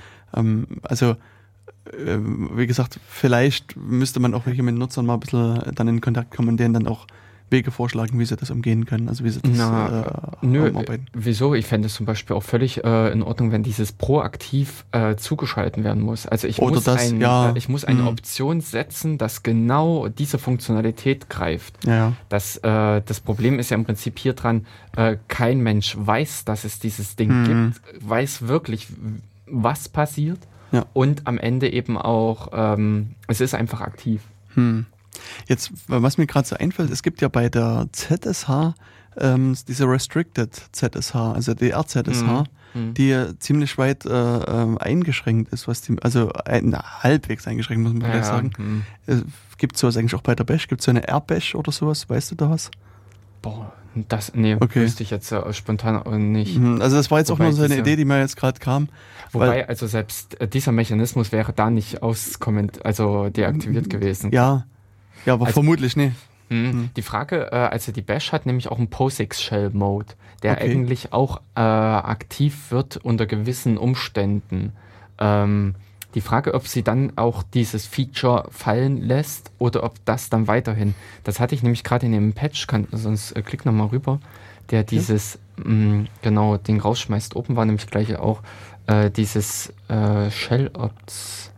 wie gesagt, vielleicht müsste man auch hier mit Nutzern mal ein bisschen dann in Kontakt kommen und denen dann auch Wege vorschlagen, wie sie das umgehen können, also wie sie das arbeiten.
Wieso? Ich fände es zum Beispiel auch völlig in Ordnung, wenn dieses proaktiv zugeschalten werden muss. Also ich muss eine Option setzen, dass genau diese Funktionalität greift.
Ja.
Das Problem ist ja im Prinzip hier dran, kein Mensch weiß, dass es dieses Ding gibt, weiß wirklich, was passiert.
Ja.
Und am Ende eben auch, es ist einfach aktiv.
Jetzt, was mir gerade so einfällt, es gibt ja bei der ZSH diese Restricted ZSH, also die RZSH, die ziemlich weit eingeschränkt ist, halbwegs eingeschränkt, muss man vielleicht sagen. Gibt es sowas eigentlich auch bei der Bash? Gibt es so eine R-Bash oder sowas? Weißt du da was?
Boah, wüsste ich jetzt spontan nicht.
Also das war jetzt auch nur so eine Idee, die mir jetzt gerade kam.
Wobei, also selbst dieser Mechanismus wäre da nicht deaktiviert gewesen.
Ja, aber vermutlich nicht.
Die Frage, die Bash hat nämlich auch einen POSIX-Shell-Mode, der eigentlich auch aktiv wird unter gewissen Umständen. Die Frage, ob sie dann auch dieses Feature fallen lässt oder ob das dann weiterhin. Das hatte ich nämlich gerade in dem Patch, sonst klick nochmal rüber, der dieses Ding rausschmeißt. Oben war nämlich gleich auch dieses Shell-Opts.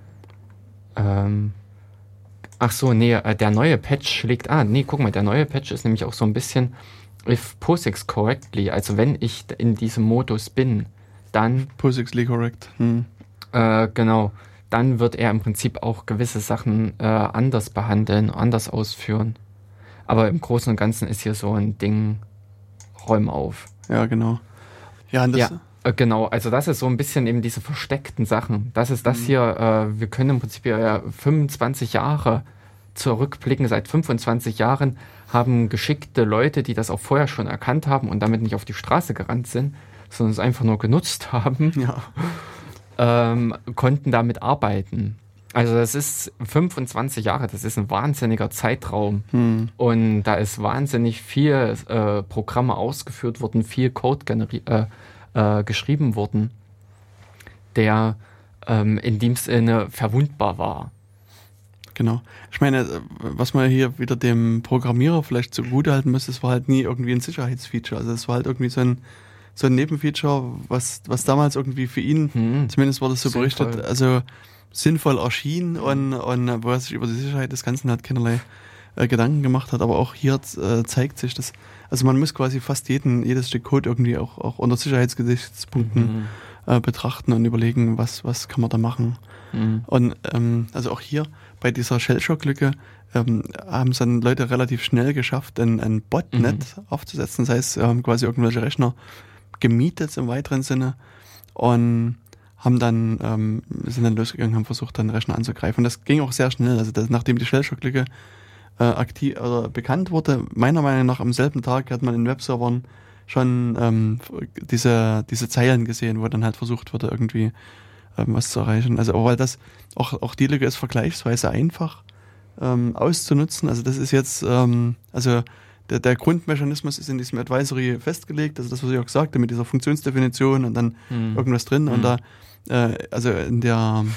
Der neue Patch schlägt. Guck mal, der neue Patch ist nämlich auch so ein bisschen if POSIX correctly, also wenn ich in diesem Modus bin, dann
POSIXly correct.
Genau, dann wird er im Prinzip auch gewisse Sachen anders behandeln, anders ausführen. Aber im Großen und Ganzen ist hier so ein Ding, räum auf.
Ja, genau.
Genau, also das ist so ein bisschen eben diese versteckten Sachen. Das ist das hier, wir können im Prinzip 25 Jahre zurückblicken. Seit 25 Jahren haben geschickte Leute, die das auch vorher schon erkannt haben und damit nicht auf die Straße gerannt sind, sondern es einfach nur genutzt haben, konnten damit arbeiten. Also das ist 25 Jahre, das ist ein wahnsinniger Zeitraum. Und da ist wahnsinnig viel Programme ausgeführt worden, viel Code geschrieben worden, der in dem Sinne verwundbar war.
Genau. Ich meine, was man hier wieder dem Programmierer vielleicht zugutehalten muss, es war halt nie irgendwie ein Sicherheitsfeature. Also es war halt irgendwie so ein Nebenfeature, was damals irgendwie für ihn, zumindest wurde es so berichtet, also sinnvoll erschien und wo er sich über die Sicherheit des Ganzen halt keinerlei Gedanken gemacht hat. Aber auch hier zeigt sich das, also man muss quasi fast jedes Stück Code irgendwie auch unter Sicherheitsgesichtspunkten betrachten und überlegen, was kann man da machen. Und also auch hier bei dieser Shellshock-Lücke haben es dann Leute relativ schnell geschafft, ein Botnet aufzusetzen. Das heißt, sie haben quasi irgendwelche Rechner gemietet im weiteren Sinne und sind dann losgegangen, haben versucht, dann den Rechner anzugreifen. Und das ging auch sehr schnell. Also nachdem die Shell-Shock-Lücke aktiv oder bekannt wurde, meiner Meinung nach am selben Tag hat man in Webservern schon diese Zeilen gesehen, wo dann halt versucht wurde, irgendwie was zu erreichen. Also weil das auch die Lücke ist vergleichsweise einfach auszunutzen. Also das ist jetzt, also der Grundmechanismus ist in diesem Advisory festgelegt, also das, was ich auch gesagt habe, mit dieser Funktionsdefinition und dann irgendwas drin. Und da, also in dem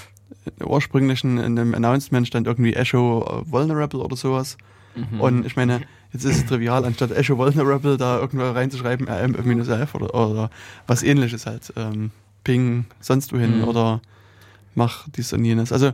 Announcement stand irgendwie Echo Vulnerable oder sowas. Und ich meine, jetzt ist es trivial, anstatt Echo Vulnerable da irgendwo reinzuschreiben, RM-F oder was ähnliches halt. Ping sonst wohin oder mach dies und jenes. Also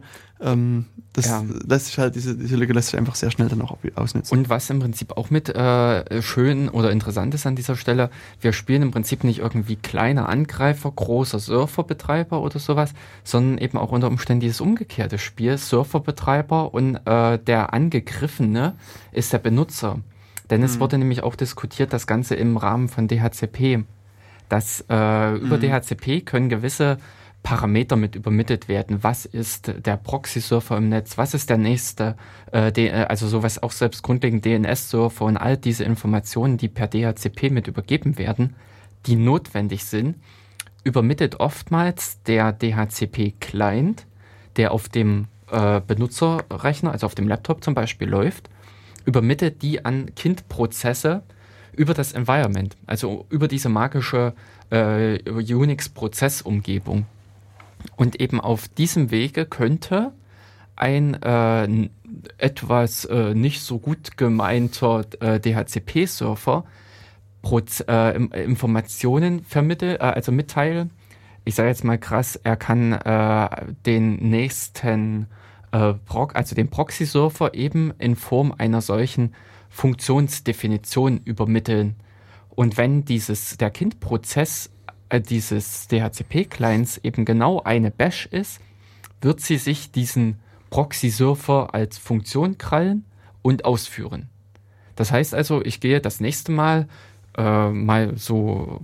lässt sich halt, diese Lücke lässt sich einfach sehr schnell dann auch ausnutzen.
Und was im Prinzip auch mit schön oder interessant ist an dieser Stelle, wir spielen im Prinzip nicht irgendwie kleine Angreifer, großer Surferbetreiber oder sowas, sondern eben auch unter Umständen dieses umgekehrte Spiel, Surferbetreiber und der Angegriffene ist der Benutzer. Denn es wurde nämlich auch diskutiert, das Ganze im Rahmen von DHCP, dass über DHCP können gewisse Parameter mit übermittelt werden. Was ist der Proxy-Surfer im Netz? Was ist der nächste? Also sowas auch selbst grundlegend DNS-Surfer und all diese Informationen, die per DHCP mit übergeben werden, die notwendig sind, übermittelt oftmals der DHCP-Client, der auf dem Benutzerrechner, also auf dem Laptop zum Beispiel läuft, übermittelt die an Kindprozesse über das Environment, also über diese magische Unix-Prozessumgebung. Und eben auf diesem Wege könnte ein etwas nicht so gut gemeinter DHCP-Surfer Informationen mitteilen. Ich sage jetzt mal krass, er kann den nächsten den Proxy-Surfer eben in Form einer solchen Funktionsdefinition übermitteln. Und wenn der Kindprozess dieses DHCP-Clients eben genau eine Bash ist, wird sie sich diesen Proxy-Surfer als Funktion krallen und ausführen. Das heißt also, ich gehe das nächste Mal mal so,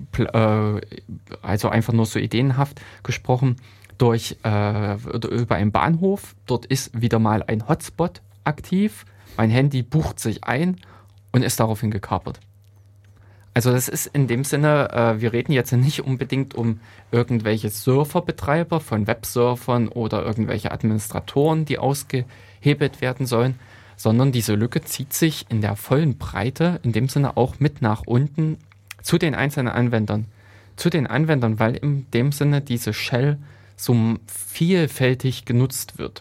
also einfach nur so ideenhaft gesprochen, über einen Bahnhof. Dort ist wieder mal ein Hotspot aktiv. Mein Handy bucht sich ein und ist daraufhin gekapert. Also das ist in dem Sinne, wir reden jetzt nicht unbedingt um irgendwelche Surferbetreiber von Websurfern oder irgendwelche Administratoren, die ausgehebelt werden sollen, sondern diese Lücke zieht sich in der vollen Breite, in dem Sinne auch mit nach unten zu den einzelnen Anwendern. Zu den Anwendern, weil in dem Sinne diese Shell so vielfältig genutzt wird.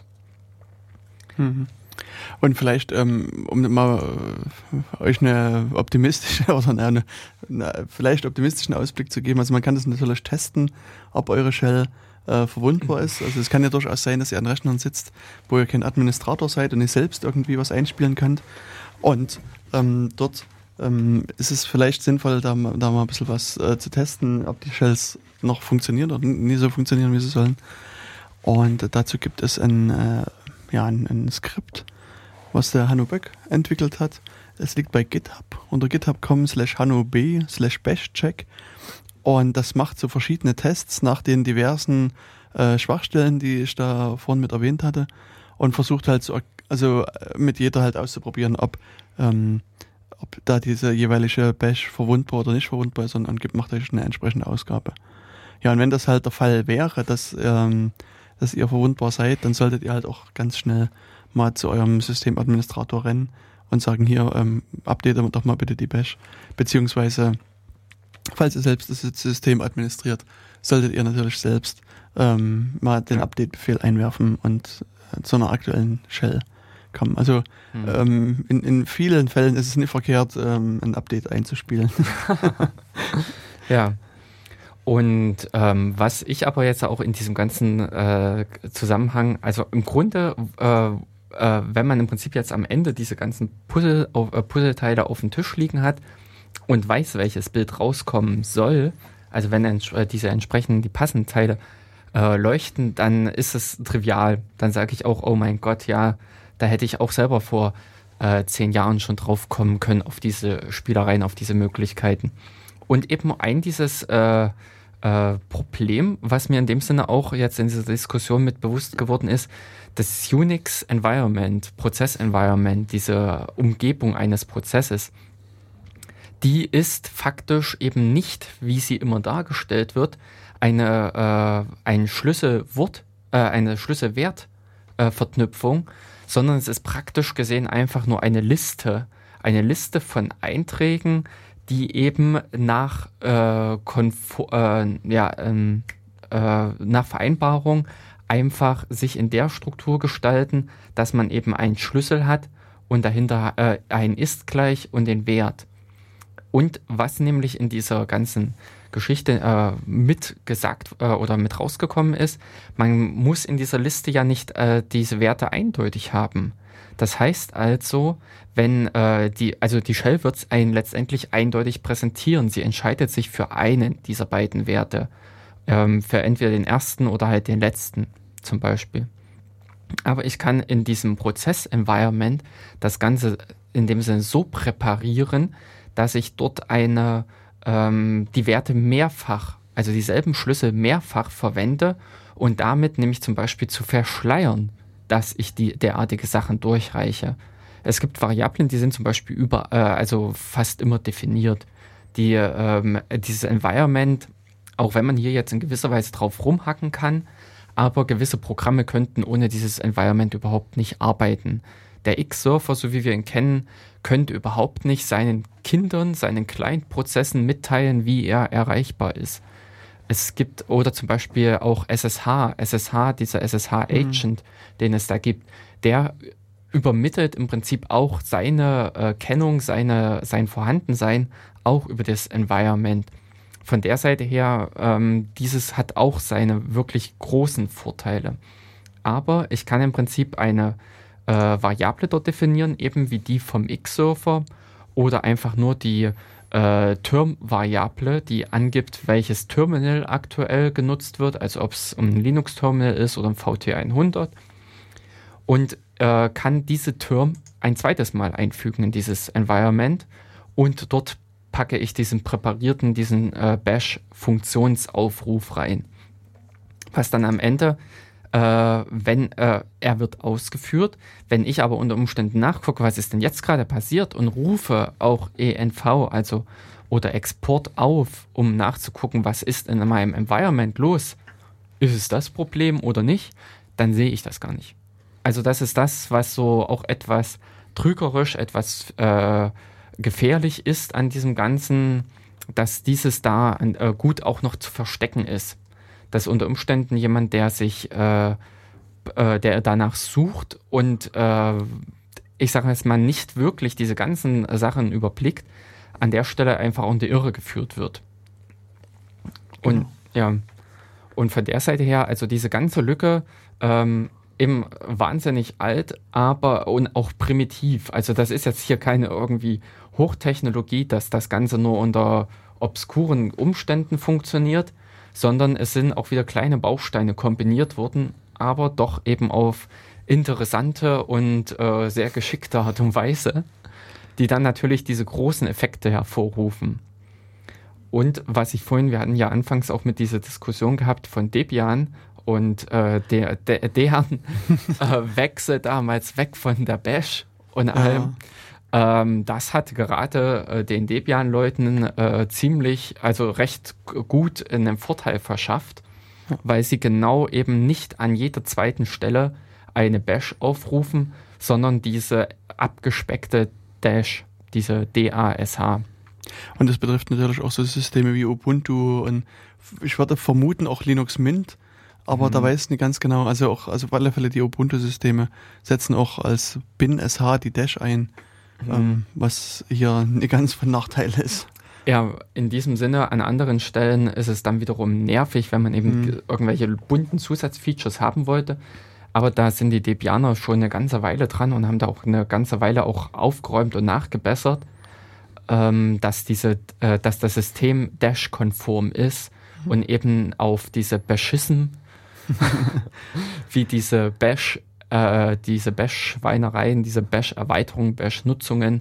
Und vielleicht, um mal euch eine optimistische oder vielleicht optimistischen Ausblick zu geben, also man kann das natürlich testen, ob eure Shell verwundbar ist. Also es kann ja durchaus sein, dass ihr an Rechnern sitzt, wo ihr kein Administrator seid und ihr selbst irgendwie was einspielen könnt. Und dort ist es vielleicht sinnvoll, da mal ein bisschen was zu testen, ob die Shells noch funktionieren oder nie so funktionieren, wie sie sollen. Und dazu gibt es ein Skript, was der Hanno Böck entwickelt hat. Es liegt bei GitHub unter github.com/hannob/bashcheck und das macht so verschiedene Tests nach den diversen Schwachstellen, die ich da vorhin mit erwähnt hatte und versucht halt mit jeder halt auszuprobieren, ob da diese jeweilige Bash verwundbar oder nicht verwundbar ist und macht euch eine entsprechende Ausgabe. Ja, und wenn das halt der Fall wäre, dass ihr verwundbar seid, dann solltet ihr halt auch ganz schnell mal zu eurem Systemadministrator rennen und sagen, hier, update doch mal bitte die Bash. Beziehungsweise, falls ihr selbst das System administriert, solltet ihr natürlich selbst mal den Update-Befehl einwerfen und zu einer aktuellen Shell kommen. Also in vielen Fällen ist es nicht verkehrt, ein Update einzuspielen.
Ja. Und was ich aber jetzt auch in diesem ganzen Zusammenhang, also im Grunde, wenn man im Prinzip jetzt am Ende diese ganzen Puzzleteile auf dem Tisch liegen hat und weiß, welches Bild rauskommen soll, also wenn diese entsprechenden, die passenden Teile leuchten, dann ist es trivial. Dann sage ich auch, oh mein Gott, ja, da hätte ich auch selber vor 10 Jahren schon drauf kommen können auf diese Spielereien, auf diese Möglichkeiten. Und eben dieses Problem, was mir in dem Sinne auch jetzt in dieser Diskussion mit bewusst geworden ist, das Unix-Environment, Prozess-Environment, diese Umgebung eines Prozesses, die ist faktisch eben nicht, wie sie immer dargestellt wird, eine Schlüsselwertverknüpfung, sondern es ist praktisch gesehen einfach nur eine Liste von Einträgen, die eben nach Vereinbarung einfach sich in der Struktur gestalten, dass man eben einen Schlüssel hat und dahinter ein Ist gleich und den Wert. Und was nämlich in dieser ganzen Geschichte mit gesagt oder mit rausgekommen ist, man muss in dieser Liste ja nicht diese Werte eindeutig haben. Das heißt also, wenn die Shell wird es letztendlich eindeutig präsentieren. Sie entscheidet sich für einen dieser beiden Werte, für entweder den ersten oder halt den letzten zum Beispiel. Aber ich kann in diesem Prozess-Environment das Ganze in dem Sinne so präparieren, dass ich dort die Werte mehrfach, also dieselben Schlüssel mehrfach verwende und damit nämlich zum Beispiel zu verschleiern, dass ich derartige Sachen durchreiche. Es gibt Variablen, die sind zum Beispiel fast immer definiert. Dieses Environment, auch wenn man hier jetzt in gewisser Weise drauf rumhacken kann, aber gewisse Programme könnten ohne dieses Environment überhaupt nicht arbeiten. Der X-Surfer, so wie wir ihn kennen, könnte überhaupt nicht seinen Kindern, seinen Client-Prozessen mitteilen, wie er erreichbar ist. Es gibt, oder zum Beispiel auch SSH, dieser SSH-Agent, den es da gibt, der übermittelt im Prinzip auch seine Kennung, sein Vorhandensein auch über das Environment. Von der Seite her, dieses hat auch seine wirklich großen Vorteile. Aber ich kann im Prinzip eine Variable dort definieren, eben wie die vom X-Surfer oder einfach nur die Term-Variable, die angibt, welches Terminal aktuell genutzt wird, also ob es ein Linux-Terminal ist oder ein VT100 und kann diese Term ein zweites Mal einfügen in dieses Environment und dort packe ich diesen Bash-Funktionsaufruf rein. Was dann am Ende er wird ausgeführt. Wenn ich aber unter Umständen nachgucke, was ist denn jetzt gerade passiert und rufe auch env, oder Export auf, um nachzugucken, was ist in meinem Environment los, ist es das Problem oder nicht, dann sehe ich das gar nicht. Also das ist das, was so auch etwas trügerisch, etwas gefährlich ist an diesem Ganzen, dass dieses da gut auch noch zu verstecken ist. Dass unter Umständen jemand, der danach sucht und ich sage jetzt mal nicht wirklich diese ganzen Sachen überblickt, an der Stelle einfach unter die Irre geführt wird. Und und von der Seite her, also diese ganze Lücke eben wahnsinnig alt, aber und auch primitiv. Also das ist jetzt hier keine irgendwie Hochtechnologie, dass das Ganze nur unter obskuren Umständen funktioniert, sondern es sind auch wieder kleine Bausteine kombiniert worden, aber doch eben auf interessante und sehr geschickte Art und Weise, die dann natürlich diese großen Effekte hervorrufen. Und was wir hatten ja anfangs auch mit dieser Diskussion gehabt von Debian und deren Wechsel damals weg von der Bash und allem. Das hat gerade den Debian-Leuten recht gut einen Vorteil verschafft, weil sie genau eben nicht an jeder zweiten Stelle eine Bash aufrufen, sondern diese abgespeckte Dash, diese DASH.
Und das betrifft natürlich auch so Systeme wie Ubuntu und ich würde vermuten auch Linux Mint, aber da weiß ich nicht ganz genau, also auf alle Fälle die Ubuntu-Systeme setzen auch als bin-sh die Dash ein. Was hier nicht ganz von Nachteil ist.
Ja, in diesem Sinne, an anderen Stellen ist es dann wiederum nervig, wenn man eben irgendwelche bunten Zusatzfeatures haben wollte. Aber da sind die Debianer schon eine ganze Weile dran und haben da auch eine ganze Weile auch aufgeräumt und nachgebessert, dass das System Dash-konform ist und eben auf diese Bashism, wie diese Bash-Schweinereien, diese Bash-Erweiterungen, Bash-Nutzungen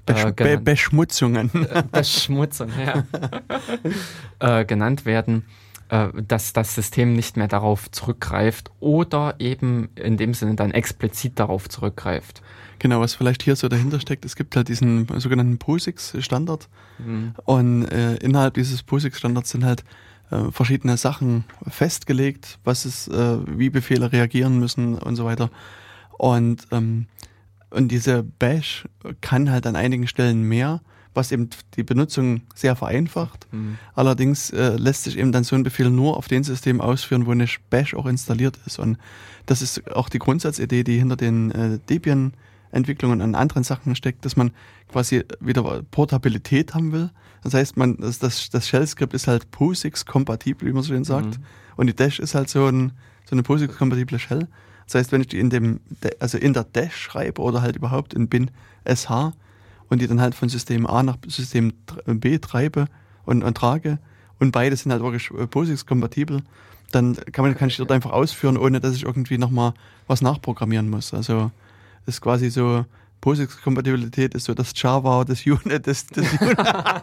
Beschmutzungen.
Beschmutzung, ja. Genannt werden, dass das System nicht mehr darauf zurückgreift oder eben in dem Sinne dann explizit darauf zurückgreift.
Genau, was vielleicht hier so dahinter steckt, es gibt halt diesen sogenannten POSIX-Standard und innerhalb dieses POSIX-Standards sind halt verschiedene Sachen festgelegt, wie Befehle reagieren müssen und so weiter. Und diese Bash kann halt an einigen Stellen mehr, was eben die Benutzung sehr vereinfacht. Allerdings lässt sich eben dann so ein Befehl nur auf den Systemen ausführen, wo eine Bash auch installiert ist. Und das ist auch die Grundsatzidee, die hinter den Debian-Entwicklungen an anderen Sachen steckt, dass man quasi wieder Portabilität haben will. Das heißt, das Shell-Skript ist halt POSIX-kompatibel, wie man so schön sagt. Und die Dash ist halt so eine POSIX-kompatible Shell. Das heißt, wenn ich die in der Dash schreibe oder halt überhaupt in bin sh und die dann halt von System A nach System B treibe und trage und beide sind halt wirklich POSIX-kompatibel, dann kann ich dort einfach ausführen, ohne dass ich irgendwie nochmal was nachprogrammieren muss. Also ist quasi so, POSIX-Kompatibilität ist so das Java, das Unit, das Unit.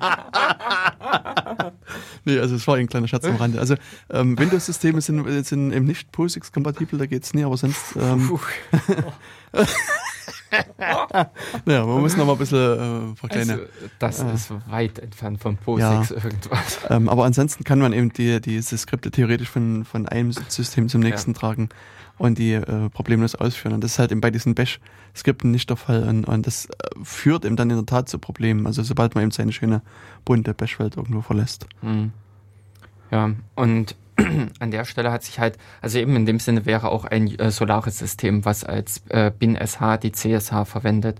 Nee, also es war ein kleiner Schatz am Rande. Also Windows-Systeme sind eben nicht POSIX-kompatibel, da geht's nie, aber sonst naja, man muss noch mal ein bisschen verkleinern.
Also, das ist weit entfernt von POSIX irgendwas.
Aber ansonsten kann man eben diese Skripte theoretisch von einem System zum nächsten tragen und die problemlos ausführen. Und das ist halt eben bei diesen Bash-Skripten nicht der Fall. Und das führt eben dann in der Tat zu Problemen. Also sobald man eben seine schöne, bunte Bash-Welt irgendwo verlässt.
Ja, und an der Stelle hat sich halt, also eben in dem Sinne wäre auch ein Solaris-System, was als bin-sh die CSH verwendet,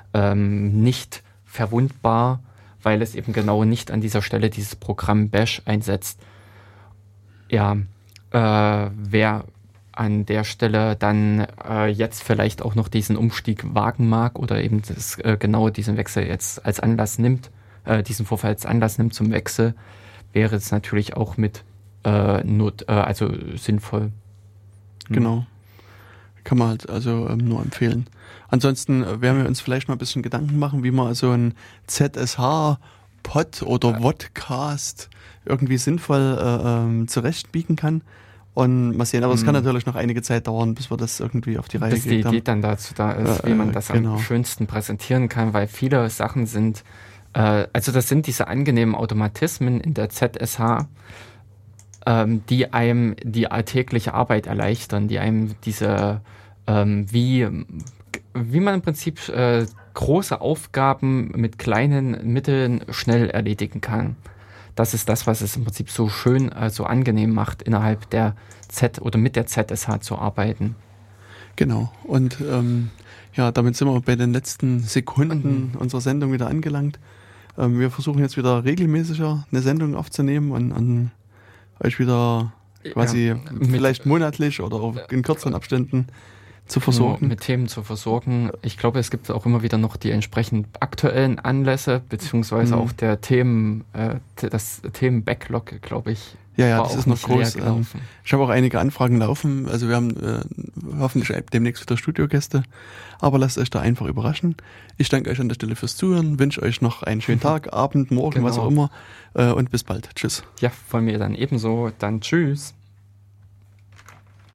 nicht verwundbar, weil es eben genau nicht an dieser Stelle dieses Programm Bash einsetzt. Ja, wer an der Stelle dann jetzt vielleicht auch noch diesen Umstieg wagen mag oder eben genau diesen Wechsel jetzt als Anlass nimmt, diesen Vorfall als Anlass nimmt zum Wechsel, wäre es natürlich auch mit also sinnvoll.
Genau. Kann man halt also nur empfehlen. Ansonsten werden wir uns vielleicht mal ein bisschen Gedanken machen, wie man so ein ZSH-Pod oder Vodcast irgendwie sinnvoll zurechtbiegen kann. Und mal sehen, aber es kann natürlich noch einige Zeit dauern, bis wir das irgendwie auf die Reihe
kriegen. Bis die Idee dann dazu da ist, wie man das am schönsten präsentieren kann, weil viele Sachen sind, also das sind diese angenehmen Automatismen in der ZSH, die einem die alltägliche Arbeit erleichtern, die einem diese, wie man im Prinzip große Aufgaben mit kleinen Mitteln schnell erledigen kann. Das ist das, was es im Prinzip so schön, so angenehm macht, innerhalb der oder mit der ZSH zu arbeiten.
Genau. Und damit sind wir bei den letzten Sekunden unserer Sendung wieder angelangt. Wir versuchen jetzt wieder regelmäßiger eine Sendung aufzunehmen und euch wieder quasi vielleicht monatlich oder auch in kürzeren Abständen zu versorgen.
Mit Themen zu versorgen. Ich glaube, es gibt auch immer wieder noch die entsprechend aktuellen Anlässe, beziehungsweise auch das Themen-Backlog, glaube ich.
Ja, das ist noch groß. Ich habe auch einige Anfragen laufen. Also wir haben hoffentlich demnächst wieder Studiogäste. Aber lasst euch da einfach überraschen. Ich danke euch an der Stelle fürs Zuhören, wünsche euch noch einen schönen Tag, Abend, Morgen, was auch immer. Und bis bald. Tschüss.
Ja, von mir dann ebenso. Dann tschüss.